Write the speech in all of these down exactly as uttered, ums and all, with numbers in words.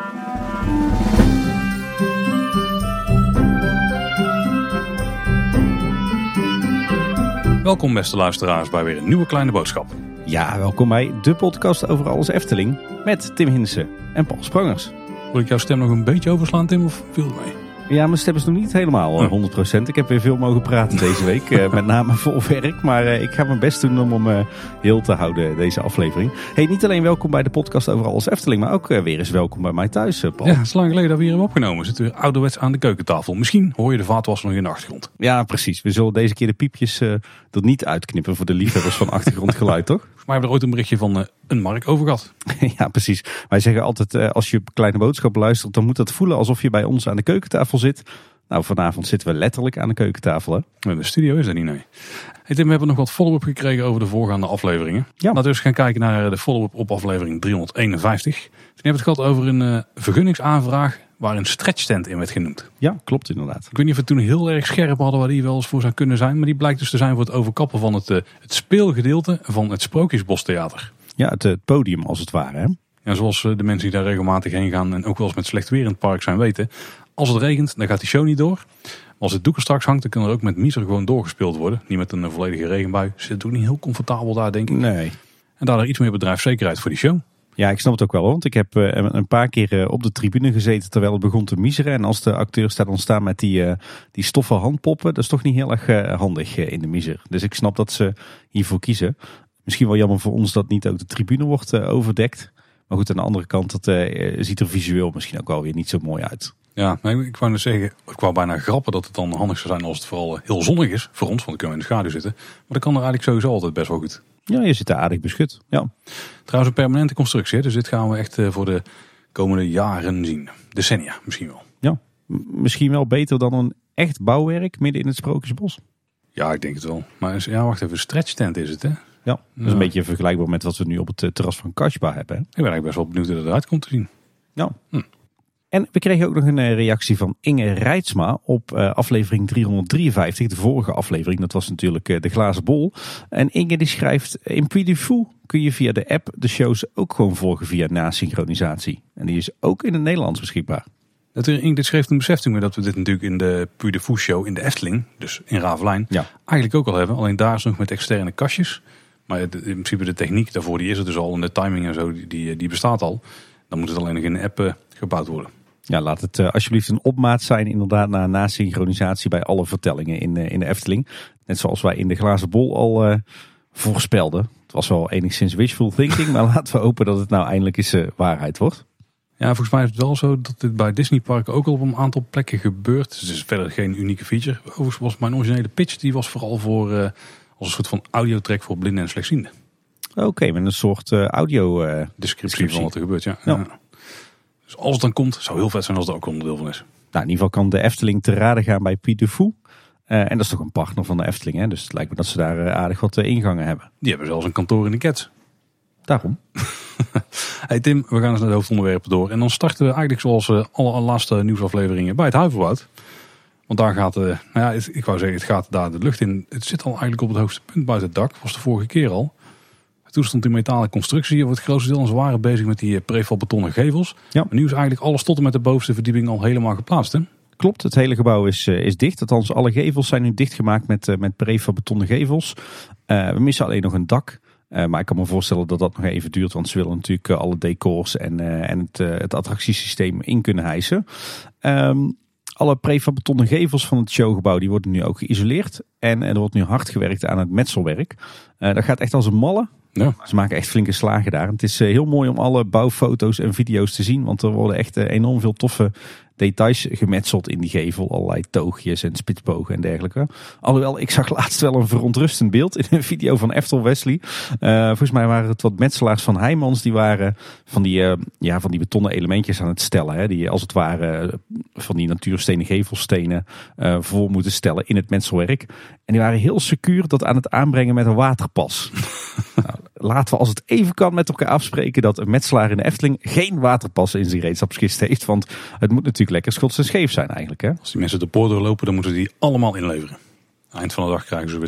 Welkom beste luisteraars bij weer een nieuwe kleine boodschap. Ja, welkom bij de podcast over alles Efteling met Tim Hinsen en Paul Sprangers. Wil ik jouw stem nog een beetje overslaan, Tim, of viel het mee? Ja, mijn stem is nog niet helemaal honderd procent. Ik heb weer veel mogen praten deze week, uh, met name vol werk. Maar uh, ik ga mijn best doen om hem uh, heel te houden, deze aflevering. Hey, niet alleen welkom bij de podcast over alles Efteling, maar ook uh, weer eens welkom bij mij thuis, uh, Paul. Ja, het is lang geleden dat we hier hebben opgenomen. Zitten we ouderwets aan de keukentafel. Misschien hoor je de vaatwasser nog in de achtergrond. Ja, precies. We zullen deze keer de piepjes uh, er niet uitknippen voor de liefhebbers van achtergrondgeluid, toch? Volgens mij hebben we er ooit een berichtje van uh, een Mark over gehad. Ja, precies. Wij zeggen altijd, uh, als je Kleine Boodschap luistert, dan moet dat voelen alsof je bij ons aan de keukentafel zit. Nou, vanavond zitten we letterlijk aan de keukentafel, hè? De studio is er niet, nee. Hey Tim, we hebben nog wat follow-up gekregen over de voorgaande afleveringen. Ja. Laten we eens gaan kijken naar de follow-up op aflevering driehonderdeenenvijftig. Toen hebben we het gehad over een uh, vergunningsaanvraag waar een stretchtent in werd genoemd. Ja, klopt inderdaad. Ik weet niet of we toen heel erg scherp hadden waar die wel eens voor zou kunnen zijn. Maar die blijkt dus te zijn voor het overkappen van het, uh, het speelgedeelte van het Sprookjesbostheater. Ja, het, het podium als het ware, hè? Ja, zoals uh, de mensen die daar regelmatig heen gaan en ook wel eens met slecht weer in het park zijn weten. Als het regent, dan gaat die show niet door. Maar als het doek er straks hangt, dan kan er ook met miser gewoon doorgespeeld worden. Niet met een volledige regenbui. Zit het ook niet heel comfortabel daar, denk ik. Nee. En daardoor iets meer bedrijfszekerheid voor die show. Ja, ik snap het ook wel, want ik heb uh, een paar keer uh, op de tribune gezeten terwijl het begon te miseren. En als de acteurs daar dan staan met die, uh, die stoffen handpoppen, dat is toch niet heel erg uh, handig uh, in de miser. Dus ik snap dat ze hiervoor kiezen. Misschien wel jammer voor ons dat niet ook de tribune wordt uh, overdekt. Maar goed, aan de andere kant, dat uh, ziet er visueel misschien ook wel weer niet zo mooi uit. Ja, ik wou net zeggen, ik wou bijna grappen dat het dan handig zou zijn als het vooral heel zonnig is voor ons, want dan kunnen we in de schaduw zitten. Maar dat kan er eigenlijk sowieso altijd best wel goed. Ja, je zit daar aardig beschut. Ja. Trouwens een permanente constructie, hè? Dus dit gaan we echt voor de komende jaren zien. Decennia misschien wel. Ja, misschien wel beter dan een echt bouwwerk midden in het Sprookjesbos. Ja, ik denk het wel. Maar ja, wacht even, stretchtent is het, hè? Ja, dat is ja. een beetje vergelijkbaar met wat we nu op het terras van Kasbah hebben. Hè? Ik ben eigenlijk best wel benieuwd hoe het eruit komt te zien. Ja. Hm. En we kregen ook nog een reactie van Inge Reitsma op uh, aflevering driehonderddrieënvijftig. De vorige aflevering, dat was natuurlijk uh, de glazen bol. En Inge die schrijft, in Puy du Fou kun je via de app de shows ook gewoon volgen via nasynchronisatie. En die is ook in het Nederlands beschikbaar. Dat Inge dit schreef, toen besefte ik me dat we dit natuurlijk in de Puy du Fou show in de Efteling, dus in Ravelijn, ja. eigenlijk ook al hebben. Alleen daar is nog met externe kastjes. Maar in principe de techniek daarvoor die is er dus al en de timing en zo die, die bestaat al. Dan moet het alleen nog in de app uh, gebouwd worden. Ja, laat het uh, alsjeblieft een opmaat zijn inderdaad naar nasynchronisatie bij alle vertellingen in, uh, in de Efteling. Net zoals wij in de glazen bol al uh, voorspelden. Het was wel enigszins wishful thinking, maar laten we hopen dat het nou eindelijk eens uh, waarheid wordt. Ja, volgens mij is het wel zo dat dit bij Disney Parken ook al op een aantal plekken gebeurt. Dus het is verder geen unieke feature. Overigens was mijn originele pitch, die was vooral voor uh, als een soort van audiotrack voor blinden en slechtzienden. Oké, okay, met een soort uh, audio uh, descriptie van wat er gebeurt, ja. ja. ja. Dus als het dan komt, zou heel vet zijn als er ook onderdeel van is. Nou, in ieder geval kan de Efteling te raden gaan bij Puy du Fou. Uh, en dat is toch een partner van de Efteling, hè? Dus het lijkt me dat ze daar uh, aardig wat uh, ingangen hebben. Die hebben zelfs een kantoor in de Cats. Daarom. Hey Tim, we gaan eens naar de hoofdonderwerpen door. En dan starten we eigenlijk zoals uh, alle laatste nieuwsafleveringen bij het Huiverwoud. Want daar gaat, uh, nou ja, het, ik wou zeggen, het gaat daar de lucht in. Het zit al eigenlijk op het hoogste punt buiten het dak. Was de vorige keer al. Toen stond die metalen constructie voor het grootste deel en ze waren bezig met die prefab-betonnen gevels. Ja. Maar nu is eigenlijk alles tot en met de bovenste verdieping al helemaal geplaatst, hè? Klopt, het hele gebouw is, uh, is dicht. Althans, alle gevels zijn nu dichtgemaakt met, uh, met prefab-betonnen gevels. Uh, we missen alleen nog een dak. Uh, maar ik kan me voorstellen dat dat nog even duurt. Want ze willen natuurlijk uh, alle decors en, uh, en het, uh, het attractiesysteem in kunnen hijsen. Um, alle prefab-betonnen gevels van het showgebouw die worden nu ook geïsoleerd. En er wordt nu hard gewerkt aan het metselwerk. Uh, dat gaat echt als een malle. Ja. Ze maken echt flinke slagen daar. En het is heel mooi om alle bouwfoto's en video's te zien. Want er worden echt enorm veel toffe details gemetseld in die gevel. Allerlei toogjes en spitsbogen en dergelijke. Alhoewel, ik zag laatst wel een verontrustend beeld in een video van Eftel Wesley. Uh, volgens mij waren het wat metselaars van Heijmans. Die waren van die, uh, ja, van die betonnen elementjes aan het stellen. Hè, die als het ware van die natuurstenen gevelstenen uh, voor moeten stellen in het metselwerk. En die waren heel secuur dat aan het aanbrengen met een waterpas. Nou, laten we als het even kan met elkaar afspreken dat een metselaar in de Efteling geen waterpas in zijn gereedschapskist heeft. Want het moet natuurlijk lekker schots en scheef zijn eigenlijk. Hè? Als die mensen de poort doorlopen, dan moeten die allemaal inleveren. Eind van de dag krijgen ze weer terug.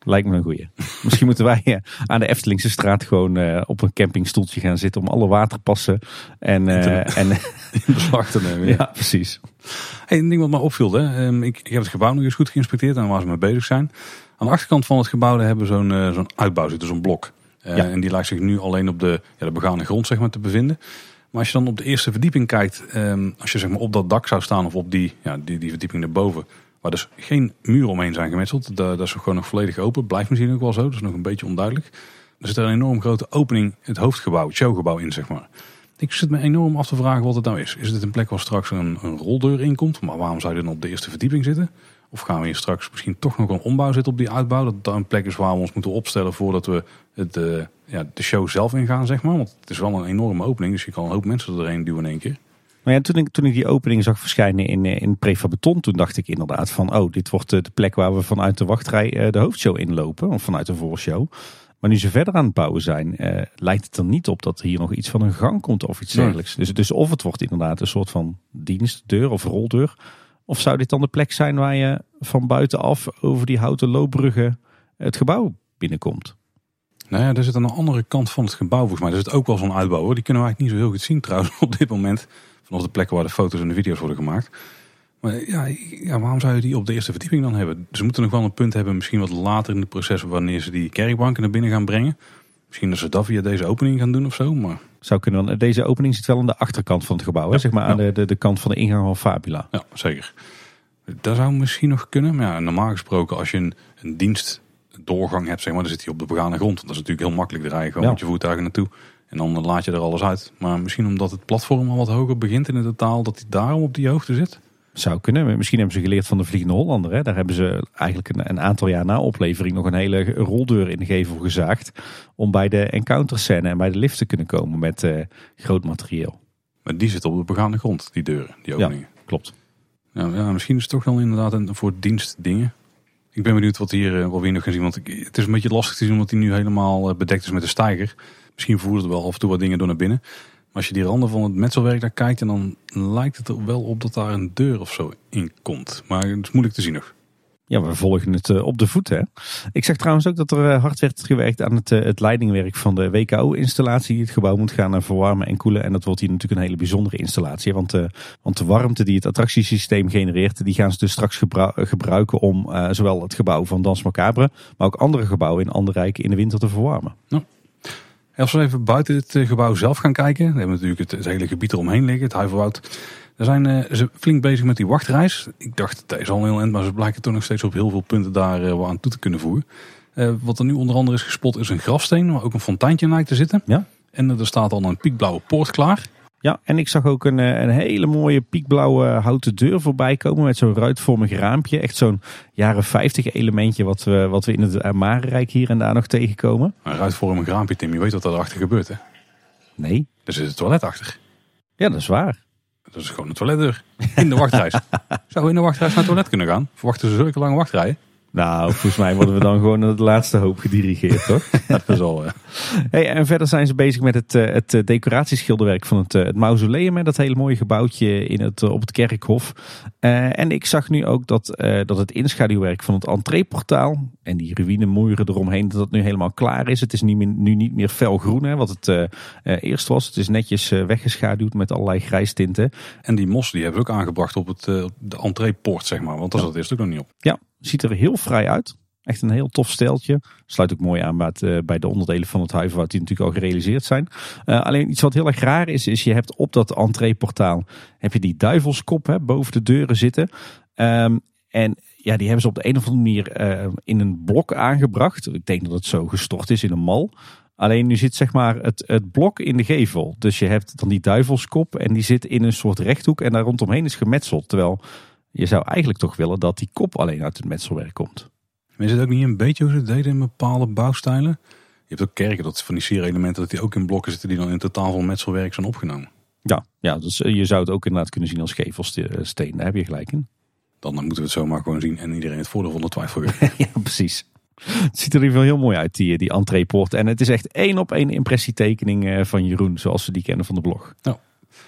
Lijkt me een goeie. Misschien moeten wij uh, aan de Eftelingse straat gewoon uh, op een campingstoeltje gaan zitten om alle waterpassen en, uh, en in beslag te nemen. Ja, ja precies. Hey, een ding wat me opviel, hè. Um, ik, ik heb het gebouw nog eens goed geïnspecteerd en waar ze mee bezig zijn. Aan de achterkant van het gebouw hebben we zo'n uh, zo'n uitbouw zitten, zo'n blok. Uh, ja. En die lijkt zich nu alleen op de, ja, de begane grond zeg maar, te bevinden. Maar als je dan op de eerste verdieping kijkt, um, als je zeg maar, op dat dak zou staan of op die, ja, die, die verdieping erboven, waar dus geen muren omheen zijn gemetseld, dat, dat is gewoon nog volledig open. Blijft misschien ook wel zo, dat is nog een beetje onduidelijk. Er zit er een enorm grote opening, het hoofdgebouw, het showgebouw in zeg maar. Ik zit me enorm af te vragen wat het nou is. Is dit een plek waar straks een, een roldeur in komt? Maar waarom zou je dan op de eerste verdieping zitten? Of gaan we hier straks misschien toch nog een ombouw zitten op die uitbouw? Dat het een plek is waar we ons moeten opstellen voordat we het, uh, ja, de show zelf ingaan, zeg maar. Want het is wel een enorme opening, dus je kan een hoop mensen erheen duwen in één keer. Maar ja, toen ik, toen ik die opening zag verschijnen in, in Prefab Beton, toen dacht ik inderdaad van, oh, dit wordt de plek waar we vanuit de wachtrij uh, de hoofdshow inlopen. Of vanuit de voorshow. Maar nu ze verder aan het bouwen zijn, uh, lijkt het er niet op dat hier nog iets van een gang komt of iets dergelijks. Nee. Dus, dus of het wordt inderdaad een soort van dienstdeur of roldeur. Of zou dit dan de plek zijn waar je van buitenaf over die houten loopbruggen het gebouw binnenkomt? Nou ja, er zit aan de andere kant van het gebouw volgens mij. Er zit ook wel zo'n uitbouw hoor. Die kunnen we eigenlijk niet zo heel goed zien trouwens op dit moment. Vanaf de plekken waar de foto's en de video's worden gemaakt. Maar ja, ja, waarom zou je die op de eerste verdieping dan hebben? Ze moeten nog wel een punt hebben, misschien wat later in het proces, wanneer ze die kerkbanken naar binnen gaan brengen. Misschien dat ze dat via deze opening gaan doen of zo. Maar... Zou kunnen dan. Deze opening zit wel aan de achterkant van het gebouw, hè? Ja, zeg maar aan ja. de, de, de kant van de ingang van Fabula. Ja, zeker. Dat zou misschien nog kunnen. Maar ja, normaal gesproken, als je een, een dienstdoorgang hebt, zeg maar, dan zit hij op de begane grond. Dat is natuurlijk heel makkelijk. Daar rij je gewoon Ja. met je voertuigen naartoe. En dan laat je er alles uit. Maar misschien omdat het platform al wat hoger begint in het totaal, dat hij daarom op die hoogte zit. Zou kunnen. Misschien hebben ze geleerd van de Vliegende Hollander. Hè? Daar hebben ze eigenlijk een, een aantal jaar na oplevering nog een hele roldeur in de gevel gezaagd. Om bij de encounter scène en bij de lift te kunnen komen met uh, groot materieel. Maar die zit op de begane grond, die deuren, die openingen. Ja, klopt. Nou, ja, misschien is het toch wel inderdaad een, voor dienstdingen. Ik ben benieuwd wat, hier, uh, wat we hier nog gaan zien. Want ik, het is een beetje lastig te zien omdat hij nu helemaal uh, bedekt is met de steiger. Misschien voert het wel af en toe wat dingen door naar binnen. Maar als je die randen van het metselwerk daar kijkt, en dan lijkt het er wel op dat daar een deur of zo in komt. Maar het is moeilijk te zien nog. Ja, we volgen het uh, op de voet. Hè? Ik zag trouwens ook dat er uh, hard werd gewerkt aan het, uh, het leidingwerk van de W K O-installatie. Die het gebouw moet gaan uh, verwarmen en koelen. En dat wordt hier natuurlijk een hele bijzondere installatie. Want, uh, want de warmte die het attractiesysteem genereert, die gaan ze dus straks gebru- gebruiken om uh, zowel het gebouw van Dans Macabre, maar ook andere gebouwen in Anderrijk in de winter te verwarmen. Ja. Als we even buiten het gebouw zelf gaan kijken. We hebben natuurlijk het, het hele gebied eromheen liggen, het Huiverwoud. Daar zijn uh, ze flink bezig met die wachtreis. Ik dacht, het is al een heel eind, maar ze blijken toch nog steeds op heel veel punten daar uh, aan toe te kunnen voegen. Uh, wat er nu onder andere is gespot is een grafsteen, waar ook een fonteintje lijkt te zitten. Ja. En uh, er staat al een piekblauwe poort klaar. Ja, en ik zag ook een, een hele mooie piekblauwe houten deur voorbij komen met zo'n ruitvormig raampje. Echt zo'n jaren vijftig elementje wat we, wat we in het Marenrijk hier en daar nog tegenkomen. Een ruitvormig raampje, Tim. Je weet wat daarachter gebeurt, hè? Nee. Er zit een toilet achter. Ja, dat is waar. Dat is gewoon een toiletdeur. In de wachtreis. Zou we in de wachtreis naar het toilet kunnen gaan? Verwachten ze zulke lange wachtrijen? Nou, volgens mij worden we dan gewoon naar de laatste hoop gedirigeerd, toch? Dat is al. Ja. Hey, en verder zijn ze bezig met het, het decoratieschilderwerk van het, het mausoleum. Hè, dat hele mooie gebouwtje in het, op het kerkhof. Uh, en ik zag nu ook dat, uh, dat het inschaduwwerk van het entreeportaal en die ruïnemuren eromheen, dat dat nu helemaal klaar is. Het is niet meer, nu niet meer felgroen, hè, wat het uh, uh, eerst was. Het is netjes uh, weggeschaduwd met allerlei grijstinten. En die mos die hebben we ook aangebracht op het, uh, de entreepoort, zeg maar. Want daar zat het eerst ook nog niet op. Ja, ziet er heel vrij uit. Echt een heel tof steltje. Sluit ook mooi aan bij, het, uh, bij de onderdelen van het Huiverwoud die natuurlijk al gerealiseerd zijn. Uh, alleen iets wat heel erg raar is, is je hebt op dat entreeportaal heb je die duivelskop hè, boven de deuren zitten. Um, en ja, die hebben ze op de een of andere manier uh, in een blok aangebracht. Ik denk dat het zo gestort is in een mal. Alleen nu zit zeg maar het, het blok in de gevel. Dus je hebt dan die duivelskop en die zit in een soort rechthoek en daar rondomheen is gemetseld. Terwijl je zou eigenlijk toch willen dat die kop alleen uit het metselwerk komt. Maar is het ook niet een beetje hoe ze het deden in bepaalde bouwstijlen? Je hebt ook kerken dat van die sierelementen dat die ook in blokken zitten die dan in totaal van metselwerk zijn opgenomen. Ja, ja, dus je zou het ook inderdaad kunnen zien als gevelsteen. Daar heb je gelijk in. Dan moeten we het zomaar gewoon zien en iedereen het voordeel van de twijfel geven. Ja, precies. Het ziet er in ieder geval heel mooi uit, die, die entreepoort. En het is echt één op één impressietekening van Jeroen, zoals we die kennen van de blog. Nou.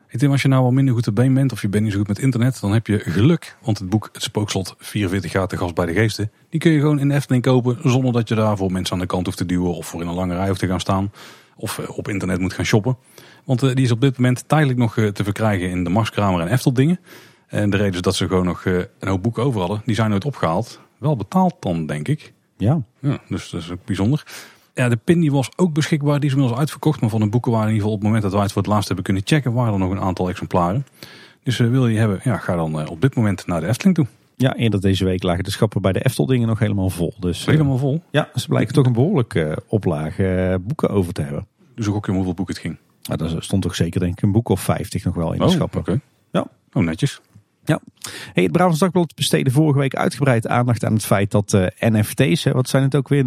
Hey Tim, als je nou wel minder goed te been bent of je bent niet zo goed met internet, dan heb je geluk. Want het boek Het Spookslot vierenveertig jaar te gast bij de geesten, die kun je gewoon in de Efteling kopen zonder dat je daarvoor mensen aan de kant hoeft te duwen of voor in een lange rij hoeft te gaan staan. Of uh, op internet moet gaan shoppen. Want uh, die is op dit moment tijdelijk nog uh, te verkrijgen in de Marskramer en Efteldingen. En de reden is dat ze gewoon nog uh, een hoop boeken over hadden. Die zijn nooit opgehaald. Wel betaald dan, denk ik. Ja. Ja, dus dat is ook bijzonder. Ja, de pin die was ook beschikbaar. Die is inmiddels uitverkocht. Maar van de boeken waren in ieder geval op het moment dat wij het voor het laatst hebben kunnen checken, waren er nog een aantal exemplaren. Dus uh, wil je die hebben, ja, ga dan uh, op dit moment naar de Efteling toe. Ja, eerder deze week lagen de schappen bij de Efteldingen nog helemaal vol. Dus, uh, helemaal vol? Ja, ze blijken toch een behoorlijke uh, oplage uh, boeken over te hebben. Dus ook om hoeveel boeken het ging? Ja, daar stond toch zeker denk ik een boek of vijftig nog wel in de oh, schappen. Okay. Ja. Oh, netjes. Ja. Hey, het Brabants Dagblad besteedde vorige week uitgebreid aandacht aan het feit dat uh, N F T's, hè, wat zijn het ook weer,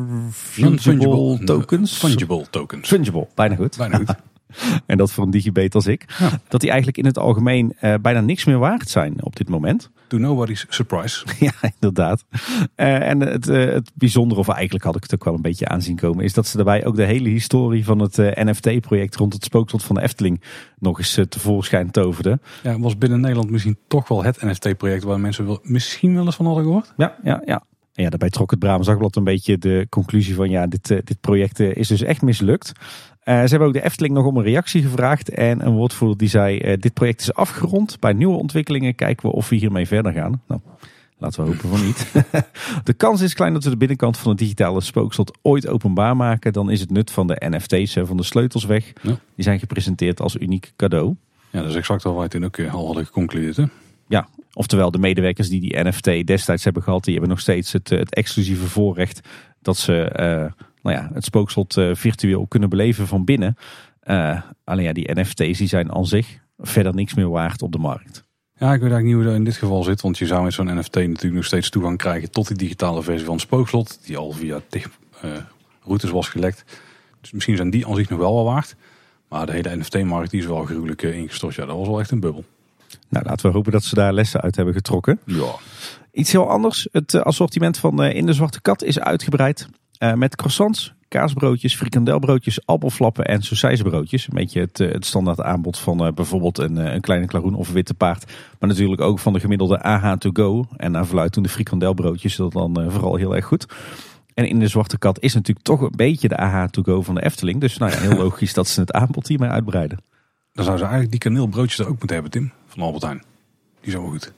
non-fungible tokens? Fungible tokens. Fungible, bijna goed. Bijna goed. En dat voor een digibet als ik. Ja. Dat die eigenlijk in het algemeen uh, bijna niks meer waard zijn op dit moment. To nobody's surprise. Ja, inderdaad. Uh, en het, uh, het bijzondere, of eigenlijk had ik het ook wel een beetje aanzien komen, is dat ze daarbij ook de hele historie van het uh, N F T-project rond het Spookslot van de Efteling nog eens uh, tevoorschijn toverden. Ja, was binnen Nederland misschien toch wel het N F T-project waar mensen wel, misschien wel eens van hadden gehoord? Ja, ja, ja. En ja, daarbij trok het Brabants Dagblad een beetje de conclusie van ja, dit, uh, dit project uh, is dus echt mislukt. Uh, ze hebben ook de Efteling nog om een reactie gevraagd. En een woordvoerder die zei, uh, dit project is afgerond. Bij nieuwe ontwikkelingen kijken we of we hiermee verder gaan. Nou, laten we hopen van niet. De kans is klein dat we de binnenkant van het digitale spookslot ooit openbaar maken. Dan is het nut van de N F T's, van de sleutels weg. Ja. Die zijn gepresenteerd als uniek cadeau. Ja, dat is exact wat wij toen ook al hadden geconcludeerd. Hè? Ja, oftewel de medewerkers die die N F T destijds hebben gehad, die hebben nog steeds het, het exclusieve voorrecht dat ze uh, nou ja, het spookslot uh, virtueel kunnen beleven van binnen. Uh, alleen ja, die N F T's die zijn aan zich verder niks meer waard op de markt. Ja, ik weet eigenlijk niet hoe dat in dit geval zit, want je zou met zo'n N F T natuurlijk nog steeds toegang krijgen tot die digitale versie van het spookslot, die al via tig uh, routes was gelekt. Dus misschien zijn die aan zich nog wel wel waard. Maar de hele N F T-markt die is wel gruwelijk uh, ingestort. Ja, dat was wel echt een bubbel. Nou, laten we hopen dat ze daar lessen uit hebben getrokken. Ja. Iets heel anders. Het assortiment van uh, In de Zwarte Kat is uitgebreid. Uh, met croissants, kaasbroodjes, frikandelbroodjes, appelflappen en sausijsbroodjes. Een beetje het, uh, het standaard aanbod van uh, bijvoorbeeld een, uh, een kleine klaroen of een witte paard. Maar natuurlijk ook van de gemiddelde A H to go. En naar verluidt toen de frikandelbroodjes, dat dan uh, vooral heel erg goed. En In de Zwarte Kat is natuurlijk toch een beetje de A H to go van de Efteling. Dus nou ja, heel logisch dat ze het aanbod hiermee uitbreiden. Dan zouden ze eigenlijk die kaneelbroodjes er ook moeten hebben, Tim. Van Albert Heijn. Die zijn wel goed.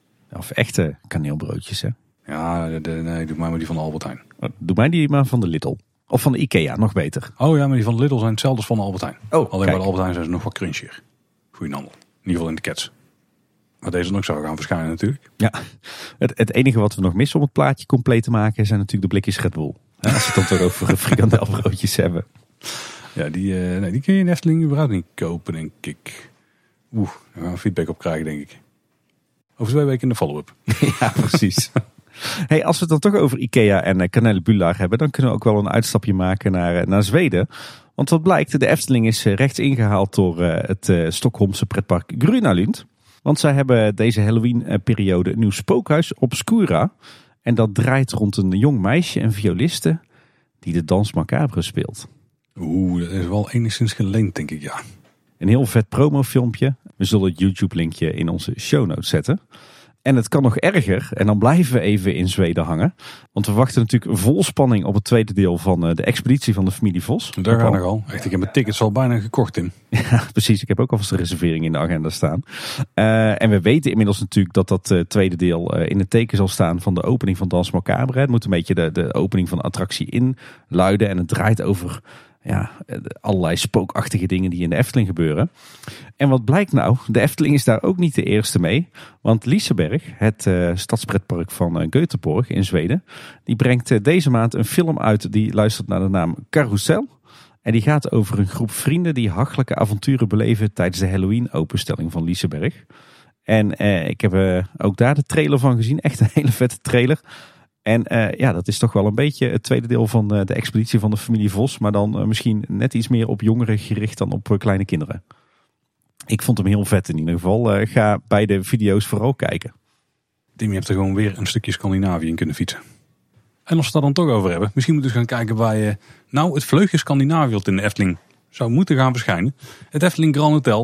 Of echte kaneelbroodjes, hè? Ja, de, de, nee, doe maar maar die van de Albert Heijn. Doe mij die maar van de Lidl. Of van de Ikea, nog beter. Oh ja, maar die van de Lidl zijn hetzelfde als van de Albert Heijn. Oh, alleen kijk. bij de Albert Heijn zijn ze nog wat crunchier. Goeie handel. In ieder geval in de cats. Maar deze nog zou gaan verschijnen natuurlijk. Ja, het, het enige wat we nog missen om het plaatje compleet te maken zijn natuurlijk de blikjes Red Bull. Ja, als we het dan toch over frikandelbroodjes hebben. Ja, die, uh, nee, die kun je in Efteling überhaupt niet kopen, denk ik. Oeh, daar gaan we feedback op krijgen, denk ik. Over twee weken in de follow-up. Ja, precies. Hey, als we het dan toch over Ikea en uh, Kanelbular hebben, dan kunnen we ook wel een uitstapje maken naar, uh, naar Zweden. Want wat blijkt, de Efteling is uh, rechts ingehaald door uh, het uh, Stockholmse pretpark Gröna Lund. Want zij hebben deze Halloween-periode een nieuw spookhuis, Obscura. En dat draait rond een jong meisje, een violiste, die de Dans Macabre speelt. Oeh, dat is wel enigszins geleend, denk ik, ja. Een heel vet promofilmpje. We zullen het YouTube-linkje in onze show notes zetten. En het kan nog erger. En dan blijven we even in Zweden hangen. Want we wachten natuurlijk vol spanning op het tweede deel van de expeditie van de familie Vos. Daar gaan we al. Echt, ik heb mijn tickets al bijna gekocht, Tim. Ja, precies. Ik heb ook alvast de reservering in de agenda staan. Uh, en we weten inmiddels natuurlijk dat dat uh, tweede deel uh, in het teken zal staan van de opening van Dans Macabre. Het moet een beetje de, de opening van de attractie inluiden. En het draait over ja, allerlei spookachtige dingen die in de Efteling gebeuren. En wat blijkt nou? De Efteling is daar ook niet de eerste mee. Want Liseberg, het uh, stadspretpark van uh, Göteborg in Zweden, die brengt uh, deze maand een film uit die luistert naar de naam Carousel. En die gaat over een groep vrienden die hachelijke avonturen beleven tijdens de Halloween openstelling van Liseberg. En uh, ik heb uh, ook daar de trailer van gezien. Echt een hele vette trailer. En uh, ja, dat is toch wel een beetje het tweede deel van uh, de expeditie van de familie Vos. Maar dan uh, misschien net iets meer op jongeren gericht dan op uh, kleine kinderen. Ik vond hem heel vet in ieder geval. Uh, ga bij de video's vooral kijken. Tim, je hebt er gewoon weer een stukje Scandinavië in kunnen fietsen. En als we het daar dan toch over hebben. Misschien moeten we eens gaan kijken bij uh, nou, het vleugje Scandinavië in de Efteling zou moeten gaan verschijnen. Het Efteling Grand Hotel.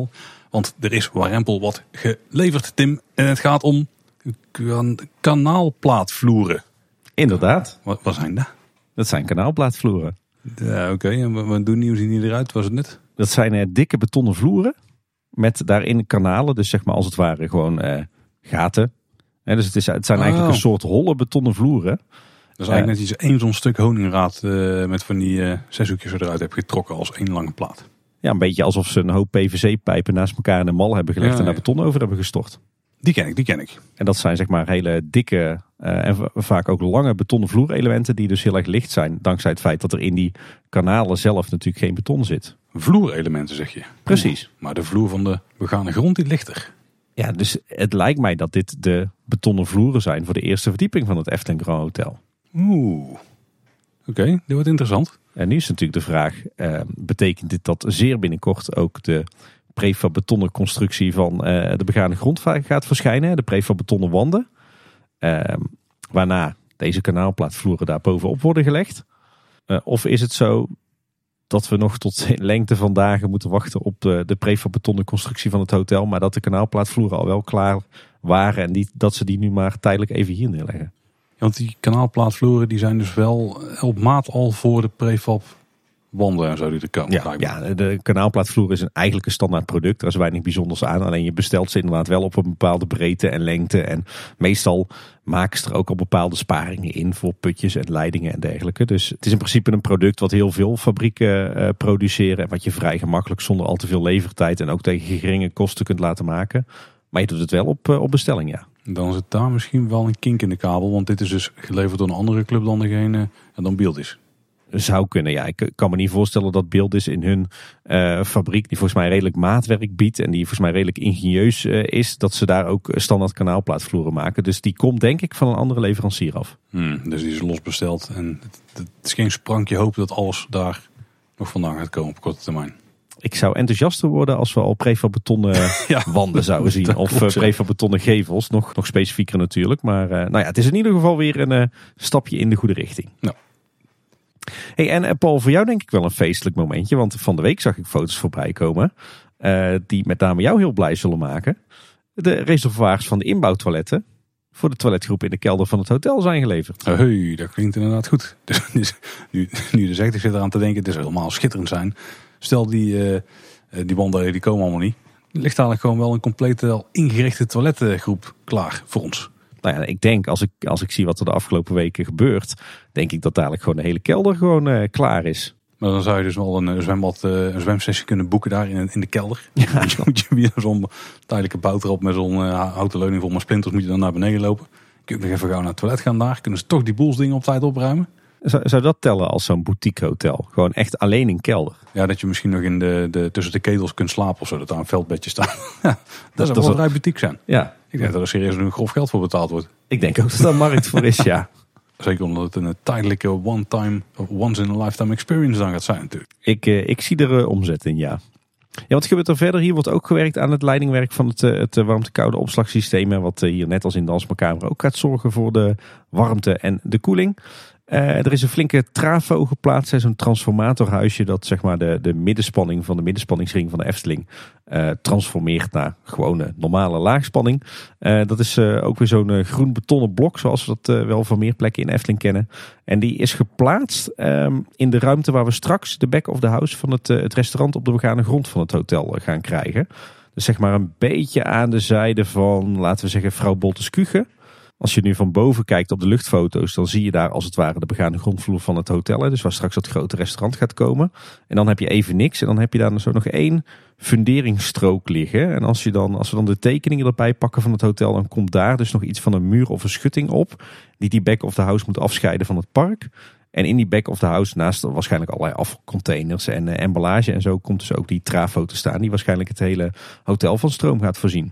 Want er is warempel wat geleverd, Tim. En het gaat om kan- kanaalplaatvloeren. Inderdaad, Wat, wat zijn dat? dat zijn kanaalplaatvloeren. Ja, oké. En wat- wat doen nieuws zien die eruit? Was het net? Dat zijn eh, dikke betonnen vloeren met daarin kanalen. Dus zeg maar als het ware gewoon eh, gaten. Hè, dus het, is, het zijn Oh. eigenlijk een soort holle betonnen vloeren. Dat is eigenlijk net iets, één zo'n stuk honingraad uh, met van die uh, zeshoekjes eruit heb getrokken als één lange plaat. Ja, een beetje alsof ze een hoop P V C-pijpen naast elkaar in een mal hebben gelegd Ja, en daar ja. beton over hebben gestort. Die ken ik, die ken ik. En dat zijn zeg maar hele dikke uh, en v- vaak ook lange betonnen vloerelementen die dus heel erg licht zijn. Dankzij het feit dat er in die kanalen zelf natuurlijk geen beton zit. Vloerelementen zeg je. Precies. Oeh, maar de vloer van de begane grond die ligt er. Ja, dus het lijkt mij dat dit de betonnen vloeren zijn voor de eerste verdieping van het Efteling Grand Hotel. Oeh. Oké, okay, dit wordt interessant. En nu is natuurlijk de vraag, uh, betekent dit dat zeer binnenkort ook de prefab betonnen constructie van uh, de begane grond gaat verschijnen? De prefab betonnen wanden. Uh, waarna deze kanaalplaatvloeren daar bovenop worden gelegd. Uh, of is het zo dat we nog tot in lengte van dagen moeten wachten op de, de prefab betonnen constructie van het hotel. Maar dat de kanaalplaatvloeren al wel klaar waren en die, dat ze die nu maar tijdelijk even hier neerleggen. Want die kanaalplaatvloeren die zijn dus wel op maat al voor de prefab wanden en zo die er komen. Ja, ja, de kanaalplaatvloer is een, eigenlijk een standaard product. Er is weinig bijzonders aan. Alleen je bestelt ze inderdaad wel op een bepaalde breedte en lengte. En meestal maken ze er ook al bepaalde sparingen in voor putjes en leidingen en dergelijke. Dus het is in principe een product wat heel veel fabrieken uh, produceren. En wat je vrij gemakkelijk zonder al te veel levertijd en ook tegen geringe kosten kunt laten maken. Maar je doet het wel op, uh, op bestelling, ja. Dan zit daar misschien wel een kink in de kabel. Want dit is dus geleverd door een andere club dan degene en dan Beeld is. Zou kunnen, ja. Ik kan me niet voorstellen dat Beeld is in hun uh, fabriek, die volgens mij redelijk maatwerk biedt en die volgens mij redelijk ingenieus uh, is, dat ze daar ook standaard kanaalplaatvloeren maken. Dus die komt denk ik van een andere leverancier af. Hmm, dus die is los besteld. En het, het is geen sprankje hoop dat alles daar nog vandaan gaat komen op korte termijn. Ik zou enthousiaster worden als we al prefab betonnen ja, wanden zouden zien. Of uh, prefab betonnen gevels. Nog, nog specifieker natuurlijk. Maar uh, nou ja, het is in ieder geval weer een uh, stapje in de goede richting. Ja. Hey, en uh, Paul, voor jou denk ik wel een feestelijk momentje. Want van de week zag ik foto's voorbij komen. Uh, die met name jou heel blij zullen maken. De reservoirs van de inbouwtoiletten voor de toiletgroep in de kelder van het hotel zijn geleverd. Hey, dat klinkt inderdaad goed. Dus, nu, nu je zegt, ik zit eraan te denken, het is helemaal schitterend zijn. Stel die, uh, die wanden die komen allemaal niet. Er ligt eigenlijk gewoon wel een complete al ingerichte toiletgroep klaar voor ons. Nou ja, ik denk als ik, als ik zie wat er de afgelopen weken gebeurt, denk ik dat dadelijk gewoon de hele kelder gewoon uh, klaar is. Maar dan zou je dus wel een zwembad, uh, een zwemsessie kunnen boeken daar in, in de kelder. Ja. Dan moet je weer zo'n tijdelijke bout erop met zo'n uh, houten leuning vol met splinters moet je dan naar beneden lopen. Kun je nog even gauw naar het toilet gaan daar. Kunnen ze toch die boelsdingen op tijd opruimen. Zou, zou dat tellen als zo'n boutique hotel? Gewoon echt alleen in kelder? Ja, dat je misschien nog in de, de, tussen de ketels kunt slapen of zo. Dat daar een veldbedje staat. Ja, dat, dat zou wel vrij boutique zijn. Ja. Ik denk dat er serieus een grof geld voor betaald wordt. Ik denk ook dat er een markt voor is, ja. Zeker omdat het een tijdelijke one-time of once-in-a-lifetime experience dan gaat zijn natuurlijk. Ik, uh, ik zie er uh, omzet in, ja. Ja, wat gebeurt er verder? Hier wordt ook gewerkt aan het leidingwerk van het, het warmte-koude opslagsysteem. Wat hier net als in de Alsmeerkamer ook gaat zorgen voor de warmte en de koeling. Uh, er is een flinke trafo geplaatst, zo'n transformatorhuisje dat zeg maar de, de middenspanning van de middenspanningsring van de Efteling uh, transformeert naar gewone normale laagspanning. Uh, dat is uh, ook weer zo'n uh, groen betonnen blok zoals we dat uh, wel van meer plekken in Efteling kennen. En die is geplaatst um, in de ruimte waar we straks de back of the house van het, uh, het restaurant op de begane grond van het hotel uh, gaan krijgen. Dus zeg maar een beetje aan de zijde van, laten we zeggen, Vrouw Bolteskuge. Als je nu van boven kijkt op de luchtfoto's, dan zie je daar als het ware de begane grondvloer van het hotel. Dus waar straks dat grote restaurant gaat komen. En dan heb je even niks. En dan heb je daar zo nog één funderingsstrook liggen. En als, je dan, als we dan de tekeningen erbij pakken van het hotel, dan komt daar dus nog iets van een muur of een schutting op. Die die back of the house moet afscheiden van het park. En in die back of the house, naast waarschijnlijk allerlei afvalcontainers en uh, emballage en zo, komt dus ook die trafo te staan. Die waarschijnlijk het hele hotel van stroom gaat voorzien.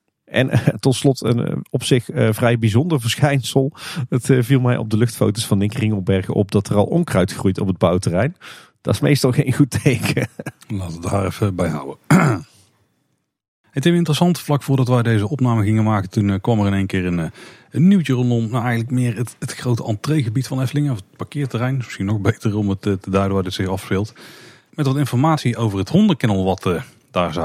En uh, tot slot een uh, op zich uh, vrij bijzonder verschijnsel. Het uh, viel mij op de luchtfoto's van Nick Ringelbergen op dat er al onkruid groeit op het bouwterrein. Dat is meestal geen goed teken. Laten we daar even bij houden. Het is interessant, vlak voordat wij deze opname gingen maken, toen uh, kwam er in één keer een, uh, een nieuwtje rondom. Nou, eigenlijk meer het, het grote entreegebied van Efteling, of het parkeerterrein. Misschien nog beter om het uh, te duiden waar dit zich afspeelt. Met wat informatie over het hondenkennel wat uh, daar zou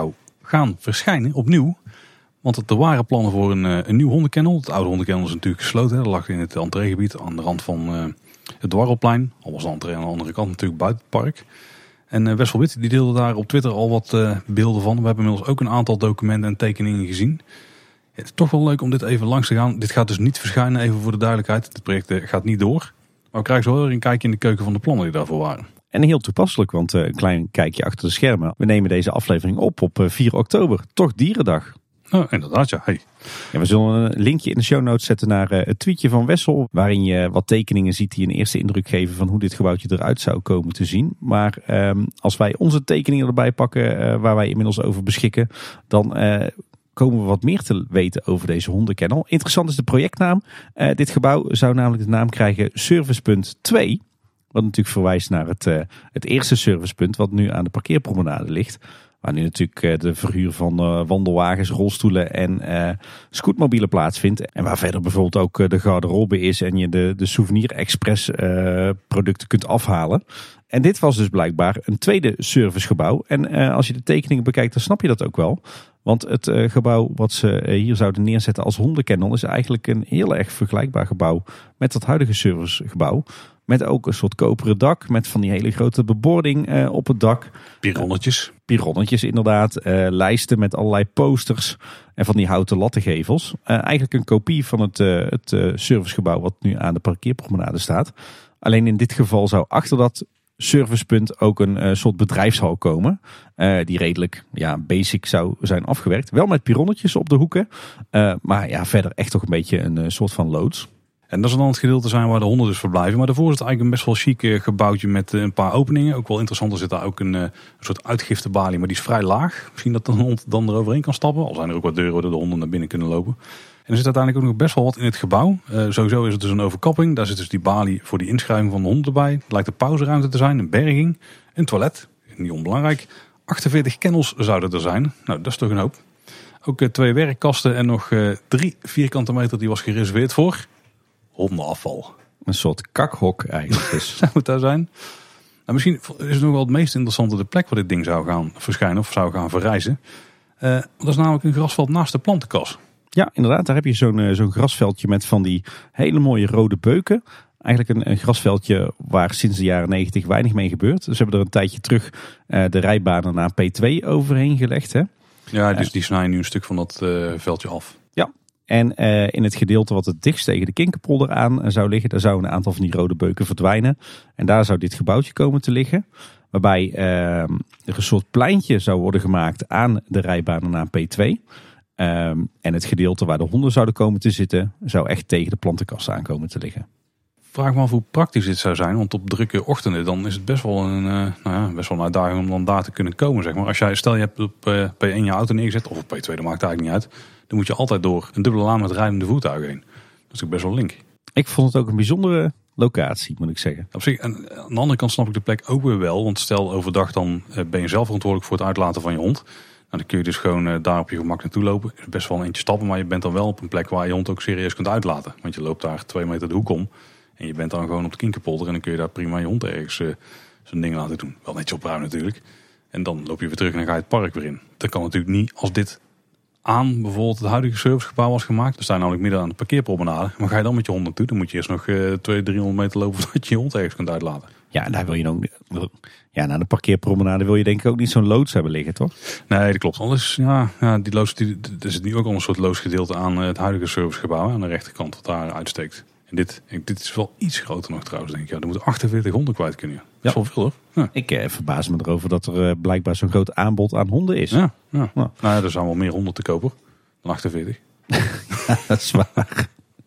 gaan verschijnen opnieuw. Want er waren plannen voor een, een nieuw hondenkennel. Het oude hondenkennel is natuurlijk gesloten. Hè. Dat lag in het entreegebied aan de rand van uh, het Dwarrelplein. Al was de entree aan de andere kant natuurlijk buiten het park. En uh, Wessel Wit die deelde daar op Twitter al wat uh, beelden van. We hebben inmiddels ook een aantal documenten en tekeningen gezien. Het is toch wel leuk om dit even langs te gaan. Dit gaat dus niet verschijnen, even voor de duidelijkheid. Het project uh, gaat niet door. Maar we krijgen zo wel weer een kijkje in de keuken van de plannen die daarvoor waren. En heel toepasselijk, want uh, een klein kijkje achter de schermen. We nemen deze aflevering op op uh, vier oktober. Toch Dierendag. Oh, inderdaad, ja. Hey. Ja, we zullen een linkje in de show notes zetten naar uh, het tweetje van Wessel. Waarin je wat tekeningen ziet die een eerste indruk geven van hoe dit gebouwtje eruit zou komen te zien. Maar um, als wij onze tekeningen erbij pakken, uh, waar wij inmiddels over beschikken, dan uh, komen we wat meer te weten over deze hondenkennel. Interessant is de projectnaam. Uh, dit gebouw zou namelijk de naam krijgen Servicepunt twee. Wat natuurlijk verwijst naar het, uh, het eerste servicepunt wat nu aan de parkeerpromenade ligt. Waar nu natuurlijk de verhuur van uh, wandelwagens, rolstoelen en uh, scootmobielen plaatsvindt. En waar verder bijvoorbeeld ook uh, de garderobe is en je de, de Souvenir Express uh, producten kunt afhalen. En dit was dus blijkbaar een tweede servicegebouw. En uh, als je de tekeningen bekijkt, dan snap je dat ook wel. Want het uh, gebouw wat ze uh, hier zouden neerzetten als hondenkennel is eigenlijk een heel erg vergelijkbaar gebouw met dat huidige servicegebouw. Met ook een soort koperen dak. Met van die hele grote bebording uh, op het dak. Pironnetjes. Uh, pironnetjes inderdaad. Uh, lijsten met allerlei posters. En van die houten lattenggevels. Uh, eigenlijk een kopie van het, uh, het uh, servicegebouw wat nu aan de parkeerpromenade staat. Alleen in dit geval zou achter dat servicepunt ook een uh, soort bedrijfshal komen. Uh, die redelijk ja, basic zou zijn afgewerkt. Wel met pironnetjes op de hoeken. Uh, maar ja, verder echt toch een beetje een uh, soort van loods. En dat zal dan het gedeelte zijn waar de honden dus verblijven. Maar daarvoor is het eigenlijk een best wel chic gebouwtje met een paar openingen. Ook wel interessant, er zit daar ook een, een soort uitgiftebalie, maar die is vrij laag. Misschien dat de hond dan eroverheen kan stappen. Al zijn er ook wat deuren waar de honden naar binnen kunnen lopen. En er zit uiteindelijk ook nog best wel wat in het gebouw. Uh, sowieso is het dus een overkapping. Daar zit dus die balie voor die inschrijving van de hond erbij. Het lijkt een pauzeruimte te zijn, een berging, een toilet. Niet onbelangrijk. achtenveertig kennels zouden er zijn. Nou, dat is toch een hoop. Ook uh, twee werkkasten en nog uh, drie vierkante meter die was gereserveerd voor hondenafval. Een soort kakhok eigenlijk dus. Zou het daar zijn? Nou, misschien is het nog wel het meest interessante de plek waar dit ding zou gaan verschijnen of zou gaan verrijzen. Uh, dat is namelijk een grasveld naast de plantenkas. Ja, inderdaad. Daar heb je zo'n, uh, zo'n grasveldje met van die hele mooie rode beuken. Eigenlijk een, een grasveldje waar sinds de jaren negentig weinig mee gebeurt. Dus we hebben er een tijdje terug uh, de rijbanen naar P twee overheen gelegd. Hè? Ja, dus die snijden nu een stuk van dat uh, veldje af. Ja. En uh, in het gedeelte wat het dichtst tegen de Kinkerpolder aan uh, zou liggen, daar zouden een aantal van die rode beuken verdwijnen. En daar zou dit gebouwtje komen te liggen. Waarbij uh, er een soort pleintje zou worden gemaakt aan de rijbanen naar P twee. Um, en het gedeelte waar de honden zouden komen te zitten, zou echt tegen de plantenkast aankomen te liggen. Vraag me af hoe praktisch dit zou zijn. Want op drukke ochtenden dan is het best wel een, uh, nou ja, best wel een uitdaging om dan daar te kunnen komen. Zeg maar. Als jij, stel je hebt op uh, P één je auto neergezet, of op P twee, dat maakt eigenlijk niet uit. Dan moet je altijd door een dubbele laan met rijdende voertuigen heen. Dat is ook best wel link. Ik vond het ook een bijzondere locatie, moet ik zeggen. Op zich, en aan de andere kant snap ik de plek ook weer wel. Want stel overdag dan uh, ben je zelf verantwoordelijk voor het uitlaten van je hond. Nou, dan kun je dus gewoon uh, daar op je gemak naartoe lopen. Is best wel een eentje stappen, maar je bent dan wel op een plek waar je hond ook serieus kunt uitlaten. Want je loopt daar twee meter de hoek om. En je bent dan gewoon op de Kinkerpolder en dan kun je daar prima je hond ergens uh, zijn ding laten doen. Wel netjes opruimen natuurlijk. En dan loop je weer terug en dan ga je het park weer in. Dat kan natuurlijk niet als dit aan bijvoorbeeld het huidige servicegebouw was gemaakt. Dan sta je namelijk midden aan de parkeerpromenade. Maar ga je dan met je hond naartoe, dan moet je eerst nog uh, tweehonderd, driehonderd meter lopen voordat je je hond ergens kunt uitlaten. Ja, en daar wil je nog. Ja, na de parkeerpromenade wil je denk ik ook niet zo'n loods hebben liggen, toch? Nee, dat klopt. Anders, ja, ja, die loods, die, er zit nu ook al een soort loosgedeelte aan het huidige servicegebouw aan de rechterkant wat daar uitsteekt. En dit, dit is wel iets groter nog trouwens, denk ik. Ja, er moeten achtenveertig honden kwijt kunnen. Dat is ja. wel veel, hoor. Ja. Ik eh, verbaas me erover dat er uh, blijkbaar zo'n groot aanbod aan honden is. Ja, ja. ja. Nou ja, er zijn wel meer honden te kopen dan achtenveertig. Ja, dat is waar.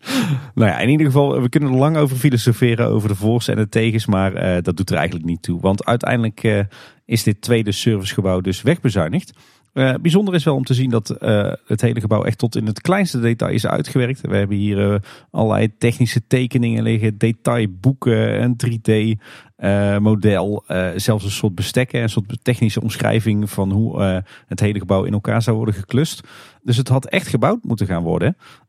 Nou ja, in ieder geval, we kunnen er lang over filosoferen over de voor's en de tegens, maar uh, dat doet er eigenlijk niet toe. Want uiteindelijk uh, is dit tweede servicegebouw dus wegbezuinigd. Uh, bijzonder is wel om te zien dat uh, het hele gebouw echt tot in het kleinste detail is uitgewerkt. We hebben hier uh, allerlei technische tekeningen liggen, detailboeken, een drie D uh, model, uh, zelfs een soort bestekken, een soort technische omschrijving van hoe uh, het hele gebouw in elkaar zou worden geklust. Dus het had echt gebouwd moeten gaan worden.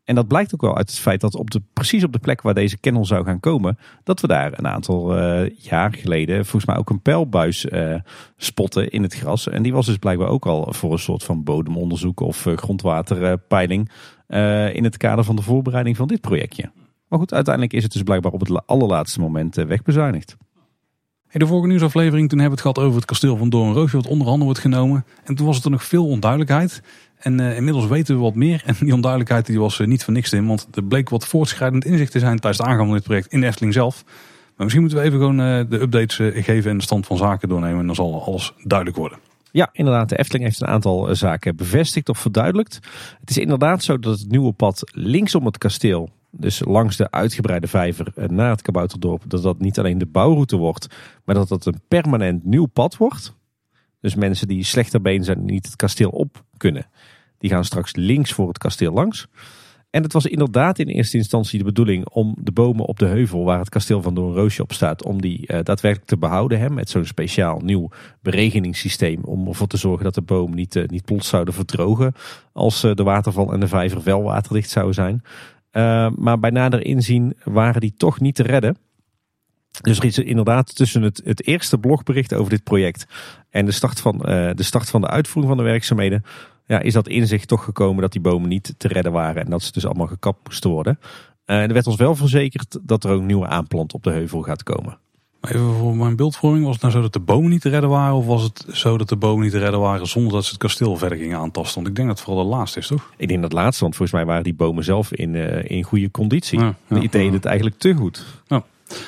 En dat blijkt ook wel uit het feit dat op de, precies op de plek waar deze kennel zou gaan komen, dat we daar een aantal uh, jaar geleden volgens mij ook een pijlbuis uh, spotten in het gras. En die was dus blijkbaar ook al voor een soort van bodemonderzoek of uh, grondwaterpeiling uh, in het kader van de voorbereiding van dit projectje. Maar goed, uiteindelijk is het dus blijkbaar op het allerlaatste moment uh, wegbezuinigd. Hey, de vorige nieuwsaflevering, toen hebben we het gehad over het kasteel van Doornroosje, wat onder handen wordt genomen. En toen was het er nog veel onduidelijkheid. En uh, inmiddels weten we wat meer. En die onduidelijkheid die was uh, niet voor niks in. Want er bleek wat voortschrijdend inzicht te zijn tijdens de aangang van dit project in de Efteling zelf. Maar misschien moeten we even gewoon uh, de updates uh, geven en de stand van zaken doornemen. En dan zal alles duidelijk worden. Ja, inderdaad. De Efteling heeft een aantal uh, zaken bevestigd of verduidelijkt. Het is inderdaad zo dat het nieuwe pad linksom het kasteel, dus langs de uitgebreide vijver uh, naar het Kabouterdorp, dat dat niet alleen de bouwroute wordt, maar dat dat een permanent nieuw pad wordt. Dus mensen die slechter been zijn en niet het kasteel op kunnen, die gaan straks links voor het kasteel langs. En het was inderdaad in eerste instantie de bedoeling om de bomen op de heuvel waar het kasteel van Doornroosje op staat, om die uh, daadwerkelijk te behouden. Hè, met zo'n speciaal nieuw beregeningssysteem om ervoor te zorgen dat de bomen niet, uh, niet plots zouden verdrogen als uh, de waterval en de vijver wel waterdicht zouden zijn. Uh, maar bij nader inzien waren die toch niet te redden. Dus er is inderdaad tussen het, het eerste blogbericht over dit project en de start van, uh, de start van de uitvoering van de werkzaamheden, ja, is dat inzicht toch gekomen dat die bomen niet te redden waren en dat ze dus allemaal gekapt moesten worden. Uh, en er werd ons wel verzekerd dat er ook nieuwe aanplant op de heuvel gaat komen. Even voor mijn beeldvorming, was het nou zo dat de bomen niet te redden waren, of was het zo dat de bomen niet te redden waren zonder dat ze het kasteel verder gingen aantasten? Want ik denk dat het vooral de laatste is, toch? Ik denk dat het laatste, want volgens mij waren die bomen zelf in, uh, in goede conditie. Ja, ja, die deden ja. het eigenlijk te goed. Ja.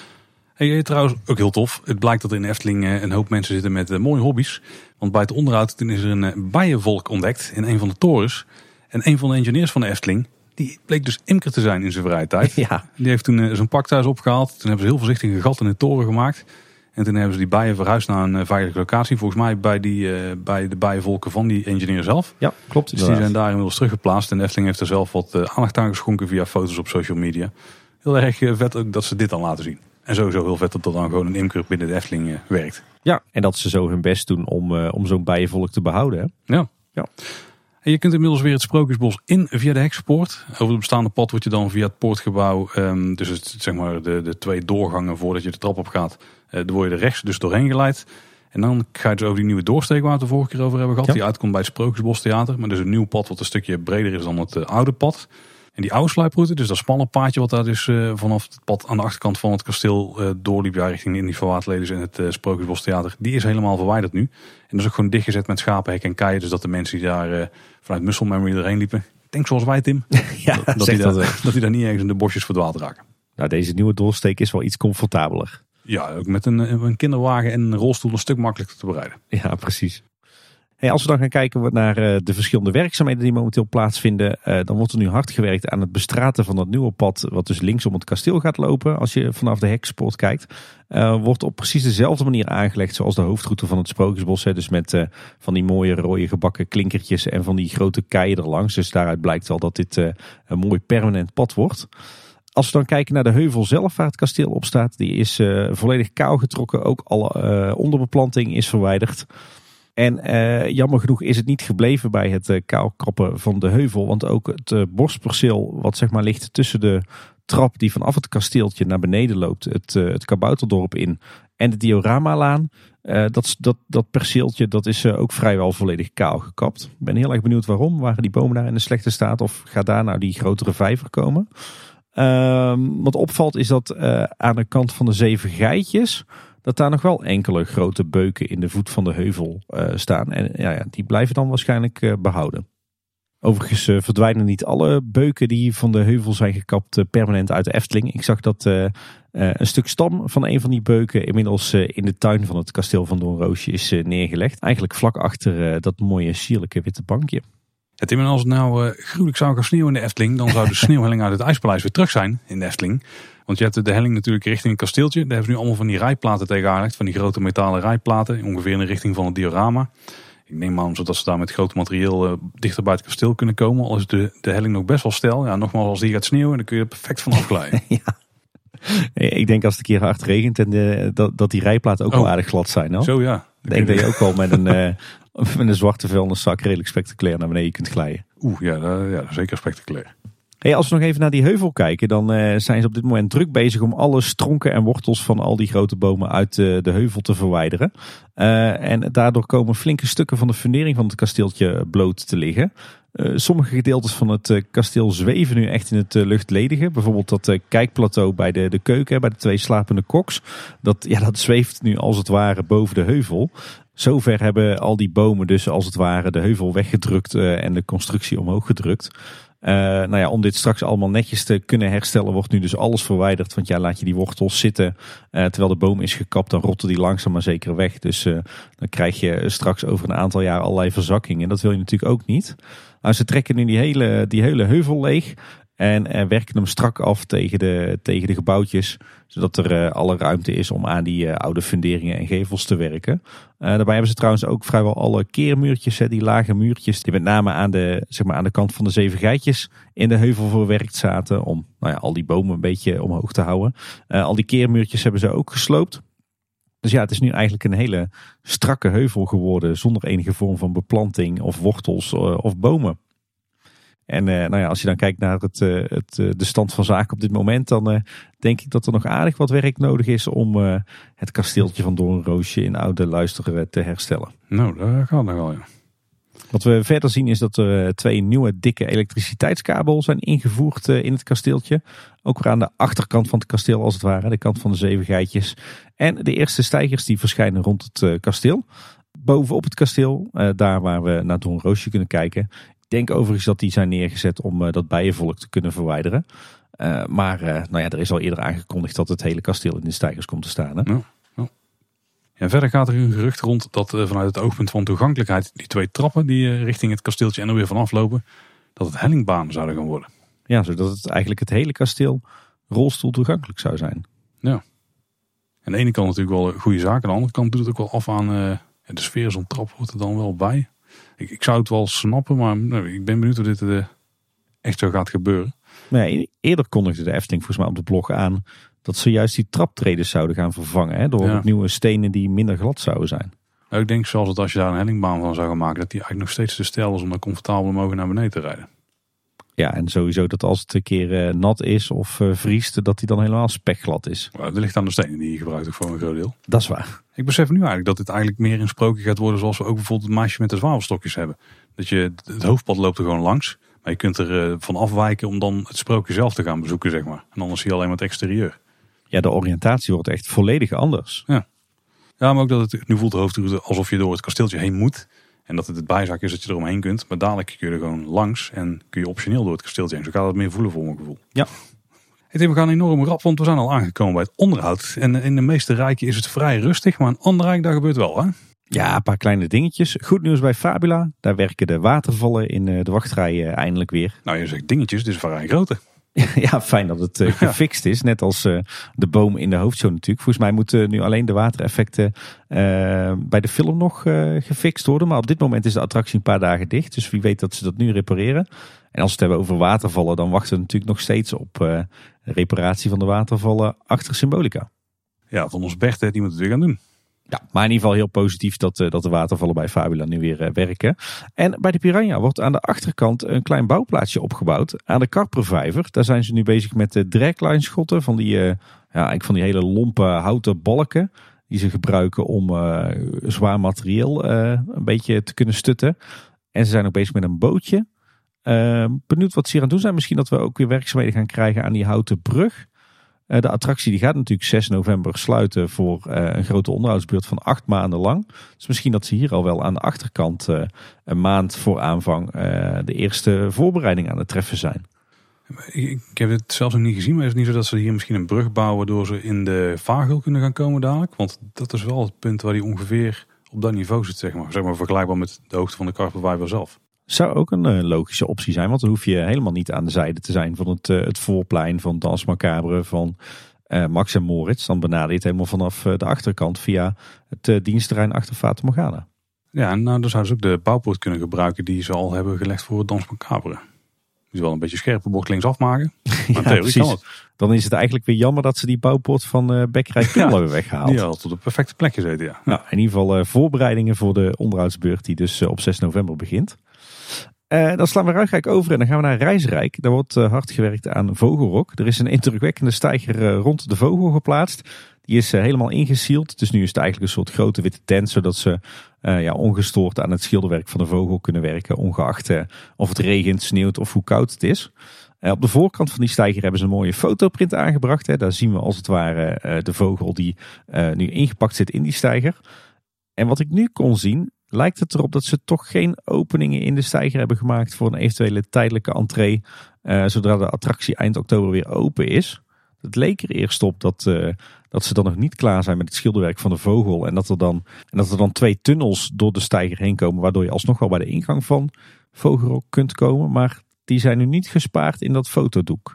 Hey, trouwens, ook heel tof. Het blijkt dat er in Efteling een hoop mensen zitten met uh, mooie hobby's. Want bij het onderhoud toen is er een uh, bijenvolk ontdekt in een van de torens. En een van de engineers van de Efteling, die bleek dus imker te zijn in zijn vrije tijd. Ja. Die heeft toen uh, zijn pak thuis opgehaald. Toen hebben ze heel voorzichtig een gat in de toren gemaakt. En toen hebben ze die bijen verhuisd naar een uh, veilige locatie. Volgens mij bij, die, uh, bij de bijenvolken van die engineer zelf. Ja, klopt. Dus die zijn daar inmiddels teruggeplaatst. En de Efteling heeft er zelf wat uh, aandacht aan geschonken via foto's op social media. Heel erg uh, vet ook dat ze dit dan laten zien. En sowieso heel vet dat er dan gewoon een imker binnen de Efteling uh, werkt. Ja, en dat ze zo hun best doen om, uh, om zo'n bijenvolk te behouden. Hè? Ja. Ja. En je kunt inmiddels weer het Sprookjesbos in via de Heksenpoort. Over het bestaande pad word je dan via het poortgebouw, um, dus het, zeg maar de, de twee doorgangen voordat je de trap op gaat, uh, dan word je er rechts dus doorheen geleid. En dan ga je dus over die nieuwe doorsteek waar we het de vorige keer over hebben gehad. Ja. Die uitkomt bij het Sprookjesbos Theater. Maar dus een nieuw pad wat een stukje breder is dan het uh, oude pad. En die oude sluiproute, dus dat spannenpaadje wat daar dus uh, vanaf het pad aan de achterkant van het kasteel uh, doorliep, ja, richting de Indie van Waterlelies en het uh, Sprookjesbos Theater, die is helemaal verwijderd nu. En dat is ook gewoon dichtgezet met schapenhek en keien, dus dat de mensen die daar uh, vanuit Muscle Memory erheen liepen, ik denk zoals wij, Tim, ja, dat, dat, die dat, daar, dat die daar niet ergens in de bosjes verdwaald raken. Nou, deze nieuwe doorsteek is wel iets comfortabeler. Ja, ook met een, een kinderwagen en een rolstoel een stuk makkelijker te bereiden. Ja, precies. Hey, als we dan gaan kijken naar uh, de verschillende werkzaamheden die momenteel plaatsvinden, uh, dan wordt er nu hard gewerkt aan het bestraten van dat nieuwe pad, wat dus linksom het kasteel gaat lopen. Als je vanaf de Heksenpoort kijkt, uh, wordt op precies dezelfde manier aangelegd zoals de hoofdroute van het Sprookjesbos. Hè, dus met uh, van die mooie rode gebakken klinkertjes en van die grote keien erlangs. Dus daaruit blijkt wel dat dit uh, een mooi permanent pad wordt. Als we dan kijken naar de heuvel zelf waar het kasteel op staat, die is uh, volledig kaal getrokken. Ook alle uh, onderbeplanting is verwijderd. En uh, jammer genoeg is het niet gebleven bij het uh, kaalkrappen van de heuvel. Want ook het uh, bosperceel wat zeg maar ligt tussen de trap die vanaf het kasteeltje naar beneden loopt. Het, uh, het Kabouterdorp in en de Dioramalaan. Uh, dat, dat, dat perceeltje dat is uh, ook vrijwel volledig kaal gekapt. Ik ben heel erg benieuwd waarom. Waren die bomen daar in een slechte staat of gaat daar nou die grotere vijver komen? Uh, wat opvalt is dat uh, aan de kant van de zeven geitjes, dat daar nog wel enkele grote beuken in de voet van de heuvel uh, staan. En ja, ja, die blijven dan waarschijnlijk uh, behouden. Overigens uh, verdwijnen niet alle beuken die van de heuvel zijn gekapt uh, permanent uit de Efteling. Ik zag dat uh, uh, een stuk stam van een van die beuken inmiddels uh, in de tuin van het kasteel van Doornroosje is uh, neergelegd. Eigenlijk vlak achter uh, dat mooie sierlijke witte bankje. Ja, Tim, en als het nou uh, gruwelijk zou gaan sneeuwen in de Efteling, dan zou de sneeuwhelling uit het IJspaleis weer terug zijn in de Efteling. Want je hebt de helling natuurlijk richting het kasteeltje. Daar hebben ze nu allemaal van die rijplaten tegen aangelegd. Van die grote metalen rijplaten. Ongeveer in de richting van het diorama. Ik neem aan zodat ze daar met groot materieel uh, dichter bij het kasteel kunnen komen. Al is de, de helling nog best wel steil. Ja, nogmaals, als die gaat sneeuwen, dan kun je er perfect van afglijden. Ja. Ik denk als het een keer hard regent en de, dat, dat die rijplaten ook oh. wel aardig glad zijn. Hoor. Zo ja. Ik denk dat je ook wel met een, uh, met een zwarte vuilniszak redelijk spectaculair naar beneden kunt glijden. Oeh, ja, uh, ja, zeker spectaculair. Hey, als we nog even naar die heuvel kijken, dan uh, zijn ze op dit moment druk bezig om alle stronken en wortels van al die grote bomen uit uh, de heuvel te verwijderen. Uh, en daardoor komen flinke stukken van de fundering van het kasteeltje bloot te liggen. Uh, sommige gedeeltes van het uh, kasteel zweven nu echt in het uh, luchtledige. Bijvoorbeeld dat uh, kijkplateau bij de, de keuken, bij de twee slapende koks. Dat, ja, dat zweeft nu als het ware boven de heuvel. Zover hebben al die bomen dus als het ware de heuvel weggedrukt uh, en de constructie omhoog gedrukt. Uh, nou ja, om dit straks allemaal netjes te kunnen herstellen wordt nu dus alles verwijderd. Want ja, laat je die wortels zitten uh, terwijl de boom is gekapt, dan rotten die langzaam maar zeker weg. Dus uh, dan krijg je straks over een aantal jaar allerlei verzakkingen. Dat wil je natuurlijk ook niet. Nou, ze trekken nu die hele, die hele heuvel leeg en uh, werken hem strak af tegen de, tegen de gebouwtjes. Zodat er uh, alle ruimte is om aan die uh, oude funderingen en gevels te werken. Uh, daarbij hebben ze trouwens ook vrijwel alle keermuurtjes, hè, die lage muurtjes. Die met name aan de, zeg maar aan de kant van de zeven geitjes in de heuvel verwerkt zaten. Om nou ja, al die bomen een beetje omhoog te houden. Uh, al die keermuurtjes hebben ze ook gesloopt. Dus ja, het is nu eigenlijk een hele strakke heuvel geworden. Zonder enige vorm van beplanting of wortels uh, of bomen. En uh, nou ja, als je dan kijkt naar het, uh, het, uh, de stand van zaken op dit moment, dan uh, denk ik dat er nog aardig wat werk nodig is om uh, het kasteeltje van Doornroosje in oude luister te herstellen. Nou, dat gaat nog wel, ja. Wat we verder zien is dat er twee nieuwe dikke elektriciteitskabels zijn ingevoerd uh, in het kasteeltje. Ook weer aan de achterkant van het kasteel als het ware, de kant van de zeven geitjes. En de eerste steigers die verschijnen rond het uh, kasteel. Bovenop het kasteel, uh, daar waar we naar Doornroosje kunnen kijken. Ik denk overigens dat die zijn neergezet om uh, dat bijenvolk te kunnen verwijderen. Uh, maar uh, nou ja, er is al eerder aangekondigd dat het hele kasteel in de steigers komt te staan. Hè? Ja, ja. En verder gaat er een gerucht rond dat uh, vanuit het oogpunt van toegankelijkheid die twee trappen die uh, richting het kasteeltje en er weer vanaf lopen, dat het hellingbanen zouden gaan worden. Ja, zodat het eigenlijk het hele kasteel rolstoel toegankelijk zou zijn. Ja. Aan de ene kant natuurlijk wel een goede zaak. Aan de andere kant doet het ook wel af aan uh, de sfeer. Zo'n trap hoort er dan wel bij. Ik, ik zou het wel snappen, maar nou, ik ben benieuwd hoe dit uh, echt zo gaat gebeuren. Maar ja, eerder kondigde de Efteling volgens mij op de blog aan dat ze juist die traptreden zouden gaan vervangen. Hè, door ja. nieuwe stenen die minder glad zouden zijn. Nou, ik denk zelfs dat als je daar een hellingbaan van zou gaan maken, dat die eigenlijk nog steeds te stijl is om daar comfortabel mogen naar beneden te rijden. Ja, en sowieso dat als het een keer uh, nat is of uh, vriest, dat die dan helemaal spekglad is. Maar dat ligt aan de stenen die je gebruikt ook voor een groot deel. Dat is waar. Ik besef nu eigenlijk dat dit eigenlijk meer in sprookje gaat worden zoals we ook bijvoorbeeld het meisje met de zwavelstokjes hebben. Dat je, het hoofdpad loopt er gewoon langs, maar je kunt er uh, van afwijken om dan het sprookje zelf te gaan bezoeken, zeg maar. En anders zie je alleen maar het exterieur. Ja, de oriëntatie wordt echt volledig anders. Ja, ja, maar ook dat het, nu voelt de hoofdroute alsof je door het kasteeltje heen moet. En dat het het bijzaak is dat je eromheen kunt. Maar dadelijk kun je er gewoon langs en kun je optioneel door het kasteeltje heen. Zo gaat het meer voelen voor mijn gevoel. Ja. Hey Tim, we gaan enorm rap, want we zijn al aangekomen bij het onderhoud. En in de meeste rijken is het vrij rustig, maar een ander rijk, daar gebeurt wel, hè? Ja, een paar kleine dingetjes. Goed nieuws bij Fabula. Daar werken de watervallen in de wachtrij eindelijk weer. Nou, je zegt dingetjes, dit is vrij grote. Ja, fijn dat het uh, gefixt is. Net als uh, de boom in de hoofdshow natuurlijk. Volgens mij moeten nu alleen de watereffecten uh, bij de film nog uh, gefixt worden. Maar op dit moment is de attractie een paar dagen dicht. Dus wie weet dat ze dat nu repareren. En als we het hebben over watervallen, dan wachten we natuurlijk nog steeds op uh, reparatie van de watervallen achter Symbolica. Ja, van ons Bert, die moet het weer gaan doen. Ja, maar in ieder geval heel positief dat, uh, dat de watervallen bij Fabula nu weer uh, werken. En bij de Piranha wordt aan de achterkant een klein bouwplaatsje opgebouwd. Aan de Karpervijver. Daar zijn ze nu bezig met de dragline schotten van die, uh, ja, eigenlijk van die hele lompe houten balken. Die ze gebruiken om uh, zwaar materieel uh, een beetje te kunnen stutten. En ze zijn ook bezig met een bootje. Uh, benieuwd wat ze hier aan doen zijn. Misschien dat we ook weer werkzaamheden gaan krijgen aan die houten brug. Uh, de attractie die gaat natuurlijk zes november sluiten voor uh, een grote onderhoudsbeurt van acht maanden lang. Dus misschien dat ze hier al wel aan de achterkant uh, een maand voor aanvang uh, de eerste voorbereiding aan het treffen zijn. Ik, ik heb het zelfs nog niet gezien, maar is het niet zo dat ze hier misschien een brug bouwen waardoor ze in de vaargeul kunnen gaan komen dadelijk? Want dat is wel het punt waar die ongeveer op dat niveau zit, zeg maar. Zeg maar vergelijkbaar met de hoogte van de Karpervijver zelf. Zou ook een uh, logische optie zijn, want dan hoef je helemaal niet aan de zijde te zijn van het, uh, het voorplein van Danse Macabre, van uh, Max en Moritz. Dan benader je het helemaal vanaf uh, de achterkant via het uh, dienstterrein achter Fata Morgana. Ja, en nou, dan zouden ze ook de bouwpoort kunnen gebruiken die ze al hebben gelegd voor het Danse Macabre. Dus wel een beetje scherpe bocht linksaf maken. Maar ja, precies. Kan het. Dan is het eigenlijk weer jammer dat ze die bouwpoort van uh, Bekkerij Pil ja, hebben weggehaald. Die had op de perfecte plek gezeten, ja. Nou, in ieder geval uh, voorbereidingen voor de onderhoudsbeurt die dus uh, op zes november begint. Uh, dan slaan we Ruigrijk over en dan gaan we naar Rijsrijk. Daar wordt uh, hard gewerkt aan Vogelrok. Er is een indrukwekkende steiger uh, rond de vogel geplaatst. Die is uh, helemaal ingesield. Dus nu is het eigenlijk een soort grote witte tent. Zodat ze uh, ja, ongestoord aan het schilderwerk van de vogel kunnen werken. Ongeacht uh, of het regent, sneeuwt of hoe koud het is. Uh, op de voorkant van die steiger hebben ze een mooie fotoprint aangebracht. Hè. Daar zien we als het ware uh, de vogel die uh, nu ingepakt zit in die steiger. En wat ik nu kon zien, lijkt het erop dat ze toch geen openingen in de steiger hebben gemaakt voor een eventuele tijdelijke entree. Uh, zodra de attractie eind oktober weer open is. Het leek er eerst op dat, uh, dat ze dan nog niet klaar zijn met het schilderwerk van de vogel. En dat er dan, en dat er dan twee tunnels door de steiger heen komen. Waardoor je alsnog wel bij de ingang van Vogelrok kunt komen. Maar die zijn nu niet gespaard in dat fotodoek.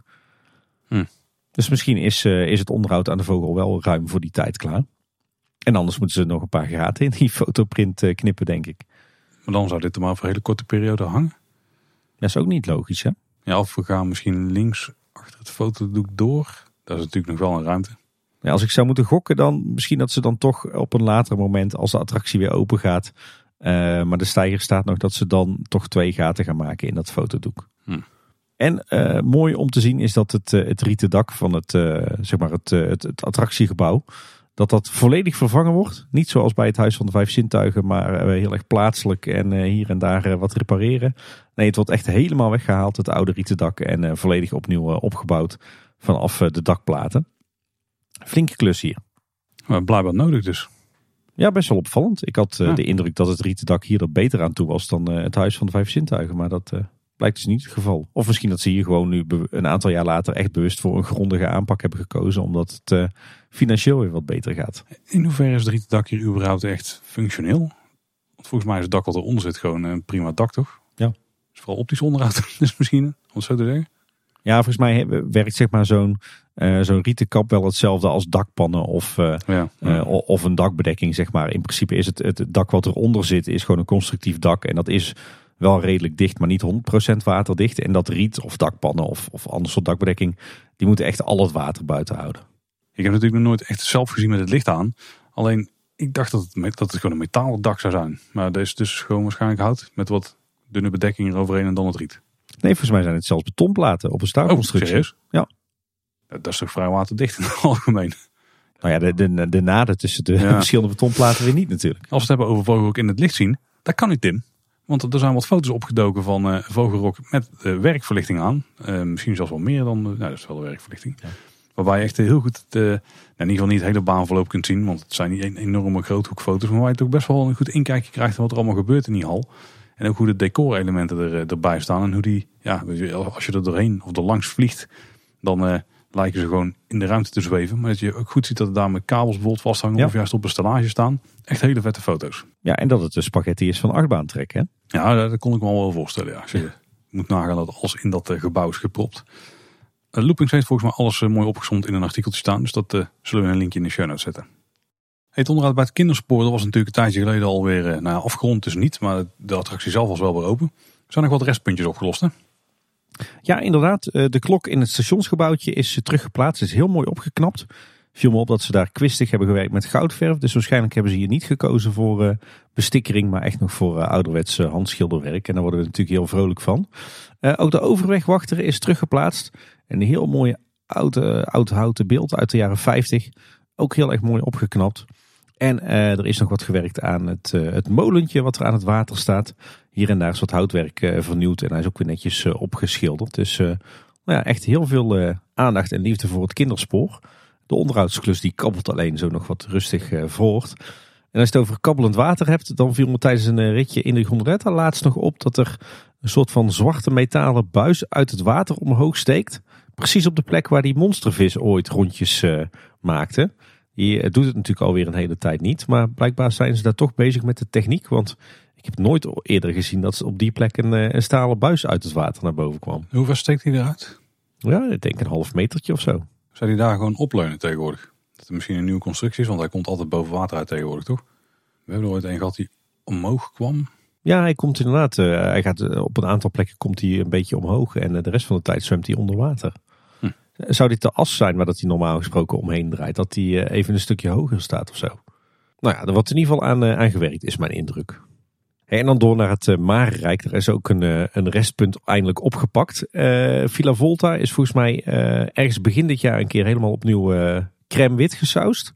Hm. Dus misschien is, uh, is het onderhoud aan de vogel wel ruim voor die tijd klaar. En anders moeten ze nog een paar gaten in die fotoprint uh, knippen, denk ik. Maar dan zou dit er maar voor een hele korte periode hangen. Dat is ook niet logisch, hè? Ja, of we gaan misschien links achter het fotodoek door. Dat is natuurlijk nog wel een ruimte. Ja, als ik zou moeten gokken, dan misschien dat ze dan toch op een later moment, als de attractie weer open gaat, uh, maar de steiger staat nog, dat ze dan toch twee gaten gaan maken in dat fotodoek. Hm. En uh, mooi om te zien is dat het, uh, het rieten dak van het, uh, zeg maar het, uh, het, het attractiegebouw, dat dat volledig vervangen wordt. Niet zoals bij het Huis van de Vijf Zintuigen, maar uh, heel erg plaatselijk en uh, hier en daar uh, wat repareren. Nee, het wordt echt helemaal weggehaald, het oude rieten dak, en uh, volledig opnieuw uh, opgebouwd vanaf uh, de dakplaten. Flinke klus hier. Maar blijkbaar nodig dus. Ja, best wel opvallend. Ik had uh, ja. de indruk dat het rieten dak hier er beter aan toe was dan uh, het Huis van de Vijf Zintuigen. Maar dat uh, blijkt dus niet het geval. Of misschien dat ze hier gewoon nu een aantal jaar later echt bewust voor een grondige aanpak hebben gekozen. Omdat het uh, financieel weer wat beter gaat. In hoeverre is het rieten dak hier überhaupt echt functioneel? Want volgens mij is het dak wat eronder zit gewoon een prima dak, toch? Ja. Is vooral optisch onderhoud dus misschien, om het zo te zeggen. Ja, volgens mij werkt zeg maar zo'n uh, zo'n rieten kap wel hetzelfde als dakpannen of, uh, ja, ja. Uh, of een dakbedekking, zeg maar. In principe is het, het dak wat eronder zit, is gewoon een constructief dak. En dat is wel redelijk dicht, maar niet honderd procent waterdicht. En dat riet of dakpannen of, of ander soort dakbedekking, die moeten echt al het water buiten houden. Ik heb natuurlijk nog nooit echt zelf gezien met het licht aan. Alleen, ik dacht dat het, dat het gewoon een metalen dak zou zijn. Maar dat is dus gewoon waarschijnlijk hout met wat dunne bedekking eroverheen en dan het riet. Nee, volgens mij zijn het zelfs betonplaten op een staalconstructie. Oh, serieus? Ja. Dat is toch vrij waterdicht in het algemeen? Nou ja, de, de, de naden tussen de ja. verschillende betonplaten weer niet natuurlijk. Als we het hebben over Vogelrok in het licht zien, dat kan niet, Tim. Want er zijn wat foto's opgedoken van uh, Vogelrok met uh, werkverlichting aan. Uh, misschien zelfs wel meer dan, uh, nou dat is wel de werkverlichting. Ja. Waarbij je echt heel goed, het, uh, nou, in ieder geval niet het hele baanverloop kunt zien. Want het zijn niet enorme groothoekfoto's. Maar waar je toch best wel een goed inkijkje krijgt in wat er allemaal gebeurt in die hal. En ook hoe de decorelementen er, erbij staan. En hoe die, ja, als je er doorheen of er langs vliegt, dan uh, lijken ze gewoon in de ruimte te zweven. Maar dat je ook goed ziet dat er daar met kabels bijvoorbeeld vasthangen. Ja. Of juist op een stellage staan. Echt hele vette foto's. Ja, en dat het de spaghetti is van achtbaantrek, hè? Ja, dat kon ik me wel voorstellen. Ja. Als je moet nagaan dat alles in dat uh, gebouw is gepropt. Uh, Loopings heeft volgens mij alles uh, mooi opgezomd in een artikeltje staan. Dus dat uh, zullen we een linkje in de show notes zetten. Het onderhoud bij het kinderspoor, dat was natuurlijk een tijdje geleden alweer uh, nou ja, afgerond, dus niet. Maar de attractie zelf was wel weer open. Er zijn nog wat restpuntjes opgelost, hè? Ja, inderdaad. De klok in het stationsgebouwtje is teruggeplaatst. Het is heel mooi opgeknapt. Viel me op dat ze daar kwistig hebben gewerkt met goudverf. Dus waarschijnlijk hebben ze hier niet gekozen voor uh, bestikkering, maar echt nog voor uh, ouderwets uh, handschilderwerk. En daar worden we natuurlijk heel vrolijk van. Uh, ook de overwegwachter is teruggeplaatst. Een heel mooi oud, uh, oud houten beeld uit de jaren vijftig. Ook heel erg mooi opgeknapt. En uh, er is nog wat gewerkt aan het, uh, het molentje wat er aan het water staat. Hier en daar is wat houtwerk uh, vernieuwd en hij is ook weer netjes uh, opgeschilderd. Dus uh, nou ja, echt heel veel uh, aandacht en liefde voor het kinderspoor. De onderhoudsklus die kabbelt alleen zo nog wat rustig uh, voort. En als je het over kabbelend water hebt, dan viel me tijdens een uh, ritje in de gondoletta laatst nog op dat er een soort van zwarte metalen buis uit het water omhoog steekt. Precies op de plek waar die monstervis ooit rondjes uh, maakte. Die uh, doet het natuurlijk alweer een hele tijd niet. Maar blijkbaar zijn ze daar toch bezig met de techniek. Want ik heb nooit eerder gezien dat ze op die plek een, uh, een stalen buis uit het water naar boven kwam. Hoe ver steekt hij eruit? Ja, ik denk een half metertje of zo. Zou hij daar gewoon opleunen tegenwoordig? Dat er misschien een nieuwe constructie is, want hij komt altijd boven water uit tegenwoordig, toch? We hebben er ooit een gehad die omhoog kwam. Ja, hij komt inderdaad. Uh, hij gaat, uh, op een aantal plekken komt hij een beetje omhoog. En uh, de rest van de tijd zwemt hij onder water. Hm. Zou dit de as zijn waar dat hij normaal gesproken omheen draait? Dat hij uh, even een stukje hoger staat of zo? Nou ja, er wordt in ieder geval aan, uh, aan gewerkt, is mijn indruk. En dan door naar het uh, Marenrijk. Daar is ook een, uh, een restpunt eindelijk opgepakt. Uh, Villa Volta is volgens mij uh, ergens begin dit jaar een keer helemaal opnieuw uh, crème wit gesausd.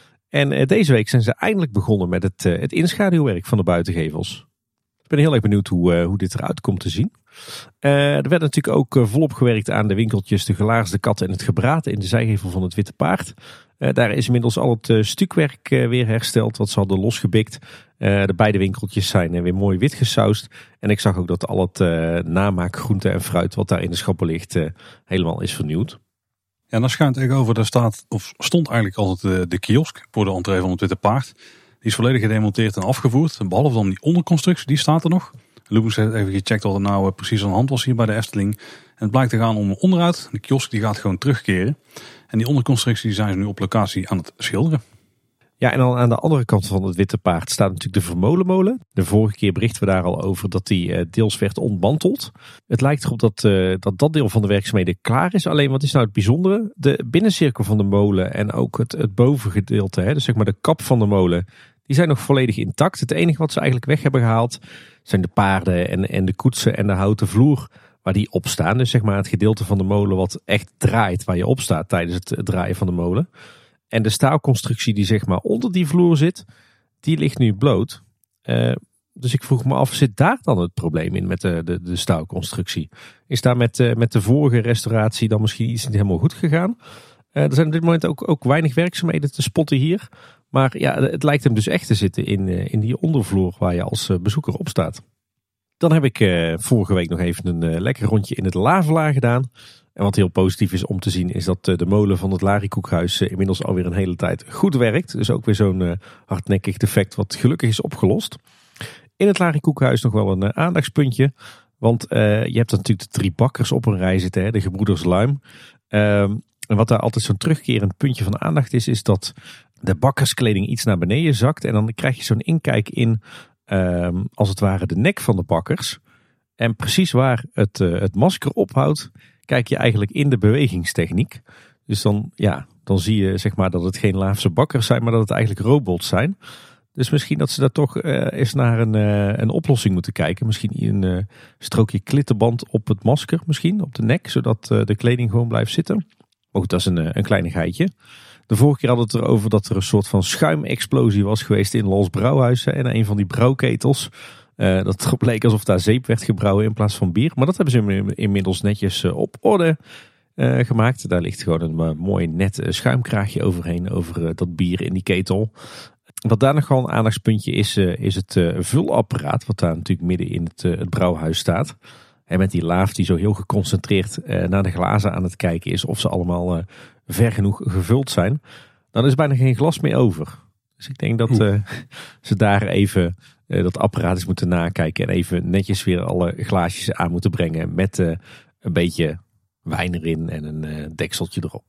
En uh, deze week zijn ze eindelijk begonnen met het, uh, het inschaduwwerk van de buitengevels. Ik ben heel erg benieuwd hoe, uh, hoe dit eruit komt te zien. Uh, er werd natuurlijk ook uh, volop gewerkt aan de winkeltjes De Gelaarsde Kat en het Gebraten in de zijgevel van het Witte Paard. Uh, daar is inmiddels al het uh, stukwerk uh, weer hersteld, wat ze hadden losgebikt. Uh, de beide winkeltjes zijn uh, weer mooi wit gesausd. En ik zag ook dat al het uh, namaakgroente en fruit wat daar in de schappen ligt uh, helemaal is vernieuwd. Ja, en daar schuin tegenover, daar staat, of stond eigenlijk altijd de, de kiosk voor de entree van het Witte Paard. Die is volledig gedemonteerd en afgevoerd. Behalve dan die onderconstructie, die staat er nog. Loebens heeft even gecheckt wat er nou uh, precies aan de hand was hier bij de Efteling. En het blijkt te gaan om onderuit. De kiosk die gaat gewoon terugkeren. En die onderconstructie die zijn ze nu op locatie aan het schilderen. Ja, en dan aan de andere kant van het Witte Paard staat natuurlijk de Vermolenmolen. De vorige keer berichten we daar al over dat die uh, deels werd ontmanteld. Het lijkt erop dat, uh, dat dat deel van de werkzaamheden klaar is. Alleen wat is nou het bijzondere? De binnencirkel van de molen en ook het, het bovengedeelte, hè, dus zeg maar de kap van de molen, die zijn nog volledig intact. Het enige wat ze eigenlijk weg hebben gehaald zijn de paarden en, en de koetsen en de houten vloer waar die op staan. Dus zeg maar het gedeelte van de molen wat echt draait, waar je op staat tijdens het draaien van de molen. En de staalconstructie die zeg maar onder die vloer zit, die ligt nu bloot. Uh, dus ik vroeg me af, zit daar dan het probleem in met de, de, de staalconstructie? Is daar met, uh, met de vorige restauratie dan misschien iets niet helemaal goed gegaan? Uh, er zijn op dit moment ook, ook weinig werkzaamheden te spotten hier. Maar ja, het lijkt hem dus echt te zitten in, uh, in die ondervloer waar je als uh, bezoeker op staat. Dan heb ik uh, vorige week nog even een uh, lekker rondje in het Lavelaar gedaan. En wat heel positief is om te zien is dat uh, de molen van het Lariekoekhuis uh, inmiddels alweer een hele tijd goed werkt. Dus ook weer zo'n uh, hardnekkig defect wat gelukkig is opgelost. In het Lariekoekhuis nog wel een uh, aandachtspuntje. Want uh, je hebt natuurlijk de drie bakkers op een rij zitten, hè, de gebroeders Luim. Uh, en wat daar altijd zo'n terugkerend puntje van aandacht is, is dat de bakkerskleding iets naar beneden zakt. En dan krijg je zo'n inkijk in, uh, als het ware, de nek van de bakkers. En precies waar het, uh, het masker ophoudt, kijk je eigenlijk in de bewegingstechniek. Dus dan, ja, dan zie je zeg maar dat het geen Laafse bakkers zijn, maar dat het eigenlijk robots zijn. Dus misschien dat ze daar toch uh, eens naar een, uh, een oplossing moeten kijken. Misschien een uh, strookje klittenband op het masker, misschien op de nek, zodat uh, de kleding gewoon blijft zitten. Maar goed, dat is een, uh, een kleinigheidje. De vorige keer hadden we het erover dat er een soort van schuimexplosie was geweest in Los Brouwhuis en een van die brouwketels. Uh, dat het leek alsof daar zeep werd gebrouwen in plaats van bier. Maar dat hebben ze inmiddels netjes uh, op orde uh, gemaakt. Daar ligt gewoon een uh, mooi net uh, schuimkraagje overheen over uh, dat bier in die ketel. Wat daar nog wel een aandachtspuntje is, uh, is het uh, vulapparaat. Wat daar natuurlijk midden in het, uh, het brouwhuis staat. En met die laaf die zo heel geconcentreerd uh, naar de glazen aan het kijken is. Of ze allemaal uh, ver genoeg gevuld zijn. Dan is bijna geen glas meer over. Dus ik denk dat uh, ze daar even uh, dat apparaat eens moeten nakijken. En even netjes weer alle glaasjes aan moeten brengen. Met uh, een beetje wijn erin en een uh, dekseltje erop.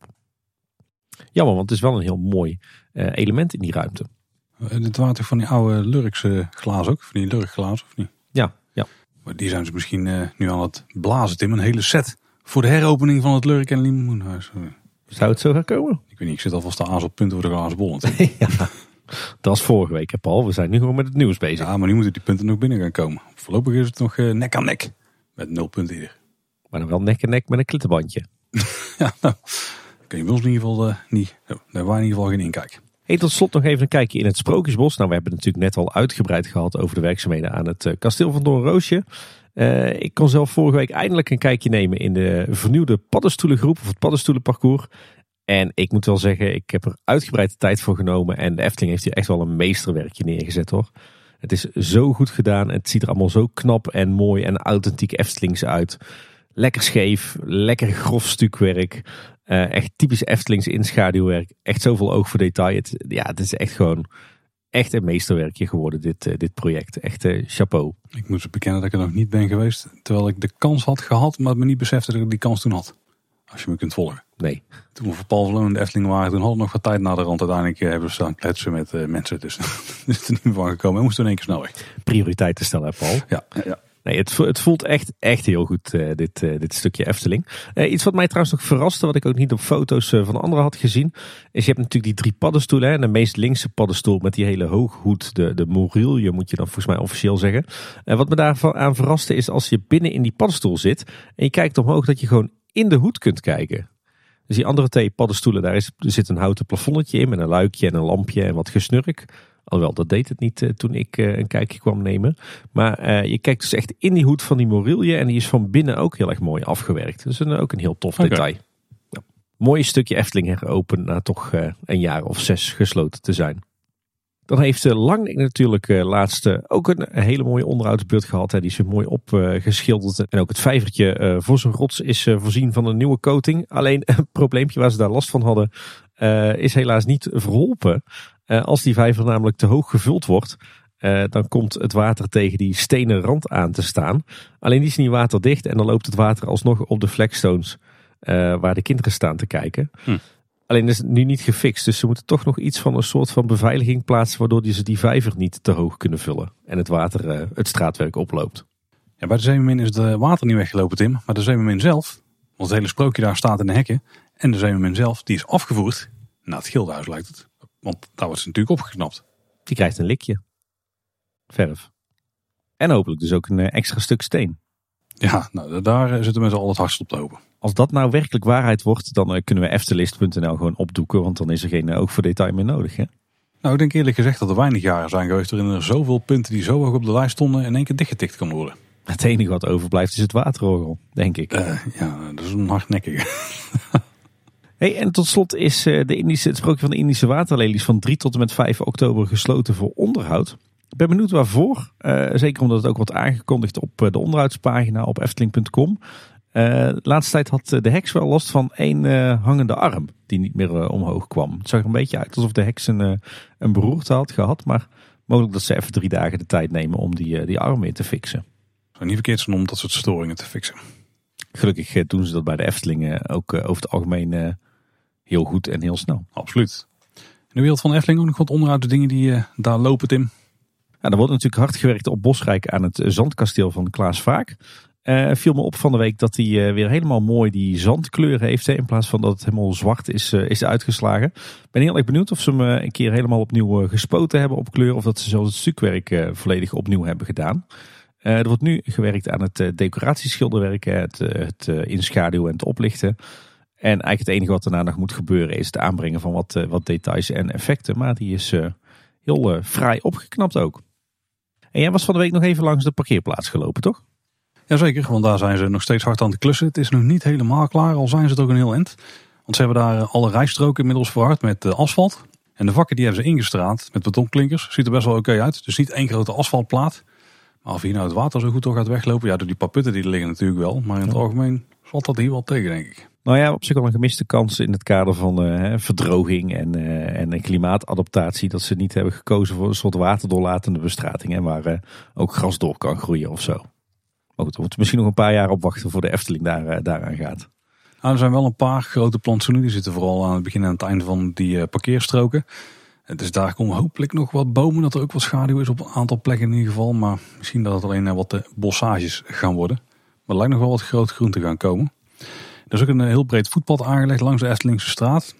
Jammer, want het is wel een heel mooi uh, element in die ruimte. Dit waren toch van die oude Lurkse glazen ook? Van die Lurkglazen of niet? Ja, ja. Maar die zijn ze misschien uh, nu aan het blazen, Tim. Een hele set voor de heropening van het Lurk en Limoenhuis. Zou het zo gaan komen? Ik weet niet, ik zit alvast de aas op punten voor de glazen bol. Ja, dat was vorige week, hè, Paul. We zijn nu gewoon met het nieuws bezig. Ja, maar nu moeten die punten nog binnen gaan komen. Voorlopig is het nog uh, nek aan nek. Met nul punten hier. Maar dan wel nek aan nek met een klittenbandje. Ja, nou, kun je bij ons in ieder geval uh, niet. Nou, daar hebben wij in ieder geval geen inkijk. Hey, tot slot nog even een kijkje in het Sprookjesbos. Nou, we hebben het natuurlijk net al uitgebreid gehad over de werkzaamheden aan het uh, kasteel van Doornroosje. Uh, ik kon zelf vorige week eindelijk een kijkje nemen in de vernieuwde paddenstoelengroep of het paddenstoelenparcours. En ik moet wel zeggen, ik heb er uitgebreid de tijd voor genomen. En de Efteling heeft hier echt wel een meesterwerkje neergezet, hoor. Het is zo goed gedaan. Het ziet er allemaal zo knap en mooi en authentiek Eftelings uit. Lekker scheef, lekker grof stukwerk. Uh, echt typisch Eftelings inschaduwwerk. Echt zoveel oog voor detail. Het, ja, het is echt gewoon echt een meesterwerkje geworden, dit, uh, dit project. Echt uh, chapeau. Ik moet bekennen dat ik er nog niet ben geweest. Terwijl ik de kans had gehad, maar me niet besefte dat ik die kans toen had. Als je me kunt volgen. Nee. Toen we voor Paul Verloon in de Efteling waren, toen hadden we nog wat tijd na de rand. Uiteindelijk uh, hebben we staan kletsen met uh, mensen. Dus is er niet meer van gekomen. We moesten in één keer snel weg. Prioriteiten stellen, hè, Paul. Ja, ja, ja. Nee, het, het voelt echt, echt heel goed, uh, dit, uh, dit stukje Efteling. Uh, iets wat mij trouwens nog verraste, wat ik ook niet op foto's uh, van anderen had gezien, is je hebt natuurlijk die drie paddenstoelen. Hè, en de meest linkse paddenstoel met die hele hooghoed, de, de Mourielje moet je dan volgens mij officieel zeggen. En wat me daarvan aan verraste is als je binnen in die paddenstoel zit en je kijkt omhoog dat je gewoon in de hoed kunt kijken. Dus die andere twee paddenstoelen, daar is, er zit een houten plafonnetje in met een luikje en een lampje en wat gesnurk. Alhoewel, dat deed het niet uh, toen ik uh, een kijkje kwam nemen. Maar uh, je kijkt dus echt in die hoed van die Mourielje en die is van binnen ook heel erg mooi afgewerkt. Dus een, ook een heel tof okay. detail. Ja. Mooie stukje Efteling heropend na toch uh, een jaar of zes gesloten te zijn. Dan heeft uh, Langnek natuurlijk uh, laatst uh, ook een hele mooie onderhoudsbeurt gehad. Hè. Die is weer mooi opgeschilderd. Uh, en ook het vijvertje uh, voor zijn rots is uh, voorzien van een nieuwe coating. Alleen een probleempje waar ze daar last van hadden uh, is helaas niet verholpen. Uh, als die vijver namelijk te hoog gevuld wordt, uh, dan komt het water tegen die stenen rand aan te staan. Alleen die is niet waterdicht en dan loopt het water alsnog op de flagstones uh, waar de kinderen staan te kijken. Hm. Alleen is het nu niet gefixt, dus ze moeten toch nog iets van een soort van beveiliging plaatsen waardoor ze die vijver niet te hoog kunnen vullen en het water uh, het straatwerk oploopt. Ja, bij de Zeemermin is het water niet weggelopen, Tim, maar de Zeemermin zelf, want het hele sprookje daar staat in de hekken, en de Zeemermin zelf, die is afgevoerd naar het Gildenhuis lijkt het. Want daar wordt ze natuurlijk opgeknapt. Die krijgt een likje. Verf. En hopelijk dus ook een extra stuk steen. Ja, nou, daar zitten mensen al het hardst op te hopen. Als dat nou werkelijk waarheid wordt, dan kunnen we eftelist punt n l gewoon opdoeken. Want dan is er geen oog voor detail meer nodig. Hè? Nou, ik denk eerlijk gezegd dat er weinig jaren zijn geweest waarin er zoveel punten die zo hoog op de lijst stonden in één keer dichtgetikt kan worden. Het enige wat overblijft is het waterorgel, denk ik. Uh, ja, dat is een hardnekkige. Hey, en tot slot is de Indische, het sprookje van de Indische waterlelies van drie tot en met vijf oktober gesloten voor onderhoud. Ik ben benieuwd waarvoor. Uh, zeker omdat het ook wordt aangekondigd op de onderhoudspagina op efteling punt com. Uh, de laatste tijd had de heks wel last van één uh, hangende arm die niet meer uh, omhoog kwam. Het zag er een beetje uit alsof de heks een, uh, een beroerte had gehad. Maar mogelijk dat ze even drie dagen de tijd nemen om die, uh, die arm weer te fixen. Het zou niet verkeerd zijn om dat soort storingen te fixen. Gelukkig uh, doen ze dat bij de Efteling uh, ook uh, over het algemeen uh, heel goed en heel snel. Absoluut. In de wereld van de Efteling ook nog wat onderhoud de dingen die uh, daar lopen, Tim. Ja, er wordt natuurlijk hard gewerkt op Bosrijk aan het zandkasteel van Klaas Vaak. Uh, viel me op van de week dat hij uh, weer helemaal mooi die zandkleur heeft. Hè, in plaats van dat het helemaal zwart is, uh, is uitgeslagen. Ik ben heel erg benieuwd of ze hem uh, een keer helemaal opnieuw uh, gespoten hebben op kleur. Of dat ze zelfs het stukwerk uh, volledig opnieuw hebben gedaan. Uh, er wordt nu gewerkt aan het uh, decoratieschilderwerk. Hè, het, uh, het uh, inschaduwen en het oplichten. En eigenlijk het enige wat daarna nog moet gebeuren is het aanbrengen van wat, uh, wat details en effecten. Maar die is uh, heel uh, fraai opgeknapt ook. En jij was van de week nog even langs de parkeerplaats gelopen, toch? Jazeker, want daar zijn ze nog steeds hard aan het klussen. Het is nog niet helemaal klaar, al zijn ze het ook een heel eind. Want ze hebben daar alle rijstroken inmiddels verhard met asfalt. En de vakken die hebben ze ingestraat met betonklinkers. Ziet er best wel oké okay uit. Dus niet één grote asfaltplaat. Maar of hier nou het water zo goed door gaat weglopen. Ja, door die paar putten die er liggen natuurlijk wel. Maar in het ja. algemeen valt dat hier wel tegen, denk ik. Nou ja, op zich wel een gemiste kans in het kader van uh, verdroging en, uh, en klimaatadaptatie. Dat ze niet hebben gekozen voor een soort waterdoorlatende bestrating. Hè, waar uh, ook gras door kan groeien of zo. Maar goed, we moeten misschien nog een paar jaar opwachten voor de Efteling daar, uh, daaraan gaat. Nou, er zijn wel een paar grote plantsoenen. Die zitten vooral aan het begin en aan het einde van die uh, parkeerstroken. Dus daar komen hopelijk nog wat bomen. Dat er ook wat schaduw is op een aantal plekken in ieder geval. Maar misschien dat het alleen uh, wat uh, bossages gaan worden. Maar er lijkt nog wel wat groot groen te gaan komen. Er is ook een uh, heel breed voetpad aangelegd langs de Eftelingse straat.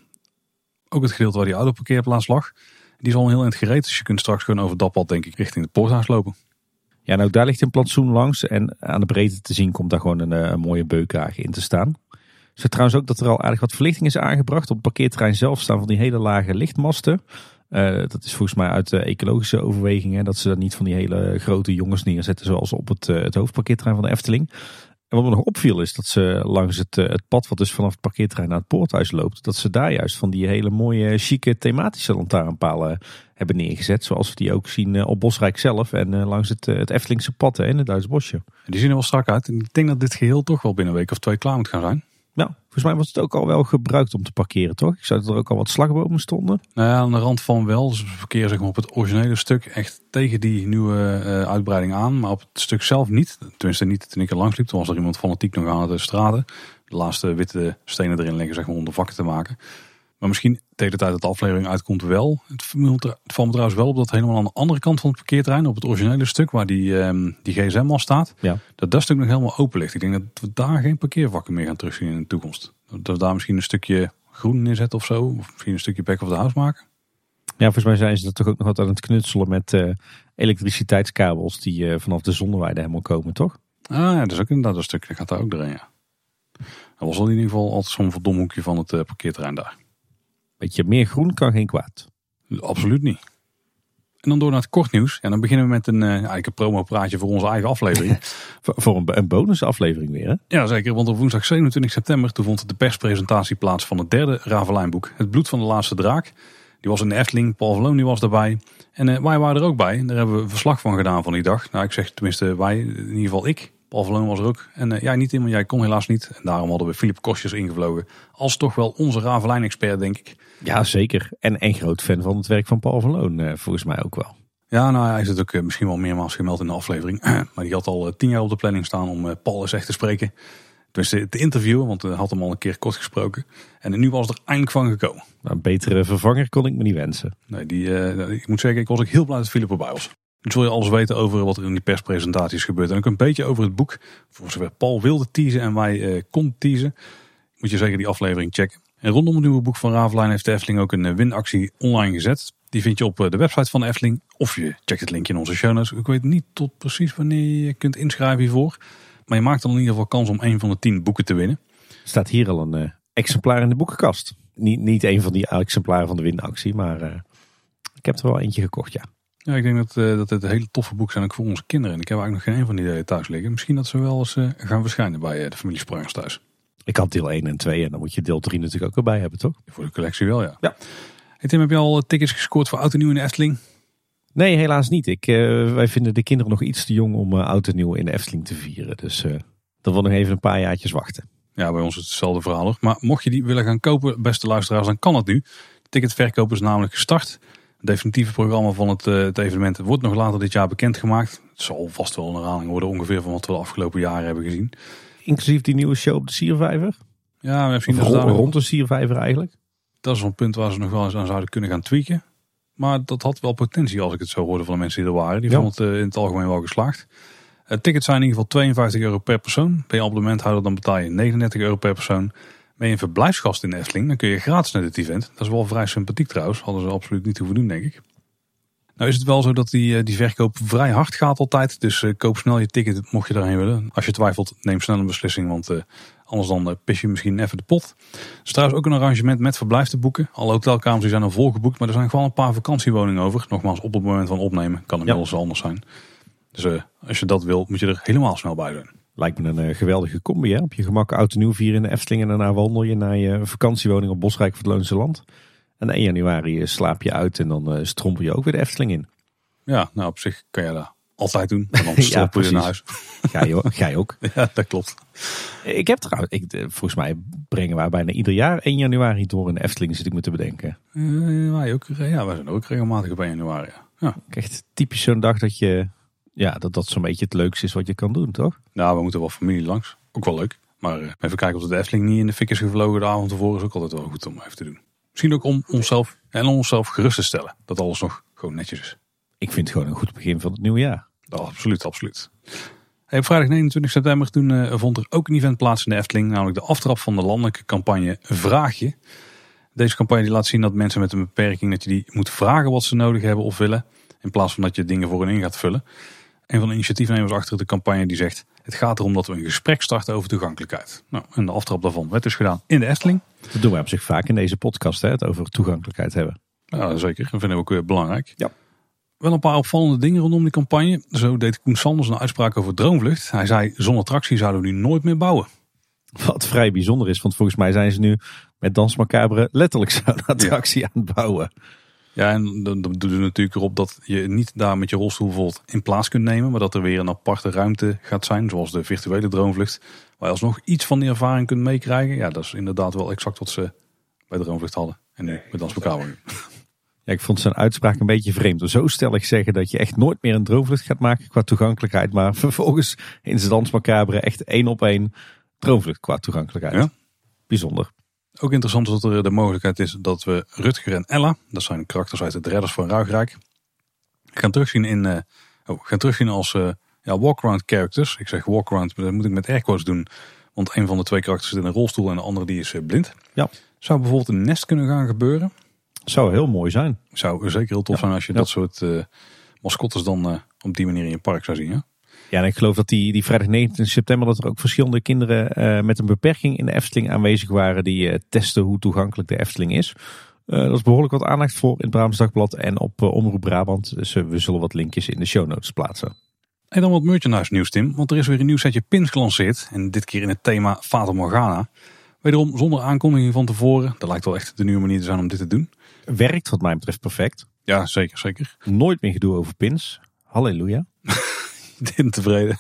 Ook het gedeelte waar die oude parkeerplaats lag. Die is al een heel eind gereed. Dus je kunt straks gewoon over dat pad denk ik richting het poorthuis lopen. Ja, nou daar ligt een plantsoen langs en aan de breedte te zien komt daar gewoon een, een mooie beukhaag in te staan. Ik zag trouwens ook dat er al aardig wat verlichting is aangebracht. Op het parkeerterrein zelf staan van die hele lage lichtmasten. Uh, dat is volgens mij uit uh, ecologische overwegingen. Dat ze daar niet van die hele grote jongens neerzetten zoals op het, uh, het hoofdparkeerterrein van de Efteling. En wat me nog opviel is dat ze langs het, uh, het pad wat dus vanaf het parkeerterrein naar het poorthuis loopt. Dat ze daar juist van die hele mooie chique thematische lantaarnpalen hebben neergezet. Zoals we die ook zien uh, op Bosrijk zelf en uh, langs het, uh, het Eftelingse pad hè, in het Duits bosje. Die zien er wel strak uit. En ik denk dat dit geheel toch wel binnen een week of twee klaar moet gaan zijn. Nou, volgens mij was het ook al wel gebruikt om te parkeren, toch? Ik zou dat er ook al wat slagbomen stonden. Nou ja, aan de rand van wel. Dus we verkeren zeg maar, op het originele stuk echt tegen die nieuwe uh, uitbreiding aan. Maar op het stuk zelf niet. Tenminste niet toen ik er langs liep. Toen was er iemand fanatiek nog aan het straten. De laatste witte stenen erin liggen zeg maar, om de vakken te maken. Maar misschien tegen de tijd dat de aflevering uitkomt wel. Het valt me trouwens wel op dat helemaal aan de andere kant van het parkeerterrein, op het originele stuk waar die, um, die G S M al staat, Ja. dat dat stuk nog helemaal open ligt. Ik denk dat we daar geen parkeervakken meer gaan terugzien in de toekomst. Dat we daar misschien een stukje groen neerzetten of zo. Of misschien een stukje back of the house maken. Ja, volgens mij zijn ze er toch ook nog wat aan het knutselen met uh, elektriciteitskabels die uh, vanaf de zonneweide helemaal komen, toch? Ah ja, dat is ook inderdaad een stuk. Dat gaat daar ook doorheen, ja. Dat was al in ieder geval altijd zo'n verdomhoekje van het uh, parkeerterrein daar. Beetje meer groen kan geen kwaad. Absoluut niet. En dan door naar het kort nieuws. Ja, dan beginnen we met een, uh, eigenlijk een promo-praatje voor onze eigen aflevering. Voor een, een bonusaflevering weer, hè? Ja, zeker. Want op woensdag zevenentwintig september toen vond de perspresentatie plaats van het derde Ravelijn-boek. Het bloed van de laatste draak. Die was in de Efteling. Paul Verloon die was daarbij. En uh, wij waren er ook bij. Daar hebben we verslag van gedaan van die dag. Nou, ik zeg tenminste wij, in ieder geval ik. Paul Verloon was er ook. En uh, jij niet in, want jij kon helaas niet. En daarom hadden we Philip Kostjes ingevlogen. Als toch wel onze Ravelijn-expert, denk ik. Ja, zeker. En een groot fan van het werk van Paul Verloon, uh, volgens mij ook wel. Ja, nou hij is het ook uh, misschien wel meermaals gemeld in de aflevering. Maar die had al uh, tien jaar op de planning staan om uh, Paul eens echt te spreken. Dus te, te interviewen, want hij had hem al een keer kort gesproken. En nu was het er eindelijk van gekomen. Maar een betere vervanger kon ik me niet wensen. Nee, die, uh, ik moet zeggen, ik was ook heel blij dat Philip erbij was. Nu zul je alles weten over wat er in die perspresentatie is gebeurd. En ook een beetje over het boek. Voor zover Paul wilde teasen en wij uh, konden teasen. Moet je zeker die aflevering checken. En rondom het nieuwe boek van Ravelijn heeft de Efteling ook een winactie online gezet. Die vind je op de website van de Efteling. Of je checkt het linkje in onze show notes. Ik weet niet tot precies wanneer je kunt inschrijven hiervoor. Maar je maakt dan in ieder geval kans om een van de tien boeken te winnen. Er staat hier al een uh, exemplaar in de boekenkast. Niet, niet een van die exemplaren van de winactie, maar uh, ik heb er wel eentje gekocht, ja. Ja, ik denk dat, uh, dat het hele toffe boek zijn ook voor onze kinderen. En ik heb eigenlijk nog geen een van die thuis liggen. Misschien dat ze wel eens uh, gaan verschijnen bij uh, de familie Sprangers thuis. Ik had deel één en twee en dan moet je deel drie natuurlijk ook erbij hebben, toch? Voor de collectie wel, ja. Ja. Hey Tim, heb je al tickets gescoord voor Oud en Nieuw in de Efteling? Nee, helaas niet. Ik, uh, wij vinden de kinderen nog iets te jong om uh, Oud en Nieuw in de Efteling te vieren. Dus uh, dan wil nog even een paar jaartjes wachten. Ja, bij ons is het hetzelfde verhaal hoor. Maar mocht je die willen gaan kopen, beste luisteraars, dan kan het nu. De ticketverkoop is namelijk gestart. Het definitieve programma van het, uh, het evenement wordt nog later dit jaar bekendgemaakt. Het zal vast wel een herhaling worden ongeveer van wat we de afgelopen jaren hebben gezien. Inclusief die nieuwe show op de Siervijver? Ja, we hebben zien of dat rond, rond de Siervijver eigenlijk. Dat is wel een punt waar ze nog wel eens aan zouden kunnen gaan tweaken. Maar dat had wel potentie als ik het zo hoorde van de mensen die er waren. Die ja. vonden het uh, in het algemeen wel geslaagd. Uh, tickets zijn in ieder geval tweeënvijftig euro per persoon. Ben je abonnementhouder dan betaal je negenendertig euro per persoon. Ben je een verblijfsgast in de Efteling, dan kun je gratis naar dit event. Dat is wel vrij sympathiek trouwens. Hadden ze absoluut niet hoeven doen, denk ik. Nou is het wel zo dat die, die verkoop vrij hard gaat altijd. Dus uh, koop snel je ticket mocht je daarheen willen. Als je twijfelt, neem snel een beslissing. Want uh, anders dan uh, pis je misschien even de pot. Er is trouwens ook een arrangement met verblijf te boeken. Alle hotelkamers die zijn al volgeboekt. Maar er zijn gewoon een paar vakantiewoningen over. Nogmaals, op het moment van opnemen. Kan inmiddels ja. anders zijn. Dus uh, als je dat wil, moet je er helemaal snel bij zijn. Lijkt me een uh, geweldige combi. Hè? Op je gemak Oud en Nieuw vieren in de Efteling. En daarna wandel je naar je vakantiewoning op Bosrijk of het Loonse Land. En één januari slaap je uit en dan uh, strompel je ook weer de Efteling in. Ja, nou op zich kan je dat altijd doen. En dan strompel je naar huis. Ga je, ga je ook? Ja, dat klopt. Ik heb trouwens, ik, volgens mij brengen wij bijna ieder jaar één januari door in de Efteling, zit ik me te bedenken. Uh, wij ook, ja, wij zijn ook regelmatig op één januari. Ja. Ja. Echt typisch zo'n dag dat je, ja, dat dat zo'n beetje het leukste is wat je kan doen, toch? Nou, we moeten wel familie langs. Ook wel leuk. Maar uh, even kijken of de Efteling niet in de fik is gevlogen de avond ervoor is ook altijd wel goed om even te doen. Misschien ook om onszelf en om onszelf gerust te stellen. Dat alles nog gewoon netjes is. Ik vind het gewoon een goed begin van het nieuwe jaar. Oh, absoluut, absoluut. Hey, op vrijdag negenentwintig september toen uh, vond er ook een event plaats in de Efteling. Namelijk de aftrap van de landelijke campagne Vraag je. Deze campagne die laat zien dat mensen met een beperking, dat je die moet vragen wat ze nodig hebben of willen. In plaats van dat je dingen voor hen in gaat vullen. Een van de initiatiefnemers achter de campagne die zegt: het gaat erom dat we een gesprek starten over toegankelijkheid. Nou, en de aftrap daarvan werd dus gedaan in de Efteling. Dat doen wij op zich vaak in deze podcast, hè, het over toegankelijkheid hebben. Ja, zeker. Dat vinden we ook weer belangrijk. Ja. Wel een paar opvallende dingen rondom die campagne. Zo deed Koen Sanders een uitspraak over Droomvlucht. Hij zei: zonder attractie zouden we nu nooit meer bouwen. Wat vrij bijzonder is, want volgens mij zijn ze nu met Dans Macabre letterlijk zo'n attractie ja. aan het bouwen. Ja, en dan doet het natuurlijk erop dat je niet daar met je rolstoel bijvoorbeeld in plaats kunt nemen. Maar dat er weer een aparte ruimte gaat zijn, zoals de virtuele Droomvlucht. Waar je alsnog iets van die ervaring kunt meekrijgen. Ja, dat is inderdaad wel exact wat ze bij Droomvlucht hadden. En nu met Dans Macabre. Ja, ik vond zijn uitspraak een beetje vreemd. Zo stellig zeggen dat je echt nooit meer een Droomvlucht gaat maken qua toegankelijkheid. Maar vervolgens in zijn Dans Macabre echt één op één Droomvlucht qua toegankelijkheid. Ja. Bijzonder. Ook interessant is dat er de mogelijkheid is dat we Rutger en Ella, dat zijn karakters uit het Redders van Ruigrijk, gaan terugzien in, uh, oh, gaan terugzien als uh, ja, walk-around characters. Ik zeg walk-around, maar dat moet ik met airquotes doen. Want een van de twee karakters zit in een rolstoel en de andere die is uh, blind. Ja. Zou bijvoorbeeld een nest kunnen gaan gebeuren. Zou heel mooi zijn. Zou zeker heel tof ja. zijn als je ja. dat soort uh, mascottes dan uh, op die manier in je park zou zien. Ja? Ja, en ik geloof dat die, die vrijdag negentien september dat er ook verschillende kinderen uh, met een beperking in de Efteling aanwezig waren die uh, testen hoe toegankelijk de Efteling is. Uh, dat is behoorlijk wat aandacht voor in het Brabants Dagblad en op uh, Omroep Brabant. Dus uh, we zullen wat linkjes in de show notes plaatsen. En dan wat merchandise nieuws, Tim. Want er is weer een nieuw setje pins gelanceerd. En dit keer in het thema Fata Morgana. Wederom zonder aankondiging van tevoren. Dat lijkt wel echt de nieuwe manier te zijn om dit te doen. Werkt wat mij betreft perfect. Ja, zeker, zeker. Nooit meer gedoe over pins. Halleluja. Dit tevreden.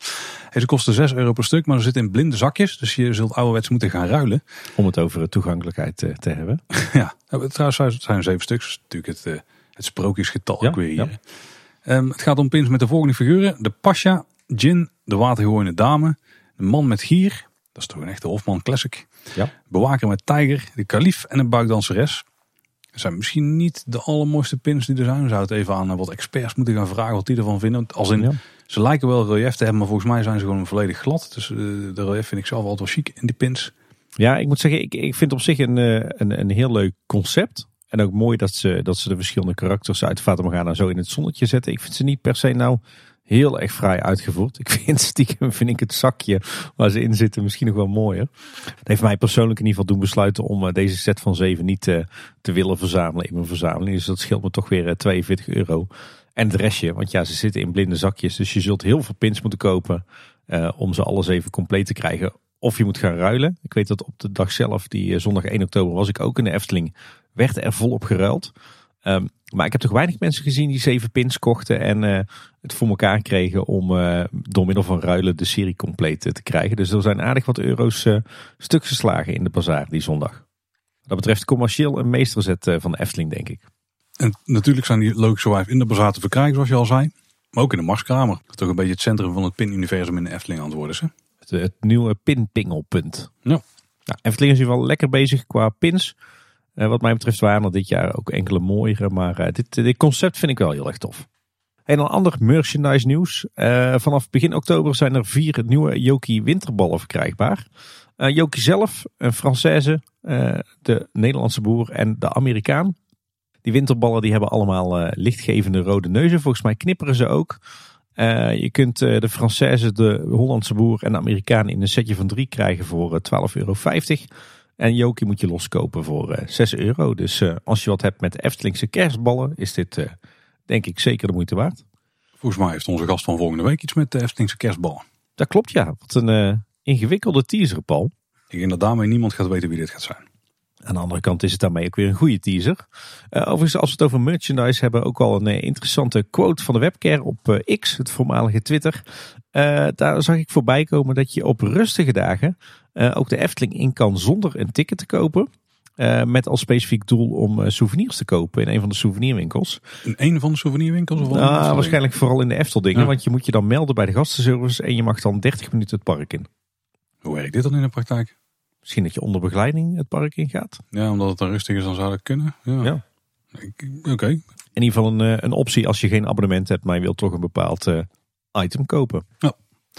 Ze kosten zes euro per stuk, maar ze zitten in blinde zakjes. Dus je zult ouderwets moeten gaan ruilen. Om het over toegankelijkheid te, te hebben. Ja, trouwens het zijn zeven stuks. Dat is natuurlijk het, het sprookjesgetal ja, ook weer hier. Ja. Um, het gaat om pins met de volgende figuren. De Pasha, Djinn, de watergooiende dame. De man met gier. Dat is toch een echte Hofman classic. Ja. Bewaker met tijger. De kalief en een buikdanseres. Dat zijn misschien niet de allermooiste pins die er zijn. We zouden het even aan wat experts moeten gaan vragen wat die ervan vinden. Als in, ja. Ze lijken wel relief te hebben, maar volgens mij zijn ze gewoon volledig glad. Dus uh, de relief vind ik zelf altijd wel chic in die pins. Ja, ik moet zeggen, ik, ik vind op zich een, een, een heel leuk concept. En ook mooi dat ze, dat ze de verschillende karakters uit Fata Morgana zo in het zonnetje zetten. Ik vind ze niet per se nou heel erg fraai uitgevoerd. Ik vind stiekem vind ik het zakje waar ze in zitten misschien nog wel mooier. Dat heeft mij persoonlijk in ieder geval doen besluiten om deze set van zeven niet te, te willen verzamelen in mijn verzameling. Dus dat scheelt me toch weer tweeënveertig euro. En het restje, want ja, ze zitten in blinde zakjes. Dus je zult heel veel pins moeten kopen uh, om ze alle zeven compleet te krijgen. Of je moet gaan ruilen. Ik weet dat op de dag zelf, die uh, zondag één oktober, was ik ook in de Efteling. Werd er volop geruild. Um, maar ik heb toch weinig mensen gezien die zeven pins kochten en uh, het voor elkaar kregen om uh, door middel van ruilen de serie compleet uh, te krijgen. Dus er zijn aardig wat euro's uh, stuk geslagen in de bazaar die zondag. Dat betreft commercieel een meesterzet uh, van de Efteling, denk ik. En natuurlijk zijn die logischerwijs in de bazaar te verkrijgen, zoals je al zei. Maar ook in de Marskramer. Toch een beetje het centrum van het pin-universum in de Efteling aan het worden. Hè? Het, het nieuwe pinpingelpunt. Ja. Nou, Efteling is hier wel lekker bezig qua pins. Uh, wat mij betreft waren er dit jaar ook enkele mooiere. Maar uh, dit, dit concept vind ik wel heel erg tof. En dan ander merchandise nieuws. Uh, vanaf begin oktober zijn er vier nieuwe Jokie winterballen verkrijgbaar. Uh, Jokie zelf, een Française, uh, de Nederlandse boer en de Amerikaan. Die winterballen die hebben allemaal uh, lichtgevende rode neuzen. Volgens mij knipperen ze ook. Uh, je kunt uh, de Française, de Hollandse boer en de Amerikaan in een setje van drie krijgen voor uh, twaalf euro vijftig. En Jokie moet je loskopen voor uh, zes euro. Dus uh, als je wat hebt met Eftelingse kerstballen, is dit uh, denk ik zeker de moeite waard. Volgens mij heeft onze gast van volgende week iets met de Eftelingse kerstballen. Dat klopt, ja. Wat een uh, ingewikkelde teaser, Paul. Ik denk dat daarmee niemand gaat weten wie dit gaat zijn. Aan de andere kant is het daarmee ook weer een goede teaser. Uh, overigens, als we het over merchandise hebben, ook al een uh, interessante quote van de webcare op uh, X, het voormalige Twitter. Uh, daar zag ik voorbij komen dat je op rustige dagen uh, ook de Efteling in kan zonder een ticket te kopen. Uh, met als specifiek doel om uh, souvenirs te kopen in een van de souvenirwinkels. In een van de souvenirwinkels? Of nou, waarschijnlijk vooral in de Efteldingen. Ja. Want je moet je dan melden bij de gastenservice en je mag dan dertig minuten het park in. Hoe werkt dit dan in de praktijk? Misschien dat je onder begeleiding het park in gaat. Ja, omdat het dan rustig is, dan zou dat kunnen. Ja. Ja. Oké. Okay. In ieder geval een, een optie als je geen abonnement hebt, maar je wilt toch een bepaald uh, item kopen. Ja.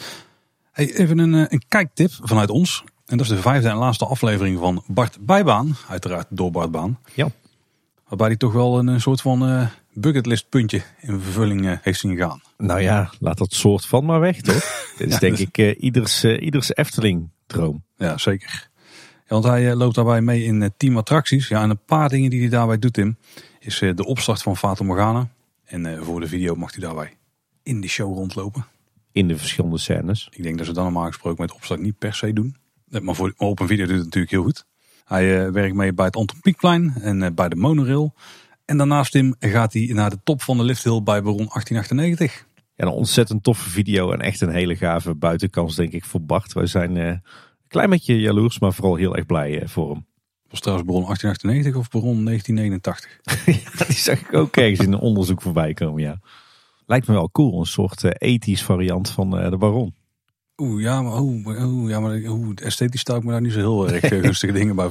Hey, even een, een kijktip vanuit ons. En dat is de vijfde en laatste aflevering van Bart Bijbaan. Uiteraard door Bart Baan. Ja. Waarbij hij toch wel een, een soort van uh, bucketlist puntje in vervulling uh, heeft zien gaan. Nou ja, laat dat soort van maar weg, toch? Dit is ja, denk dus... ik uh, ieders, uh, ieders Efteling droom. Ja, zeker. Ja, want hij uh, loopt daarbij mee in uh, team attracties. Ja, en een paar dingen die hij daarbij doet, Tim, is uh, de opstart van Fata Morgana. En uh, voor de video mag hij daarbij in de show rondlopen. In de verschillende scènes. Ik denk dat ze dan normaal gesproken met opstart niet per se doen. Maar, voor, maar op een video doet het natuurlijk heel goed. Hij uh, werkt mee bij het Anton Pieckplein en uh, bij de monorail. En daarnaast Tim gaat hij naar de top van de lifthill bij Baron achttien achtennegentig. Ja, een ontzettend toffe video en echt een hele gave buitenkans denk ik voor Bart. Wij zijn uh, een klein beetje jaloers, maar vooral heel erg blij uh, voor hem. Was trouwens Baron achttien achtennegentig of Baron negentien negenentachtig? Ja, die zag ik ook ergens in een onderzoek voorbij komen, ja. Lijkt me wel cool, een soort uh, ethisch variant van uh, de Baron. Oeh, ja, maar, oeh, oeh, ja, maar oeh, esthetisch sta ik me daar niet zo heel erg uh, gunstige dingen bij voor.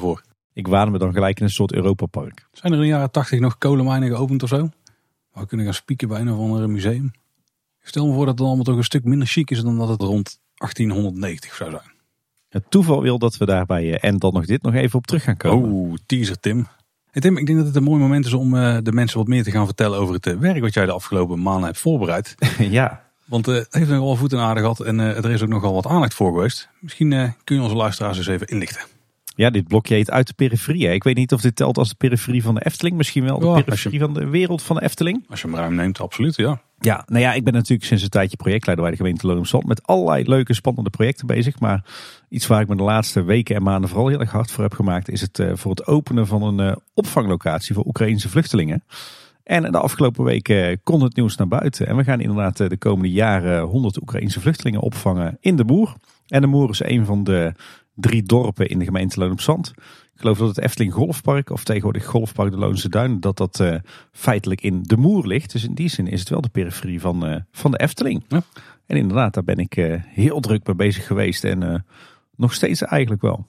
Ik waan me dan gelijk in een soort Europapark. Zijn er in de jaren tachtig nog kolenmijnen geopend of zo? We kunnen gaan spieken bij een of ander museum. Stel me voor dat het allemaal toch een stuk minder chic is dan dat het rond achttienhonderdnegentig zou zijn. Het toeval wil dat we daarbij uh, en dan nog dit nog even op terug gaan komen. Oh, teaser Tim. Hey Tim, ik denk dat het een mooi moment is om uh, de mensen wat meer te gaan vertellen over het uh, werk wat jij de afgelopen maanden hebt voorbereid. Ja. Want uh, het heeft nogal voet en aarde gehad en uh, er is ook nogal wat aandacht voor geweest. Misschien uh, kun je onze luisteraars eens even inlichten. Ja, dit blokje heet Uit de Periferie. Hè? Ik weet niet of dit telt als de periferie van de Efteling. Misschien wel de Ja, periferie je, van de wereld van de Efteling. Als je hem ruim neemt, absoluut, ja. Ja, nou ja, ik ben natuurlijk sinds een tijdje projectleider bij de gemeente Loon op Zand. Met allerlei leuke, spannende projecten bezig. Maar iets waar ik me de laatste weken en maanden vooral heel erg hard voor heb gemaakt... is het uh, voor het openen van een uh, opvanglocatie voor Oekraïnse vluchtelingen. En de afgelopen weken kon het nieuws naar buiten. En we gaan inderdaad uh, de komende jaren honderd Oekraïnse vluchtelingen opvangen in de Moer. En de Moer is een van de drie dorpen in de gemeente Loon op Zand. Ik geloof dat het Efteling Golfpark, of tegenwoordig Golfpark de Loonse Duinen, dat dat uh, feitelijk in de Moer ligt. Dus in die zin is het wel de periferie van, uh, van de Efteling. Ja. En inderdaad, daar ben ik uh, heel druk mee bezig geweest. En uh, nog steeds eigenlijk wel.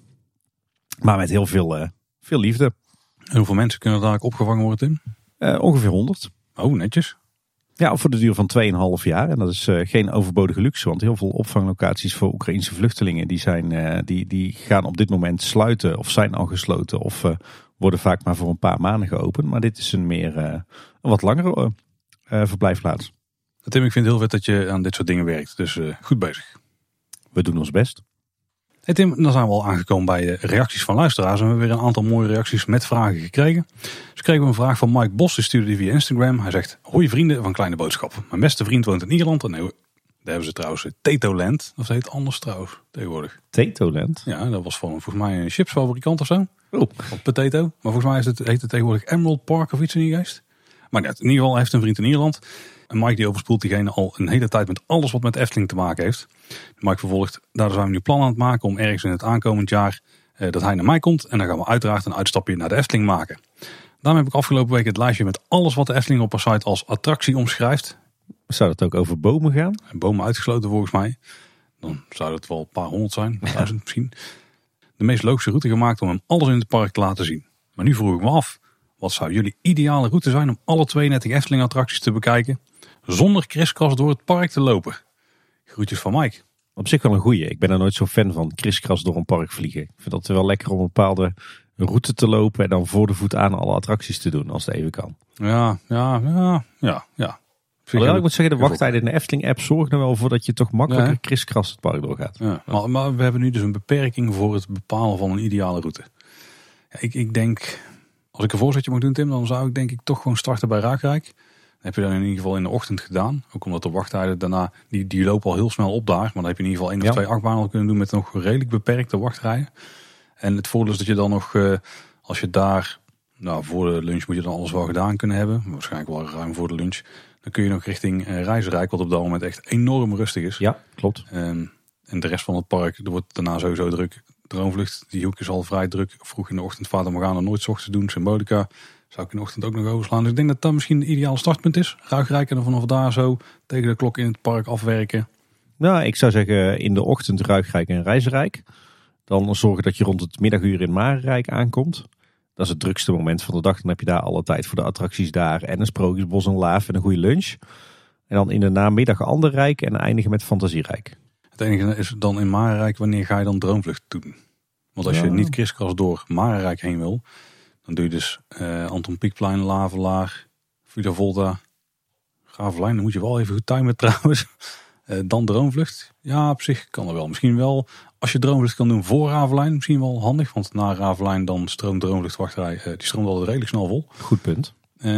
Maar met heel veel, uh, veel liefde. En hoeveel mensen kunnen er dadelijk opgevangen worden, Tim? Uh, ongeveer honderd. Oh, netjes. Ja, voor de duur van twee komma vijf jaar. En dat is uh, geen overbodige luxe. Want heel veel opvanglocaties voor Oekraïnse vluchtelingen... die, zijn, uh, die, die gaan op dit moment sluiten of zijn al gesloten... of uh, worden vaak maar voor een paar maanden geopend. Maar dit is een meer uh, een wat langere uh, verblijfplaats. Tim, ik vind het heel vet dat je aan dit soort dingen werkt. Dus uh, goed bezig. We doen ons best. Hey Tim, dan zijn we al aangekomen bij de reacties van luisteraars. En we hebben weer een aantal mooie reacties met vragen gekregen. Dus kregen we een vraag van Mike Bos, die stuurde die via Instagram. Hij zegt, hoi vrienden van Kleine Boodschap. Mijn beste vriend woont in Ierland. En nee, daar hebben ze trouwens Tetoland. Of dat heet anders trouwens, tegenwoordig. Tetoland? Ja, dat was van volgens mij een chipsfabrikant of zo. Oh. Of potato. Maar volgens mij is het, heet het tegenwoordig Emerald Park of iets in die geest. Maar net, in ieder geval, hij heeft een vriend in Ierland. En Mike die overspoelt diegene al een hele tijd met alles wat met Efteling te maken heeft. Mike vervolgt, daar zijn we nu plannen aan het maken om ergens in het aankomend jaar eh, dat hij naar mij komt. En dan gaan we uiteraard een uitstapje naar de Efteling maken. Daarom heb ik afgelopen week het lijstje met alles wat de Efteling op haar site als attractie omschrijft. Zou dat ook over bomen gaan? En bomen uitgesloten volgens mij. Dan zou het wel een paar honderd zijn, duizend misschien. De meest logische route gemaakt om hem alles in het park te laten zien. Maar nu vroeg ik me af, wat zou jullie ideale route zijn om alle tweeëndertig Efteling attracties te bekijken? Zonder kriskras door het park te lopen. Groetjes van Mike. Op zich wel een goeie. Ik ben er nooit zo fan van kriskras door een park vliegen. Ik vind dat wel lekker om een bepaalde route te lopen en dan voor de voet aan alle attracties te doen als het even kan. Ja, ja, ja, ja, ja. Alhoewel, ik moet zeggen, de wachttijden in de Efteling app zorgen er wel voor dat je toch makkelijker ja. kriskras het park doorgaat. Ja, maar, maar we hebben nu dus een beperking voor het bepalen van een ideale route. Ja, ik, ik denk, als ik een voorzetje mag doen Tim, dan zou ik denk ik toch gewoon starten bij Ruigrijk. Dat heb je dan in ieder geval in de ochtend gedaan. Ook omdat de wachttijden daarna, die, die lopen al heel snel op daar. Maar dan heb je in ieder geval één of ja. twee achtbanen al kunnen doen met nog redelijk beperkte wachtrijen. En het voordeel is dat je dan nog, uh, als je daar, nou voor de lunch moet je dan alles wel gedaan kunnen hebben. Waarschijnlijk wel ruim voor de lunch. Dan kun je nog richting uh, Reizenrijk, wat op dat moment echt enorm rustig is. Ja, klopt. Um, en de rest van het park, er wordt daarna sowieso druk. Droomvlucht, die hoek is al vrij druk. Vroeg in de ochtend, Fata Morgana nooit 's ochtends doen. Symbolica zou ik in de ochtend ook nog overslaan. Dus ik denk dat dat misschien het ideale startpunt is. Ruigrijk en dan vanaf daar zo tegen de klok in het park afwerken. Nou, ik zou zeggen in de ochtend Ruigrijk en Reizenrijk. Dan zorgen dat je rond het middaguur in Marenrijk aankomt. Dat is het drukste moment van de dag. Dan heb je daar alle tijd voor de attracties daar. En een Sprookjesbos en Laaf en een goede lunch. En dan in de namiddag Anderrijk en eindigen met Fantasierijk. Het enige is dan in Marenrijk, wanneer ga je dan Droomvlucht doen? Want als ja. je niet kriskras door Marenrijk heen wil, dan doe je dus uh, Anton Pieckplein, Lavelaar, Villa Volta, Gravelijn. Dan moet je wel even goed timen trouwens. Uh, dan Droomvlucht. Ja, op zich kan er wel. Misschien wel, als je Droomvlucht kan doen voor Ravelijn, misschien wel handig. Want na Ravelijn dan stroomt Droomvlucht wachtrij. Uh, die stroomt altijd redelijk snel vol. Goed punt.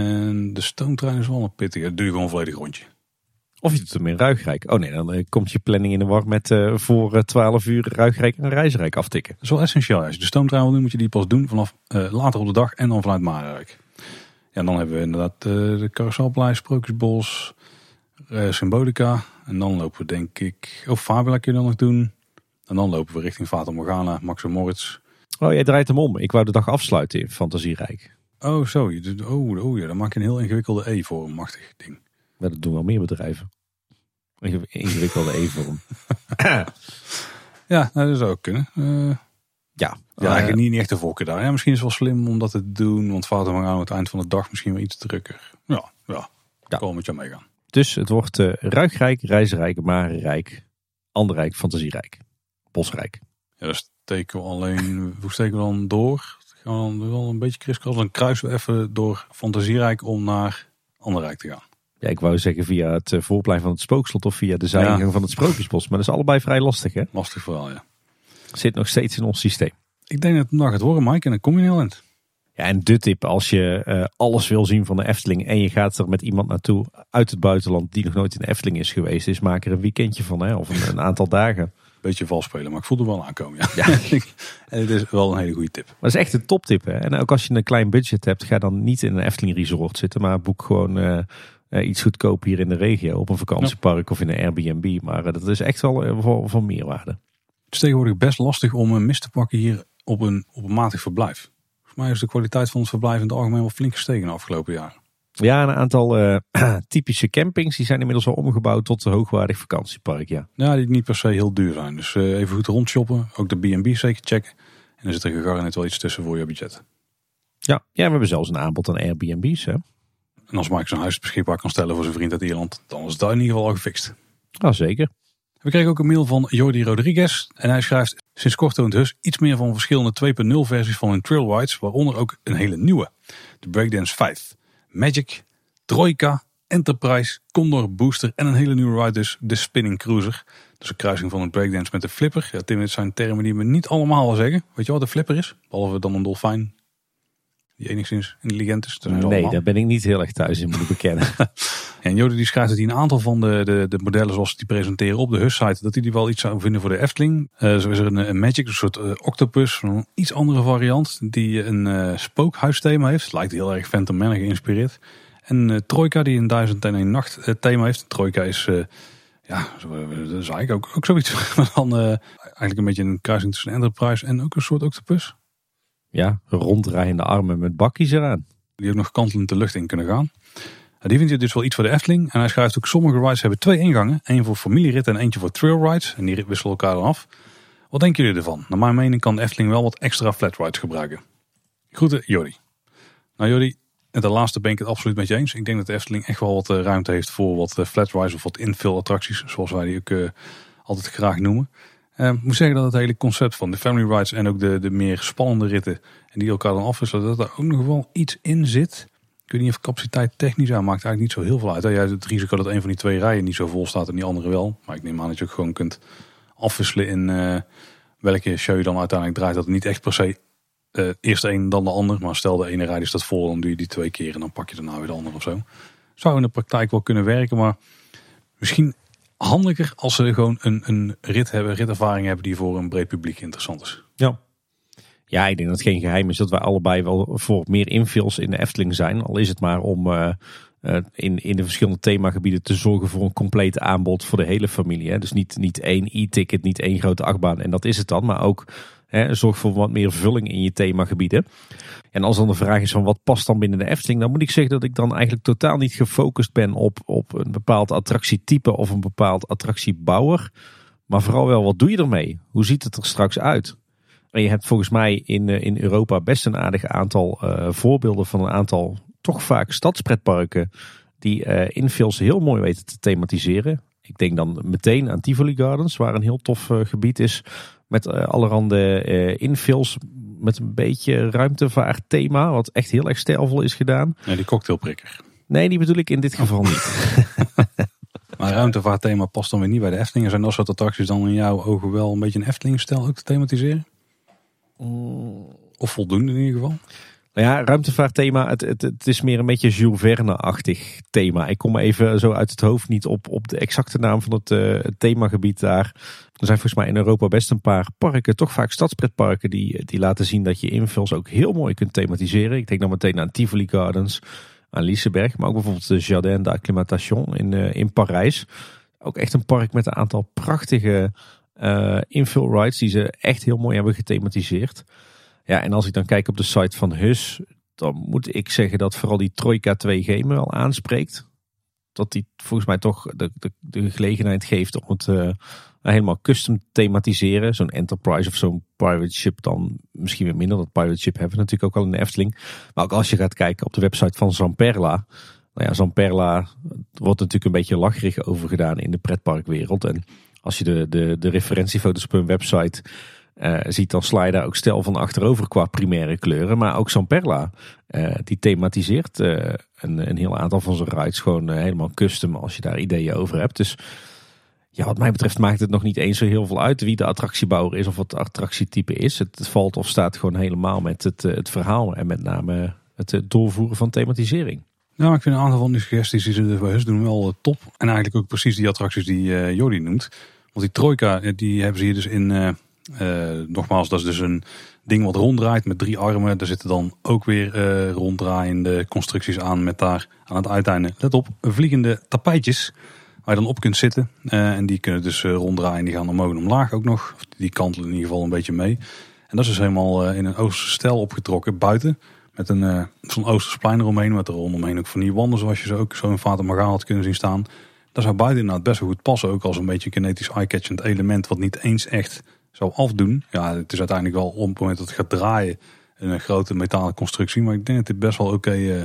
En de stoomtrein is wel een pittige. Dat doe je gewoon een volledig rondje. Of je doet hem in Ruigrijk. Oh nee, dan uh, komt je planning in de war met uh, voor uh, twaalf uur Ruigrijk en Reizenrijk aftikken. Dat is wel essentieel. Als je de stoomtrein wil doen, moet je die pas doen vanaf uh, later op de dag en dan vanuit Marenrijk. Ja, en dan hebben we inderdaad uh, de Carouselplein, Sprookjesbos, uh, Symbolica. En dan lopen we denk ik, of Fabula kun je dan nog doen. En dan lopen we richting Fata Morgana, Max en Moritz. Oh, jij draait hem om. Ik wou de dag afsluiten in Fantasierijk. Oh, zo. Je doet, oh, oh ja, dan maak je een heel ingewikkelde E voor een machtig ding. Maar dat doen wel meer bedrijven. Ingewikkelde E-vorm. Ja, nou, dat zou ook kunnen. Uh, Ja, Ja, uh, eigenlijk niet, niet echt de voorkeur daar. Ja, misschien is het wel slim om dat te doen, want Fout en Wang aan het eind van de dag misschien wel iets drukker. Ja, ja. Ja. Kom met jou meegaan. Dus het wordt uh, ruigrijk, reisrijk, marenrijk, anderrijk, fantasierijk, bosrijk. Ja, dat steken we alleen, hoe steken we dan door? Gaan we dan wel een beetje kriskras, dan kruisen we even door fantasierijk om naar anderrijk te gaan. Ja, ik wou zeggen via het uh, voorplein van het Spookslot of via de zijingang ja. van het Sprookjesbos. Maar dat is allebei vrij lastig, hè? Lastig vooral, ja. Zit nog steeds in ons systeem. Ik denk dat het nog gaat worden, Mike, en dan kom je heel eind. Ja, en de tip als je uh, alles wil zien van de Efteling en je gaat er met iemand naartoe uit het buitenland die nog nooit in de Efteling is geweest, is maak er een weekendje van, hè? Of een, een aantal dagen. Beetje vals spelen, maar ik voelde wel aankomen. Ja. Ja. En het is wel een hele goede tip. Maar dat is echt een toptip, hè? En ook als je een klein budget hebt, ga dan niet in een Efteling resort zitten, maar boek gewoon uh, uh, iets goedkoop hier in de regio op een vakantiepark ja. of in een Airbnb. Maar uh, dat is echt wel uh, van, van meerwaarde. Het is tegenwoordig best lastig om een mis te pakken hier op een, op een matig verblijf. Volgens mij is de kwaliteit van het verblijf in het algemeen wel flink gestegen de afgelopen jaren. Ja, een aantal uh, typische campings die zijn inmiddels al omgebouwd tot een hoogwaardig vakantiepark. Ja, ja die niet per se heel duur zijn. Dus uh, even goed rondshoppen. Ook de B en B zeker checken. En dan zit er gegarandeerd wel iets tussen voor je budget. Ja, ja, we hebben zelfs een aanbod aan Airbnb's. Hè? En als Mike zijn huis beschikbaar kan stellen voor zijn vriend uit Ierland, dan is dat in ieder geval al gefixt. Ah, zeker. We kregen ook een mail van Jordi Rodriguez. En hij schrijft: sinds kort toont Hus iets meer van verschillende twee punt nul versies van hun trail rides, waaronder ook een hele nieuwe. De Breakdance vijf, Magic, Troika, Enterprise, Condor, Booster en een hele nieuwe ride dus, de Spinning Cruiser. Dus een kruising van het breakdance met de flipper. Ja, Tim, dit zijn termen die we niet allemaal wel zeggen. Weet je wat de flipper is? Behalve dan een dolfijn die enigszins intelligent is. Nee, allemaal. Daar ben ik niet heel erg thuis in, moet ik bekennen. En Jody die schrijft dat hij een aantal van de, de, de modellen zoals die presenteren op de Hus-site, dat hij die wel iets zou vinden voor de Efteling. Uh, zo is er een, een Magic, een soort uh, octopus, een iets andere variant, die een uh, spookhuisthema heeft. Lijkt heel erg Phantom Manor geïnspireerd. En uh, Troika die een duizend en een nacht uh, thema heeft. Troika is, uh, ja, zo, uh, dat is eigenlijk ook, ook zoiets. Maar dan uh, eigenlijk een beetje een kruising tussen Enterprise en ook een soort octopus. Ja, ronddraaiende armen met bakjes eraan. Die ook nog kantelend de lucht in kunnen gaan. Die vindt hij dus wel iets voor de Efteling. En hij schrijft ook: sommige rides hebben twee ingangen. Eén voor familieritten en eentje voor trail rides. En die wisselen elkaar dan af. Wat denken jullie ervan? Naar mijn mening kan de Efteling wel wat extra flat rides gebruiken. Groeten, Jordi. Nou Jordi, en de laatste ben ik het absoluut met je eens. Ik denk dat de Efteling echt wel wat ruimte heeft voor wat flat rides of wat infill attracties. Zoals wij die ook uh, altijd graag noemen. Uh, ik moet zeggen dat het hele concept van de family rides en ook de, de meer spannende ritten. En die elkaar dan afwisselen. Dat er ook nog wel iets in zit. Ik weet niet of capaciteit technisch aan maakt eigenlijk niet zo heel veel uit. Jij hebt het risico dat een van die twee rijen niet zo vol staat en die andere wel. Maar ik neem aan dat je ook gewoon kunt afwisselen in uh, welke show je dan uiteindelijk draait. Dat het niet echt per se uh, eerst de een dan de ander. Maar stel de ene rij die staat vol, dan doe je die twee keer en dan pak je daarna weer de andere of zo. Zou in de praktijk wel kunnen werken, maar misschien handiger als ze gewoon een, een rit hebben, ritervaring hebben die voor een breed publiek interessant is. Ja. Ja, ik denk dat het geen geheim is dat wij allebei wel voor meer infills in de Efteling zijn. Al is het maar om uh, uh, in, in de verschillende themagebieden te zorgen voor een compleet aanbod voor de hele familie. Hè. Dus niet, niet één e-ticket, niet één grote achtbaan en dat is het dan. Maar ook hè, zorg voor wat meer vulling in je themagebieden. En als dan de vraag is van wat past dan binnen de Efteling, dan moet ik zeggen dat ik dan eigenlijk totaal niet gefocust ben op, op een bepaald attractietype of een bepaald attractiebouwer. Maar vooral wel, wat doe je ermee? Hoe ziet het er straks uit? En je hebt volgens mij in, in Europa best een aardig aantal uh, voorbeelden van een aantal toch vaak stadspretparken die uh, infills heel mooi weten te thematiseren. Ik denk dan meteen aan Tivoli Gardens, waar een heel tof uh, gebied is met uh, allerhande uh, infills met een beetje ruimtevaart thema, wat echt heel erg stijlvol is gedaan. Ja, die cocktailprikker. Nee, die bedoel ik in dit geval niet. Maar ruimtevaartthema past dan weer niet bij de Efteling. Zijn dat soort attracties dan in jouw ogen wel een beetje een Efteling-stijl ook te thematiseren? Of voldoende in ieder geval? Nou ja, ruimtevaartthema, het, het, het is meer een beetje Jules Verne-achtig thema. Ik kom even zo uit het hoofd niet op, op de exacte naam van het, uh, het themagebied daar. Er zijn volgens mij in Europa best een paar parken, toch vaak stadspretparken, die, die laten zien dat je infills ook heel mooi kunt thematiseren. Ik denk dan meteen aan Tivoli Gardens, aan Liseberg, maar ook bijvoorbeeld de Jardin d'Acclimatation in, uh, in Parijs. Ook echt een park met een aantal prachtige uh, infill rides die ze echt heel mooi hebben gethematiseerd. Ja, en als ik dan kijk op de site van Hus, dan moet ik zeggen dat vooral die Troika twee G me wel aanspreekt. dat die volgens mij toch de, de, de gelegenheid geeft om het uh, helemaal custom te thematiseren. Zo'n Enterprise of zo'n Pirate Ship dan misschien weer minder. Dat Pirate Ship hebben we natuurlijk ook al in de Efteling. Maar ook als je gaat kijken op de website van Zamperla. Nou ja, Zamperla wordt natuurlijk een beetje lacherig over gedaan in de pretparkwereld. En als je de, de, de referentiefoto's op hun website uh, ziet, dan sla je daar ook stijl van achterover qua primaire kleuren. Maar ook Zamperla, uh, die thematiseert uh, een, een heel aantal van zijn rides gewoon uh, helemaal custom als je daar ideeën over hebt. Dus ja, wat mij betreft maakt het nog niet eens zo heel veel uit wie de attractiebouwer is of wat de attractietype is. Het valt of staat gewoon helemaal met het, het verhaal en met name het doorvoeren van thematisering. Ja, ik vind een aantal van die suggesties die ze bij Hus doen wel uh, top. En eigenlijk ook precies die attracties die uh, Jordi noemt. Want die trojka, die hebben ze hier dus in, uh, uh, nogmaals, dat is dus een ding wat ronddraait met drie armen. Daar zitten dan ook weer uh, ronddraaiende constructies aan met daar aan het uiteinde, let op, vliegende tapijtjes waar je dan op kunt zitten. Uh, en die kunnen dus uh, ronddraaien, die gaan omhoog en omlaag ook nog. Of die kantelen in ieder geval een beetje mee. En dat is dus helemaal uh, in een Oosterse stijl opgetrokken buiten. Met een uh, zo'n Oostersplein eromheen, met er rondomheen ook van die wanden zoals je ze ook zo in Fata Morgana had kunnen zien staan. Dat zou buiten inderdaad best wel goed passen, ook als een beetje een kinetisch eye-catchend element wat niet eens echt zou afdoen. Ja, het is uiteindelijk wel op het moment dat het gaat draaien een grote metalen constructie, maar ik denk dat dit best wel oké okay, uh,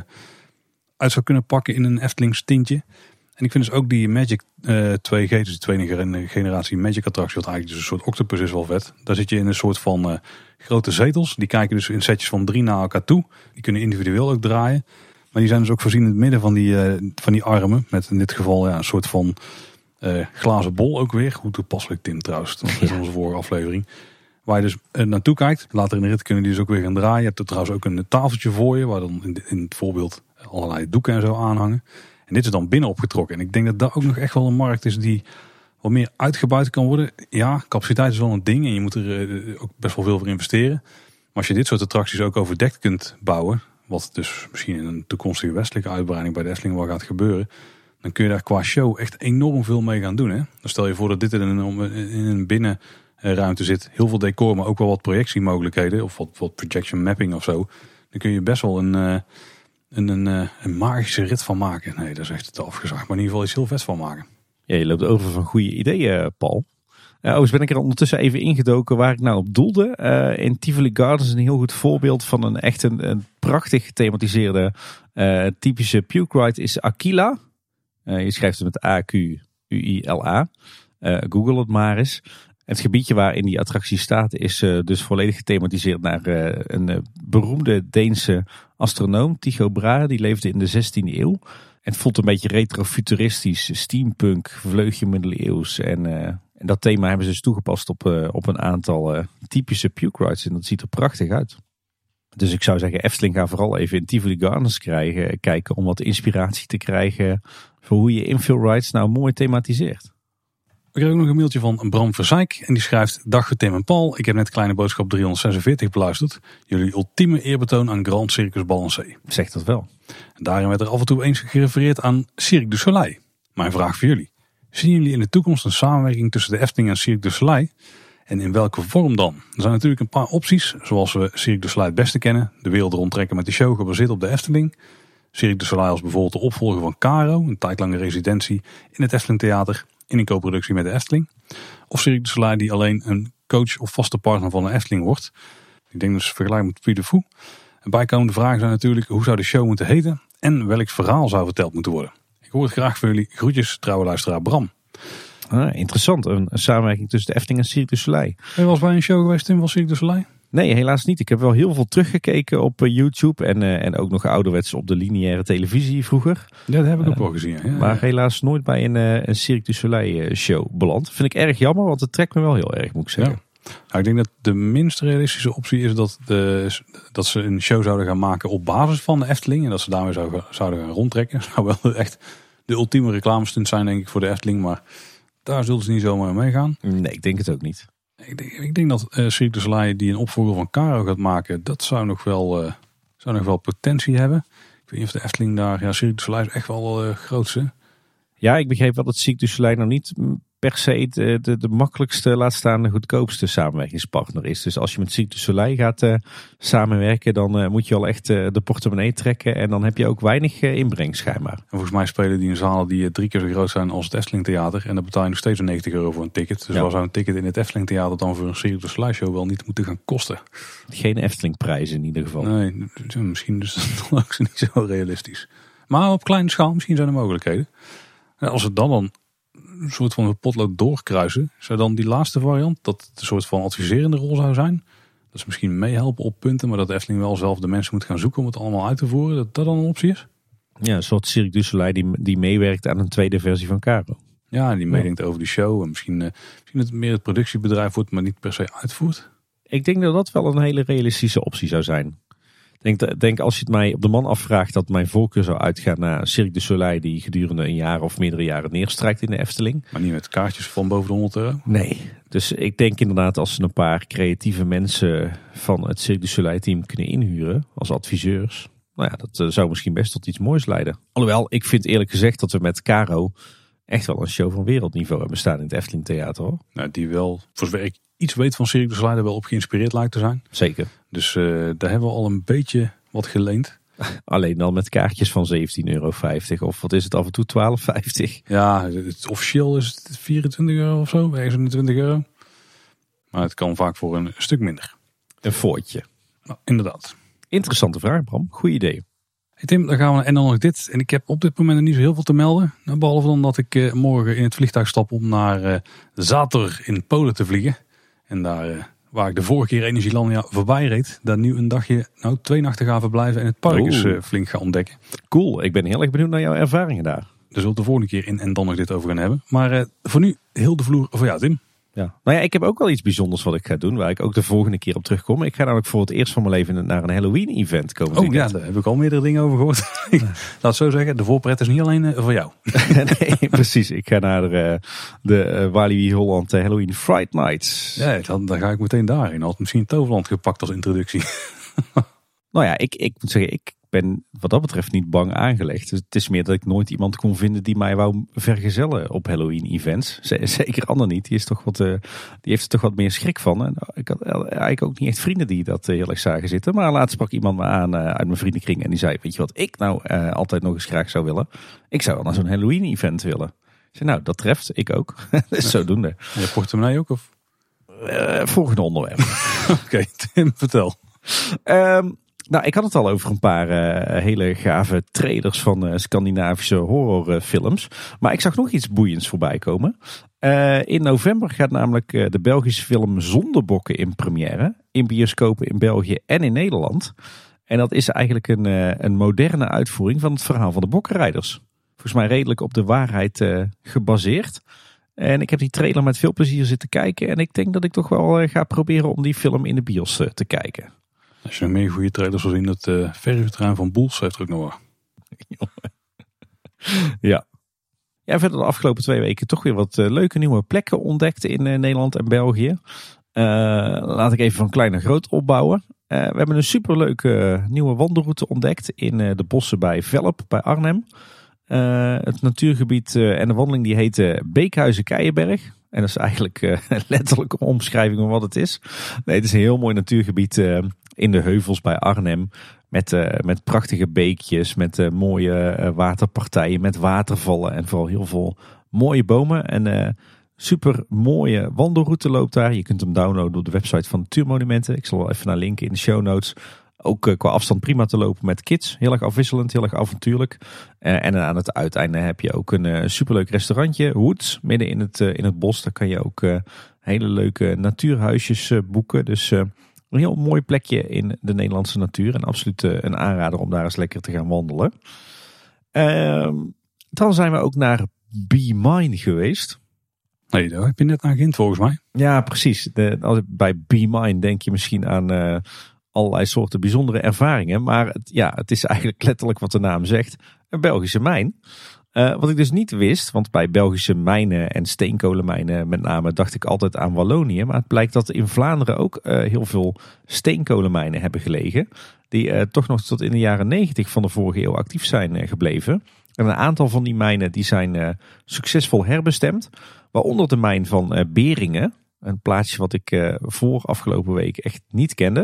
uit zou kunnen pakken in een Eftelings tintje. En ik vind dus ook die Magic uh, twee G, dus de tweede generatie Magic attractie, wat eigenlijk dus een soort octopus is, wel vet. Daar zit je in een soort van uh, grote zetels. Die kijken dus in setjes van drie naar elkaar toe. Die kunnen individueel ook draaien. Maar die zijn dus ook voorzien in het midden van die, uh, van die armen. Met in dit geval ja, een soort van uh, glazen bol ook weer. Hoe toepasselijk, Tim, trouwens. Dat is onze vorige aflevering. Waar je dus uh, naartoe kijkt. Later in de rit kunnen die dus ook weer gaan draaien. Je hebt er trouwens ook een tafeltje voor je. Waar dan in, de, in het voorbeeld allerlei doeken en zo aanhangen. En dit is dan binnen opgetrokken. En ik denk dat dat ook nog echt wel een markt is die wat meer uitgebuit kan worden. Ja, capaciteit is wel een ding en je moet er uh, ook best wel veel voor investeren. Maar als je dit soort attracties ook overdekt kunt bouwen, wat dus misschien in een toekomstige westelijke uitbreiding bij de Efteling wel gaat gebeuren, dan kun je daar qua show echt enorm veel mee gaan doen. Hè? Dan stel je voor dat dit in een, in een binnenruimte zit. Heel veel decor, maar ook wel wat projectiemogelijkheden of wat, wat projection mapping of zo. Dan kun je best wel een... Uh, Een, een, een magische rit van maken. Nee, dat is echt te afgezaagd. Maar in ieder geval iets heel vet van maken. Ja, je loopt over van goede ideeën, Paul. Uh, overigens ben ik er ondertussen even ingedoken waar ik nou op doelde. Uh, in Tivoli Gardens een heel goed voorbeeld van een echt een, een prachtig gethematiseerde uh, typische puke ride is Aquila. Uh, je schrijft het met A Q U I L A. Uh, Google het maar eens. Het gebiedje waarin die attractie staat is uh, dus volledig gethematiseerd naar uh, een uh, beroemde Deense astronoom, Tycho Brahe. Die leefde in de zestiende eeuw. En het voelt een beetje retrofuturistisch, steampunk, vleugje middeleeuws. En, uh, en dat thema hebben ze dus toegepast op, uh, op een aantal uh, typische puke rides. En dat ziet er prachtig uit. Dus ik zou zeggen, Efteling ga vooral even in Tivoli Gardens krijgen, kijken om wat inspiratie te krijgen voor hoe je infill rides nou mooi thematiseert. We kregen ook nog een mailtje van Bram Verzijk en die schrijft: Dag Tim en Paul, ik heb net Kleine Boodschap driehonderdzesenveertig beluisterd. Jullie ultieme eerbetoon aan Grand Circus Balancé. Zeg dat wel. En daarin werd er af en toe eens gerefereerd aan Cirque du Soleil. Mijn vraag voor jullie: zien jullie in de toekomst een samenwerking tussen de Efteling en Cirque du Soleil? En in welke vorm dan? Er zijn natuurlijk een paar opties, zoals we Cirque du Soleil het beste kennen. De wereld rondtrekken met de show gebaseerd op de Efteling. Cirque du Soleil als bijvoorbeeld de opvolger van Caro, een tijdlange residentie in het Efteling Theater in een co-productie met de Efteling. Of Cirque du Soleil die alleen een coach of vaste partner van de Efteling wordt. Ik denk dus vergelijkbaar met Puy de Fou. En bijkomende vragen zijn natuurlijk: hoe zou de show moeten heten en welk verhaal zou verteld moeten worden? Ik hoor het graag van jullie. Groetjes, trouwe luisteraar Bram. Ah, interessant, een, een samenwerking tussen de Efteling en Cirque du Soleil. Ben je wel eens bij een show geweest, Tim, van Cirque du Soleil? Nee, helaas niet. Ik heb wel heel veel teruggekeken op uh, YouTube en, uh, en ook nog ouderwets op de lineaire televisie vroeger. Ja, dat heb ik ook uh, wel gezien. Ja. Maar helaas nooit bij een, uh, een Cirque du Soleil uh, show beland. Vind ik erg jammer, want het trekt me wel heel erg, moet ik zeggen. Ja. Nou, ik denk dat de minst realistische optie is dat, de, dat ze een show zouden gaan maken op basis van de Efteling. En dat ze daarmee zou, zouden gaan rondtrekken. Dat zou wel echt de ultieme reclamestunt zijn, denk ik, voor de Efteling. Maar daar zullen ze niet zomaar mee gaan. Nee, ik denk het ook niet. Ik denk, ik denk dat uh, Cirque du Soleil die een opvolger van Caro gaat maken, dat zou nog wel, uh, zou nog wel potentie hebben. Ik weet niet of de Efteling daar, ja, Cirque du Soleil is echt wel uh, grootste. Ja, ik begreep wel dat Cirque du Soleil nou niet per se de, de, de makkelijkste, laat staan de goedkoopste samenwerkingspartner is. Dus als je met Cirque du Soleil gaat uh, samenwerken, dan uh, moet je al echt uh, de portemonnee trekken. En dan heb je ook weinig uh, inbreng schijnbaar. En volgens mij spelen die in zalen die uh, drie keer zo groot zijn als het Efteling Theater. En dan betaal je nog steeds negentig euro voor een ticket. Dus ja. Waar zou een ticket in het Efteling Theater dan voor een Cirque du Soleil show wel niet moeten gaan kosten? Geen Efteling prijs in ieder geval. Nee, misschien dus dan ook niet zo realistisch. Maar op kleine schaal misschien zijn er mogelijkheden. En als het dan dan een soort van een potlood doorkruisen, zou dan die laatste variant, dat het een soort van adviserende rol zou zijn. Dat is misschien meehelpen op punten, maar dat de Efteling wel zelf de mensen moet gaan zoeken om het allemaal uit te voeren. Dat dat dan een optie is? Ja, een soort Cirque du Soleil die, die meewerkt aan een tweede versie van Caro. Ja, die meedenkt over die show en misschien, uh, misschien het meer het productiebedrijf wordt, maar niet per se uitvoert. Ik denk dat dat wel een hele realistische optie zou zijn. Ik denk, denk als je het mij op de man afvraagt dat mijn voorkeur zou uitgaan naar Cirque du Soleil die gedurende een jaar of meerdere jaren neerstrijkt in de Efteling. Maar niet met kaartjes van boven de honderd euro? Nee, dus ik denk inderdaad als ze een paar creatieve mensen van het Cirque du Soleil team kunnen inhuren als adviseurs. Nou ja, dat zou misschien best tot iets moois leiden. Alhoewel, ik vind eerlijk gezegd dat we met Caro echt wel een show van wereldniveau hebben staan in het Efteling Theater. Hoor. Nou, die wel, voor zover ik iets weet van Cirque du Soleil, er wel op geïnspireerd lijkt te zijn. Zeker. Dus uh, daar hebben we al een beetje wat geleend. Alleen dan met kaartjes van zeventien euro vijftig of wat is het af en toe twaalf vijftig. Ja, het officieel is het vierentwintig euro of zo, eenentwintig euro. Maar het kan vaak voor een stuk minder. Een voortje. Nou, inderdaad. Interessante vraag, Bram. Goed idee. Hey Tim, dan gaan we en dan nog dit. En ik heb op dit moment niet zo heel veel te melden. Behalve dan dat ik uh, morgen in het vliegtuig stap om naar uh, Zator in Polen te vliegen. En daar, uh, waar ik de vorige keer Energielandia voorbij reed, daar nu een dagje, nou twee nachten gaan verblijven en het park eens uh, flink gaan ontdekken. Cool, ik ben heel erg benieuwd naar jouw ervaringen daar. Daar zullen we de volgende keer in en dan nog dit over gaan hebben. Maar uh, voor nu heel de vloer voor jou, Tim. Ja. Nou ja, ik heb ook wel iets bijzonders wat ik ga doen, waar ik ook de volgende keer op terugkom. Ik ga namelijk voor het eerst van mijn leven naar een Halloween-event komen. Oh ja, daar heb ik al meerdere dingen over gehoord. Laat het zo zeggen, de voorpret is niet alleen uh, voor jou. Nee, precies. Ik ga naar de, de uh, Walibi Holland Halloween Fright Nights. Ja, dan, dan ga ik meteen daarin. Had misschien Toverland gepakt als introductie. Nou ja, ik, ik moet zeggen, ik ben wat dat betreft niet bang aangelegd. Dus het is meer dat ik nooit iemand kon vinden die mij wou vergezellen op Halloween-events. Zeker Anne niet. Die, is toch wat, uh, die heeft er toch wat meer schrik van. En ik had eigenlijk ook niet echt vrienden die dat uh, heel erg zagen zitten. Maar laatst sprak iemand me aan uh, uit mijn vriendenkring. En die zei, weet je wat ik nou uh, altijd nog eens graag zou willen? Ik zou wel naar zo'n Halloween-event willen. Ik zei, nou, dat treft. Ik ook. Dat is zodoende. En je portemonnee ook? Of? Uh, volgende onderwerp. Oké, okay, Tim, vertel. Um, Nou, ik had het al over een paar uh, hele gave trailers van uh, Scandinavische horrorfilms. Uh, maar ik zag nog iets boeiends voorbij komen. Uh, in november gaat namelijk uh, de Belgische film Zondebokken in première. In bioscopen in België en in Nederland. En dat is eigenlijk een, uh, een moderne uitvoering van het verhaal van de bokkenrijders. Volgens mij redelijk op de waarheid uh, gebaseerd. En ik heb die trailer met veel plezier zitten kijken. En ik denk dat ik toch wel uh, ga proberen om die film in de bios uh, te kijken. Als je nog meer goede trailers wil zien, dat uh, verhuurterrein van Boels heeft er ook nog wel. Ja. Ja, verder de afgelopen twee weken toch weer wat uh, leuke nieuwe plekken ontdekt in uh, Nederland en België. Uh, laat ik even van klein naar groot opbouwen. Uh, we hebben een superleuke uh, nieuwe wandelroute ontdekt in uh, de bossen bij Velp, bij Arnhem. Uh, het natuurgebied uh, en de wandeling die heet uh, Beekhuizen-Keienberg. En dat is eigenlijk uh, letterlijk een omschrijving van wat het is. Nee, het is een heel mooi natuurgebied uh, in de heuvels bij Arnhem. Met, uh, met prachtige beekjes, met uh, mooie uh, waterpartijen, met watervallen en vooral heel veel mooie bomen. En uh, super mooie wandelroute loopt daar. Je kunt hem downloaden op de website van Natuurmonumenten. Ik zal wel even naar linken in de show notes. Ook uh, qua afstand prima te lopen met kids. Heel erg afwisselend, heel erg avontuurlijk. Uh, en aan het uiteinde heb je ook een uh, superleuk restaurantje. Woods, midden in het, uh, in het bos. Daar kan je ook uh, hele leuke natuurhuisjes uh, boeken. Dus uh, een heel mooi plekje in de Nederlandse natuur. En absoluut uh, een aanrader om daar eens lekker te gaan wandelen. Uh, dan zijn we ook naar Be Mine geweest. Nee, daar heb je net aan geïnd volgens mij. Ja, precies. De, als, bij Be Mine denk je misschien aan... Uh, allerlei soorten bijzondere ervaringen. Maar het, ja, het is eigenlijk letterlijk wat de naam zegt. Een Belgische mijn. Uh, wat ik dus niet wist. Want bij Belgische mijnen en steenkolenmijnen met name dacht ik altijd aan Wallonië. Maar het blijkt dat in Vlaanderen ook uh, heel veel steenkolenmijnen hebben gelegen. Die uh, toch nog tot in de jaren negentig van de vorige eeuw actief zijn uh, gebleven. En een aantal van die mijnen die zijn uh, succesvol herbestemd. Waaronder de mijn van uh, Beringen. Een plaatsje wat ik uh, voor afgelopen week echt niet kende.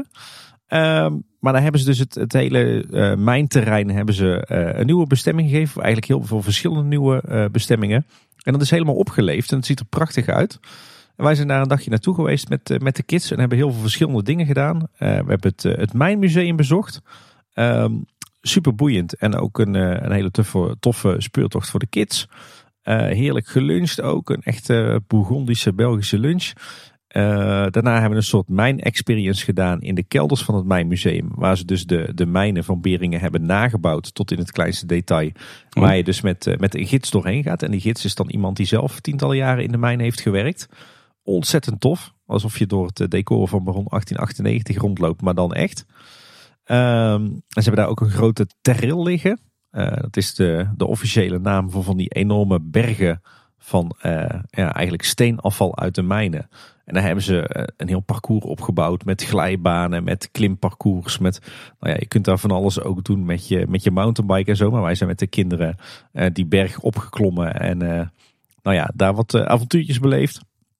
Um, maar daar hebben ze dus het, het hele uh, mijnterrein hebben ze uh, een nieuwe bestemming gegeven. Eigenlijk heel veel verschillende nieuwe uh, bestemmingen. En dat is helemaal opgeleefd en het ziet er prachtig uit. En wij zijn daar een dagje naartoe geweest met, uh, met de kids en hebben heel veel verschillende dingen gedaan. Uh, we hebben het, uh, het Mijnmuseum bezocht. Um, super boeiend en ook een, uh, een hele toffe, toffe speurtocht voor de kids. Uh, heerlijk geluncht ook, een echte Bourgondische Belgische lunch. Uh, daarna hebben we een soort mijn-experience gedaan in de kelders van het Mijnmuseum. Waar ze dus de, de mijnen van Beringen hebben nagebouwd tot in het kleinste detail. Oh. Waar je dus met, uh, met een gids doorheen gaat. En die gids is dan iemand die zelf tientallen jaren in de mijn heeft gewerkt. Ontzettend tof. Alsof je door het decor van Baron achttien achtennegentig rondloopt, maar dan echt. Um, en ze hebben daar ook een grote terril liggen. Uh, dat is de, de officiële naam voor van die enorme bergen van uh, ja, eigenlijk steenafval uit de mijnen. En daar hebben ze uh, een heel parcours opgebouwd met glijbanen, met klimparcours. Met, nou ja, je kunt daar van alles ook doen met je, met je mountainbike en zo. Maar wij zijn met de kinderen uh, die berg opgeklommen en uh, nou ja, daar wat uh, avontuurtjes beleefd.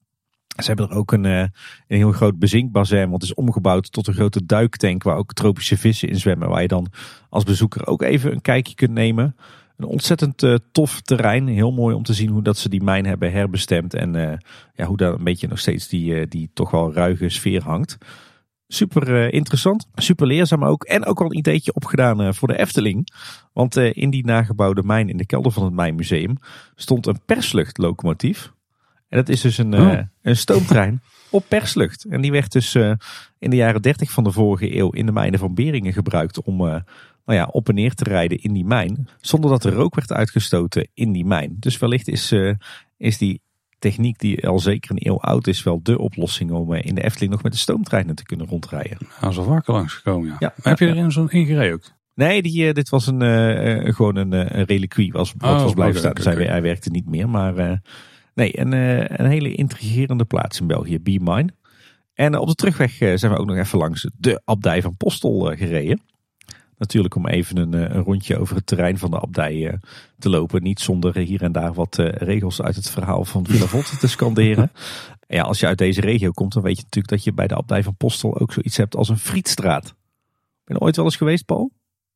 Ze hebben er ook een, een heel groot bezinkbassin, wat is omgebouwd tot een grote duiktank waar ook tropische vissen in zwemmen. Waar je dan als bezoeker ook even een kijkje kunt nemen. Een ontzettend uh, tof terrein. Heel mooi om te zien hoe dat ze die mijn hebben herbestemd. En uh, ja, hoe daar een beetje nog steeds die, uh, die toch wel ruige sfeer hangt. Super uh, interessant, super leerzaam ook. En ook al een ideetje opgedaan uh, voor de Efteling. Want uh, in die nagebouwde mijn in de kelder van het Mijnmuseum stond een persluchtlocomotief. En dat is dus een, oh. uh, een stoomtrein op perslucht. En die werd dus uh, in de jaren dertig van de vorige eeuw in de mijnen van Beringen gebruikt om uh, nou ja, op en neer te rijden in die mijn. Zonder dat er rook werd uitgestoten in die mijn. Dus wellicht is, uh, is die techniek die al zeker een eeuw oud is wel de oplossing om uh, in de Efteling nog met de stoomtreinen te kunnen rondrijden. Ja, zo vaker langsgekomen, ja. ja. Heb je er in zo'n ingereden ook? Nee, die, uh, dit was een, uh, gewoon een, uh, een reliquie. Was, wat oh, was blijven okay, staan. Dus okay, hij, okay. hij werkte niet meer, maar... Uh, Nee, een, een hele intrigerende plaats in België, Be Mine. En op de terugweg zijn we ook nog even langs de abdij van Postel gereden. Natuurlijk om even een, een rondje over het terrein van de abdij te lopen. Niet zonder hier en daar wat regels uit het verhaal van Villa Volte te scanderen. Ja, als je uit deze regio komt, dan weet je natuurlijk dat je bij de abdij van Postel ook zoiets hebt als een frietstraat. Ben je ooit wel eens geweest, Paul?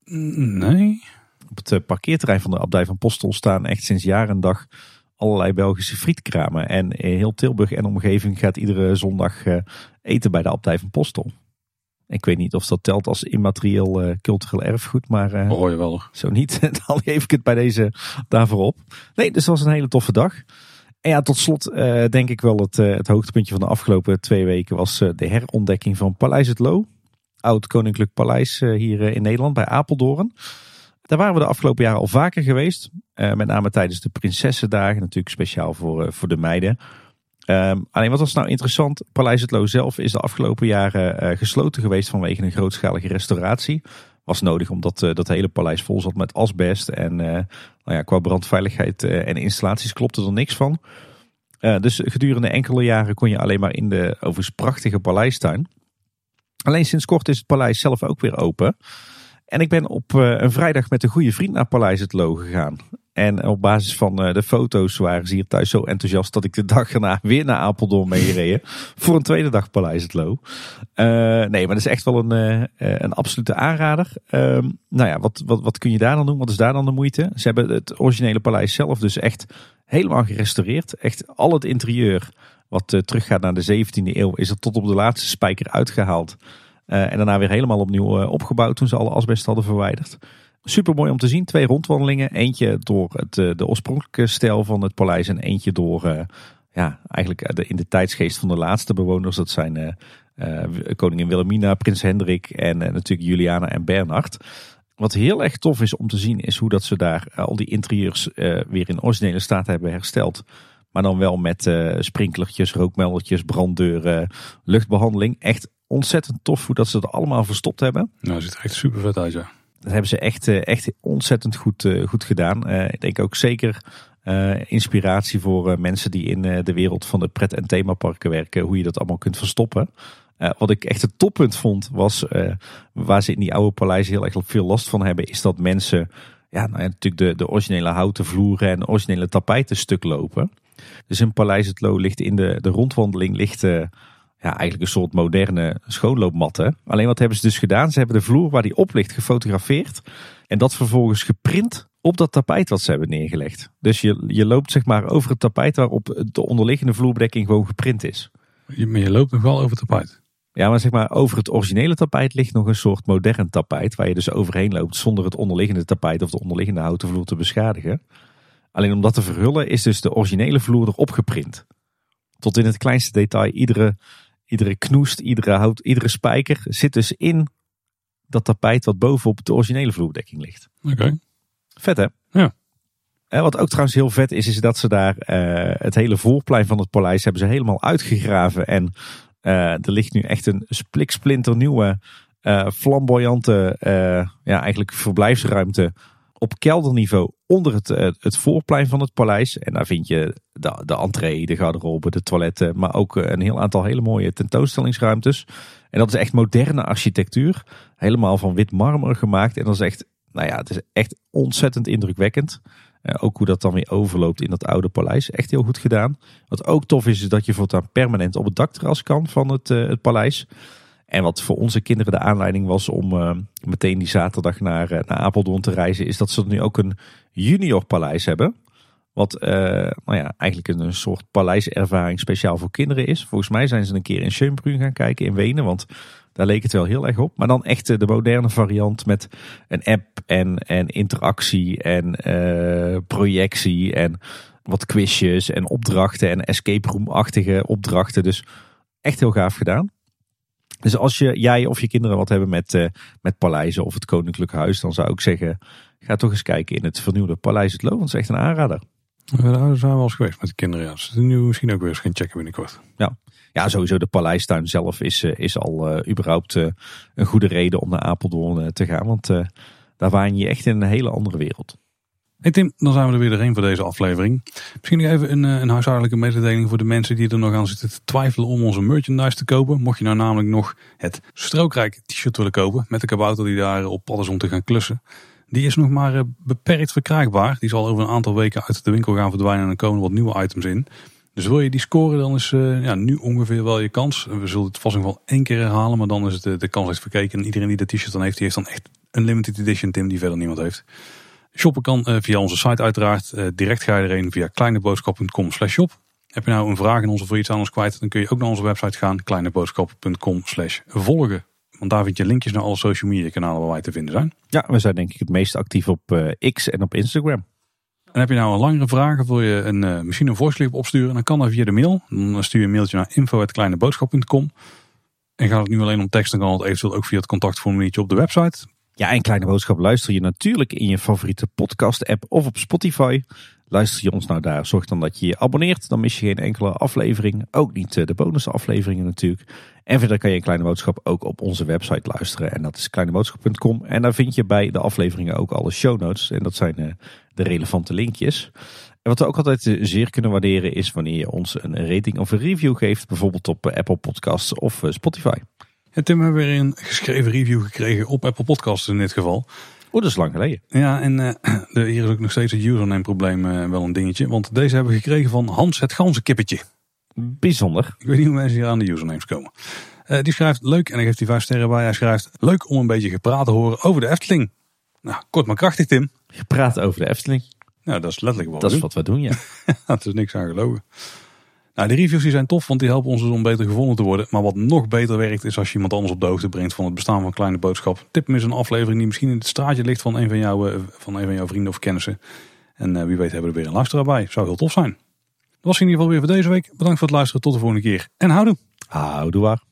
Nee. Op het parkeerterrein van de abdij van Postel staan echt sinds jaar en dag allerlei Belgische frietkramen. En heel Tilburg en omgeving gaat iedere zondag eten bij de abdij van Postel. Ik weet niet of dat telt als immaterieel uh, cultureel erfgoed, maar uh, oh, jawel. Zo niet. Dan geef ik het bij deze daarvoor op. Nee, dus dat was een hele toffe dag. En ja, tot slot uh, denk ik wel het, uh, het hoogtepuntje van de afgelopen twee weken was uh, de herontdekking van Paleis het Loo. Oud Koninklijk Paleis uh, hier uh, in Nederland bij Apeldoorn. Daar waren we de afgelopen jaren al vaker geweest. Uh, met name tijdens de Prinsessendagen. Natuurlijk speciaal voor, uh, voor de meiden. Um, alleen wat was nou interessant. Paleis het Loo zelf is de afgelopen jaren uh, gesloten geweest vanwege een grootschalige restauratie. Was nodig omdat uh, dat hele paleis vol zat met asbest. En uh, nou ja, qua brandveiligheid uh, en installaties klopte er niks van. Uh, dus gedurende enkele jaren kon je alleen maar in de overigens prachtige paleistuin. Alleen sinds kort is het paleis zelf ook weer open. En ik ben op uh, een vrijdag met een goede vriend naar Paleis het Loo gegaan. En op basis van uh, de foto's waren ze hier thuis zo enthousiast dat ik de dag erna weer naar Apeldoorn mee gereden. Voor een tweede dag Paleis het Loo. Uh, nee, maar dat is echt wel een, uh, een absolute aanrader. Uh, nou ja, wat, wat, wat kun je daar dan doen? Wat is daar dan de moeite? Ze hebben het originele paleis zelf dus echt helemaal gerestaureerd. Echt al het interieur wat uh, teruggaat naar de zeventiende eeuw is er tot op de laatste spijker uitgehaald. Uh, en daarna weer helemaal opnieuw uh, opgebouwd toen ze alle asbest hadden verwijderd. Super mooi om te zien. Twee rondwandelingen. Eentje door het, uh, de oorspronkelijke stijl van het paleis. En eentje door uh, ja, eigenlijk de, in de tijdsgeest van de laatste bewoners. Dat zijn uh, uh, koningin Wilhelmina, prins Hendrik en uh, natuurlijk Juliana en Bernhard. Wat heel erg tof is om te zien is hoe dat ze daar uh, al die interieurs uh, weer in originele staat hebben hersteld. Maar dan wel met uh, sprinklertjes, rookmeldertjes, branddeuren, luchtbehandeling. Echt ontzettend tof hoe dat ze het allemaal verstopt hebben. Nou, het ziet er echt super vet uit, ja. Dat hebben ze echt, echt ontzettend goed, uh, goed gedaan. Uh, ik denk ook zeker uh, inspiratie voor uh, mensen die in uh, de wereld van de pret- en themaparken werken. Hoe je dat allemaal kunt verstoppen. Uh, wat ik echt het toppunt vond was, uh, waar ze in die oude paleizen heel erg veel last van hebben. Is dat mensen ja, nou ja, natuurlijk de, de originele houten vloeren en de originele tapijten stuk lopen. Dus in Paleis het Loo ligt in de, de rondwandeling ligt uh, ja, eigenlijk een soort moderne schoonloopmatten. Alleen wat hebben ze dus gedaan? Ze hebben de vloer waar die op ligt gefotografeerd. En dat vervolgens geprint op dat tapijt wat ze hebben neergelegd. Dus je, je loopt zeg maar over het tapijt waarop de onderliggende vloerbedekking gewoon geprint is. Je, maar je loopt nog wel over het tapijt. Ja, maar zeg maar over het originele tapijt ligt nog een soort modern tapijt. Waar je dus overheen loopt zonder het onderliggende tapijt of de onderliggende houten vloer te beschadigen. Alleen om dat te verhullen is dus de originele vloer erop geprint. Tot in het kleinste detail. Iedere, iedere knoest, iedere hout, iedere spijker zit dus in dat tapijt wat bovenop de originele vloerbedekking ligt. Oké. Okay. Vet hè? Ja. En wat ook trouwens heel vet is, is dat ze daar uh, het hele voorplein van het paleis hebben ze helemaal uitgegraven. En uh, er ligt nu echt een spliksplinternieuwe, uh, flamboyante, uh, ja eigenlijk verblijfsruimte op kelderniveau onder het, uh, het voorplein van het paleis. En daar vind je de, de entree, de garderobe, de toiletten, maar ook een heel aantal hele mooie tentoonstellingsruimtes. En dat is echt moderne architectuur. Helemaal van wit marmer gemaakt. En dat is echt, nou ja, het is echt ontzettend indrukwekkend. Uh, ook hoe dat dan weer overloopt in dat oude paleis. Echt heel goed gedaan. Wat ook tof is, is dat je voortaan permanent op het dakterras kan van het, uh, het paleis. En wat voor onze kinderen de aanleiding was om uh, meteen die zaterdag naar, uh, naar Apeldoorn te reizen, is dat ze nu ook een junior paleis hebben. Wat uh, nou ja, eigenlijk een, een soort paleiservaring speciaal voor kinderen is. Volgens mij zijn ze een keer in Schönbrunn gaan kijken in Wenen, want daar leek het wel heel erg op. Maar dan echt de moderne variant met een app en, en interactie en uh, projectie en wat quizjes en opdrachten en escape room-achtige opdrachten. Dus echt heel gaaf gedaan. Dus als je, jij of je kinderen wat hebben met, uh, met paleizen of het Koninklijk Huis, dan zou ik zeggen, ga toch eens kijken in het vernieuwde Paleis het Loo. Want het is echt een aanrader. Ja, daar zijn we wel eens geweest met de kinderen. Ja. Dus nu misschien ook weer eens gaan checken binnenkort. Ja. Ja, sowieso de paleistuin zelf is, uh, is al uh, überhaupt uh, een goede reden om naar Apeldoorn uh, te gaan. Want uh, daar waan je echt in een hele andere wereld. Hey Tim, dan zijn we er weer doorheen voor deze aflevering. Misschien nog even een, een huishoudelijke mededeling voor de mensen die er nog aan zitten te twijfelen om onze merchandise te kopen. Mocht je nou namelijk nog het Strookrijk t-shirt willen kopen met de kabouter die daar op pad is om te gaan klussen. Die is nog maar beperkt verkrijgbaar. Die zal over een aantal weken uit de winkel gaan verdwijnen en er komen wat nieuwe items in. Dus wil je die scoren, dan is uh, ja, nu ongeveer wel je kans. We zullen het vast nog wel één keer herhalen, maar dan is het de, de kans echt verkeken. En iedereen die dat t-shirt dan heeft, die heeft dan echt een limited edition, Tim, die verder niemand heeft. Shoppen kan uh, via onze site uiteraard. Uh, direct ga je erheen via kleineboodschap punt com slash shop. Heb je nou een vraag in onze voor iets aan ons kwijt, dan kun je ook naar onze website gaan. kleineboodschap punt com slash volgen. Want daar vind je linkjes naar alle social media kanalen waar wij te vinden zijn. Ja, we zijn denk ik het meest actief op uh, X en op Instagram. En heb je nou een langere vraag of wil je een, uh, misschien een voice clip opsturen, dan kan dat via de mail. Dan stuur je een mailtje naar info at kleineboodschap punt com. En gaat het nu alleen om tekst, dan kan het eventueel ook via het contactformuliertje op de website. Ja, en Kleine Boodschap luister je natuurlijk in je favoriete podcast app of op Spotify. Luister je ons nou daar, zorg dan dat je je abonneert. Dan mis je geen enkele aflevering. Ook niet de bonusafleveringen natuurlijk. En verder kan je een Kleine Boodschap ook op onze website luisteren. En dat is kleineboodschap punt com. En daar vind je bij de afleveringen ook alle show notes. En dat zijn uh, de relevante linkjes. En wat we ook altijd uh, zeer kunnen waarderen is wanneer je ons een rating of een review geeft. Bijvoorbeeld op uh, Apple Podcasts of uh, Spotify. En Tim, we hebben weer een geschreven review gekregen op Apple Podcasts in dit geval. Oh, dat is lang geleden. Ja, en uh, de, hier is ook nog steeds het username probleem uh, wel een dingetje. Want deze hebben we gekregen van Hans het Ganzenkippetje. Bijzonder. Ik weet niet hoe mensen hier aan de usernames komen. Uh, die schrijft leuk en hij geeft die vijf sterren bij. Hij schrijft leuk om een beetje gepraat te horen over de Efteling. Nou, kort maar krachtig, Tim. Gepraat over de Efteling. Nou, dat is letterlijk wat dat we doen. Dat is wat we doen, ja. Dat is niks aan gelogen. Nou, de reviews die zijn tof, want die helpen ons dus om beter gevonden te worden. Maar wat nog beter werkt is als je iemand anders op de hoogte brengt van het bestaan van Kleine Boodschap. Tip hem eens een aflevering die misschien in het straatje ligt van een van jouw, van een van jouw vrienden of kennissen. En uh, wie weet hebben we er weer een luisteraar bij. Zou heel tof zijn. Dat was in ieder geval weer voor deze week. Bedankt voor het luisteren. Tot de volgende keer. En houdoe. Houdoe waar.